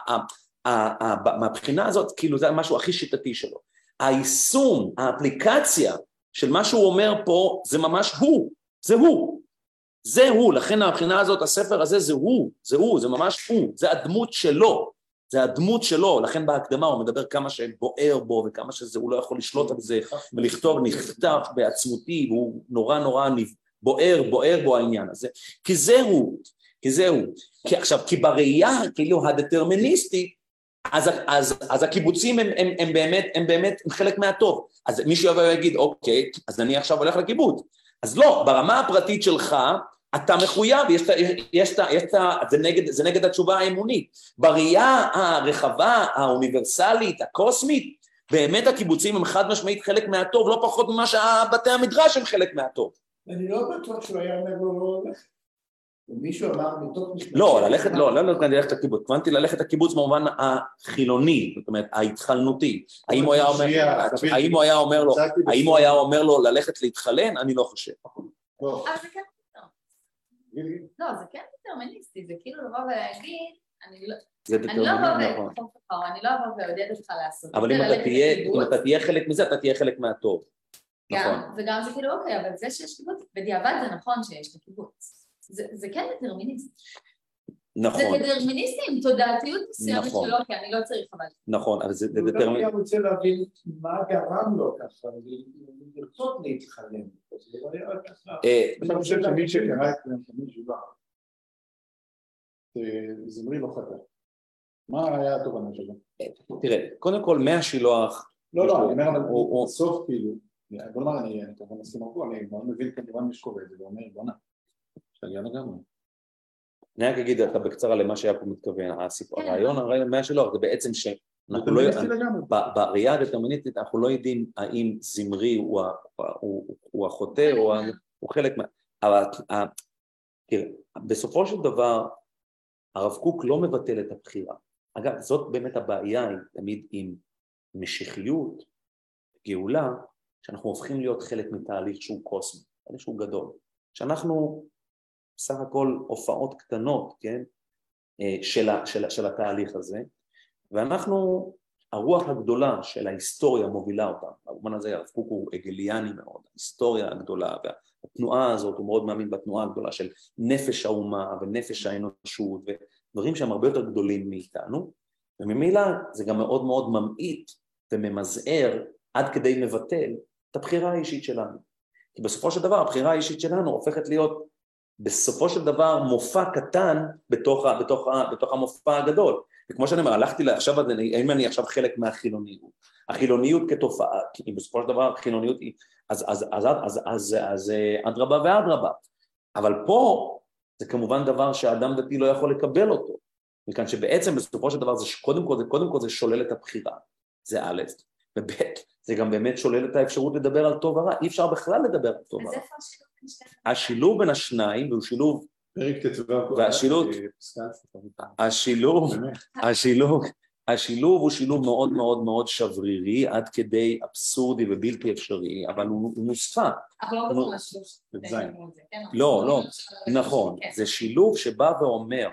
ומהבחינה הזאת, כאילו זה משהו הכי שיטתי שלו. היישום, האפליקציה של מה שהוא אומר פה, זה ממש הוא, זה הוא, זה הוא, לכן מהבחינה הזאת, הספר הזה זה הוא, זה הוא, זה ממש הוא, זה הדמות שלו, זה הדמות שלו, לכן בהקדמה הוא מדבר כמה שבוער בו, וכמה שזה הוא לא יכול לשלוט על זה, ולכתוב, נכתב בעצמותי, והוא נורא נורא בוער, בוער בו העניין הזה, כי זהו, כי זהו, כי עכשיו, כי בראייה, כאילו הדטרמיניסטית, אז, אז, אז הקיבוצים הם, הם, הם באמת, הם באמת חלק מהטוב, אז מישהו יבוא ויגיד, אוקיי, אז אני עכשיו הולך לקיבוץ, אז לא, ברמה הפרטית שלך, אתה מחויב, יש, יש, יש, זה, נגד, זה נגד התשובה האמונית. בראייה הרחבה, האוניברסלית, הקוסמית, באמת הקיבוצים הם חד משמעית חלק מהטוב, לא פחות ממה שבתי המדרש הם חלק מהטוב. אני לא בטוח שהוא היה אומר לו לא ללכת. ומישהו אמר מתוך משפט... לא, ללכת, לא, לא ללכת לקיבוץ, כוונתי ללכת לקיבוץ במובן החילוני, זאת אומרת, ההתחלנותי. האם הוא היה אומר, האם הוא היה אומר לו, האם הוא היה אומר לו ללכת להתחלן? אני לא חושב. אבל זה כן לא, זה כן דטרמיניסטי, זה כאילו לבוא ולהגיד, אני לא אבוא ועודד אותך לעשות. אבל אם אתה תהיה חלק מזה, אתה תהיה חלק מהטוב. וגם זה כאילו אוקיי, אבל זה שיש קיבוץ, בדיעבד זה נכון שיש את הקיבוץ. זה כן דטרמיניסטי. נכון. זה דטרמיניסטי עם תודעתיות מסוימת שלו, כי אני לא צריך אבל. נכון, אבל זה דטרמיניסטי. הוא גם רוצה להבין מה גרם לו ככה, לרצות להתחלם. אני חושב שמי שקרא את תמיד תשובה, זמרי לא חטא. מה היה התובנה שלו? תראה, קודם כל מהשילוח... לא, לא, אני אומר, אבל בסוף כאילו, בוא נאמר, אני כמובן מסכים הרבה, אני מאוד מבין כמובן מי שקורא את זה, ואומר, בוא נע, שתגיע לגמרי. אני רק אגיד אתה בקצרה למה שהיה פה מתכוון, הסיפור, הרעיון, הרעיון מהשילוח, זה בעצם ש... בראייה הדטרמיניסטית אנחנו לא יודעים האם זמרי הוא החוטא או הוא חלק מה... אבל תראה, בסופו של דבר הרב קוק לא מבטל את הבחירה. אגב, זאת באמת הבעיה תמיד עם משיחיות, גאולה, שאנחנו הופכים להיות חלק מתהליך שהוא קוסמי, תהליך שהוא גדול. שאנחנו בסך הכל הופעות קטנות, כן, של, של, של התהליך הזה, ואנחנו, הרוח הגדולה של ההיסטוריה מובילה אותה, במובן הזה הרב קוק הוא אגליאני מאוד, ההיסטוריה הגדולה, והתנועה הזאת, הוא מאוד מאמין בתנועה הגדולה של נפש האומה ונפש האנושות, ודברים שהם הרבה יותר גדולים מאיתנו, וממילא זה גם מאוד מאוד ממעיט וממזער עד כדי מבטל את הבחירה האישית שלנו. כי בסופו של דבר הבחירה האישית שלנו הופכת להיות בסופו של דבר מופע קטן בתוך, בתוך, בתוך המופע הגדול. וכמו שאני אומר, הלכתי עכשיו, האם אני עכשיו חלק מהחילוניות? החילוניות כתופעה, כי בסופו של דבר החילוניות היא, אז, אז, אז, אז, אז, אז אדרבה ואדרבה. אבל פה זה כמובן דבר שהאדם דתי לא יכול לקבל אותו. מכאן שבעצם בסופו של דבר זה קודם כל, זה קודם כל זה שולל את הבחירה. זה א', וב', זה גם באמת שולל את האפשרות לדבר על טוב ורע. אי אפשר בכלל לדבר על טוב ורע. אז איפה השילוב בין שתי השילוב בין השניים, והוא שילוב, פרק תצבע, והשילוב, השילוב, השילוב, השילוב הוא שילוב מאוד מאוד מאוד שברירי, עד כדי אבסורדי ובלתי אפשרי, אבל הוא, הוא מוספה. אבל לא בכל השילוב. לא, לא, נכון. זה שילוב שבא ואומר,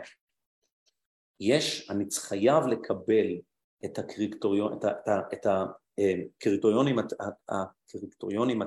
יש, אני חייב לקבל את הקריטריון, את ה, את ה, את ה קריטריונים, הקריטריונים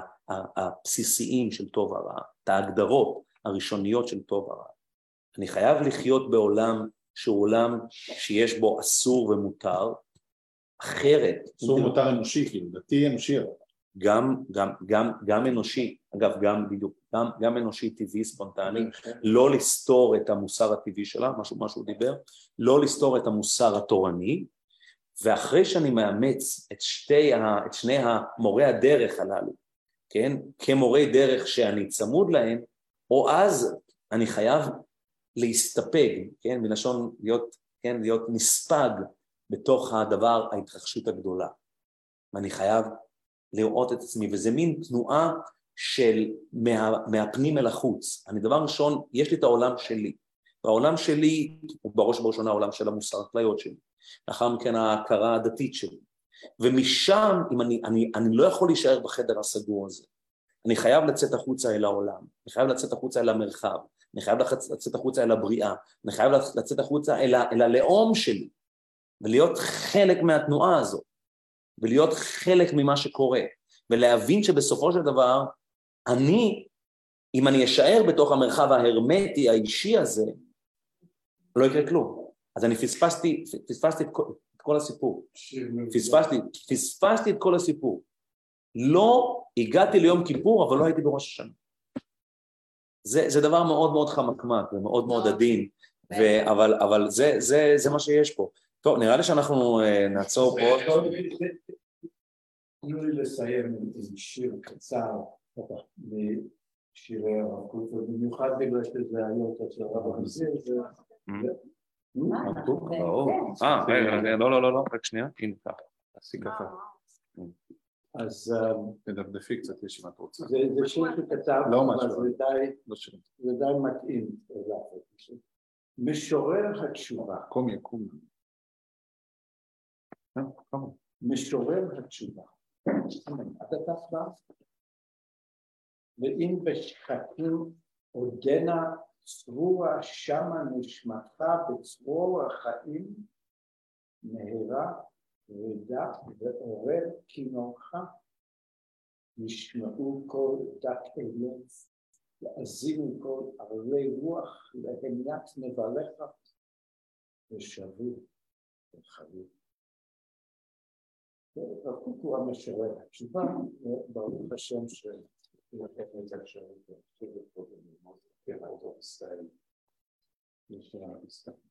הבסיסיים של טוב ורע, את ההגדרות הראשוניות של טוב ורע. אני חייב לחיות בעולם שהוא עולם שיש בו אסור ומותר, אחרת. אסור ומותר אנושי, כאילו, דתי אנושי. גם, גם, גם, גם אנושי, אגב, גם בדיוק, גם, גם אנושי טבעי ספונטני, לא לסתור את המוסר הטבעי שלה, משהו, משהו דיבר, לא לסתור את המוסר התורני, ואחרי שאני מאמץ את, שתי ה, את שני המורי הדרך הללו, כן, כמורי דרך שאני צמוד להם, או אז אני חייב להסתפג, כן, בלשון להיות, כן, להיות נספג בתוך הדבר, ההתרחשות הגדולה. ואני חייב לראות את עצמי, וזה מין תנועה של מה, מהפנים אל החוץ. אני דבר ראשון, יש לי את העולם שלי, והעולם שלי הוא בראש ובראשונה העולם של המוסר הכליות שלי, לאחר מכן ההכרה הדתית שלי, ומשם, אם אני, אני, אני לא יכול להישאר בחדר הסגור הזה, אני חייב לצאת החוצה אל העולם, אני חייב לצאת החוצה אל המרחב, אני חייב לצאת החוצה אל הבריאה, אני חייב לצאת החוצה אל, אל הלאום שלי, ולהיות חלק מהתנועה הזאת, ולהיות חלק ממה שקורה, ולהבין שבסופו של דבר, אני, אם אני אשאר בתוך המרחב ההרמטי האישי הזה, לא יקרה כלום. אז אני פספסתי, פספסתי את כל, את כל הסיפור. פספסתי, פספסתי את כל הסיפור. לא הגעתי ליום כיפור, אבל לא הייתי בראש השנה. זה, זה דבר מאוד מאוד חמקמק, ומאוד מאוד עדין, ו, אבל, אבל זה, זה, זה מה שיש פה. טוב, נראה לי שאנחנו נעצור פה. תנו לי לסיים עם שיר קצר משירי הרב קוק, ובמיוחד בגלל שזה היום של הרב המזיר, זה... אה, רגע, לא, לא, לא, לא, רק שנייה, הנה ככה, תעשי ככה. אז תדפדפי קצת יש אם את רוצה. זה שיר שכתב, אבל זה די מתאים. משורר התשובה. קום יקום. משורר התשובה. אתה תפלה? ואם בשחקים עודנה צרורה שמה נשמתך בצרור החיים, מהרה רדה ועורר כינורך, נשמעו כל דק אלף, יאזינו כל ערלי רוח, להמיית נבליך, ושבו וחבו. הרב קוק הוא המשורר התשובה, ברוך השם שלקח את האפשרות, וללמוד, כן, אותו ישראל, יש לנו הסתכלות.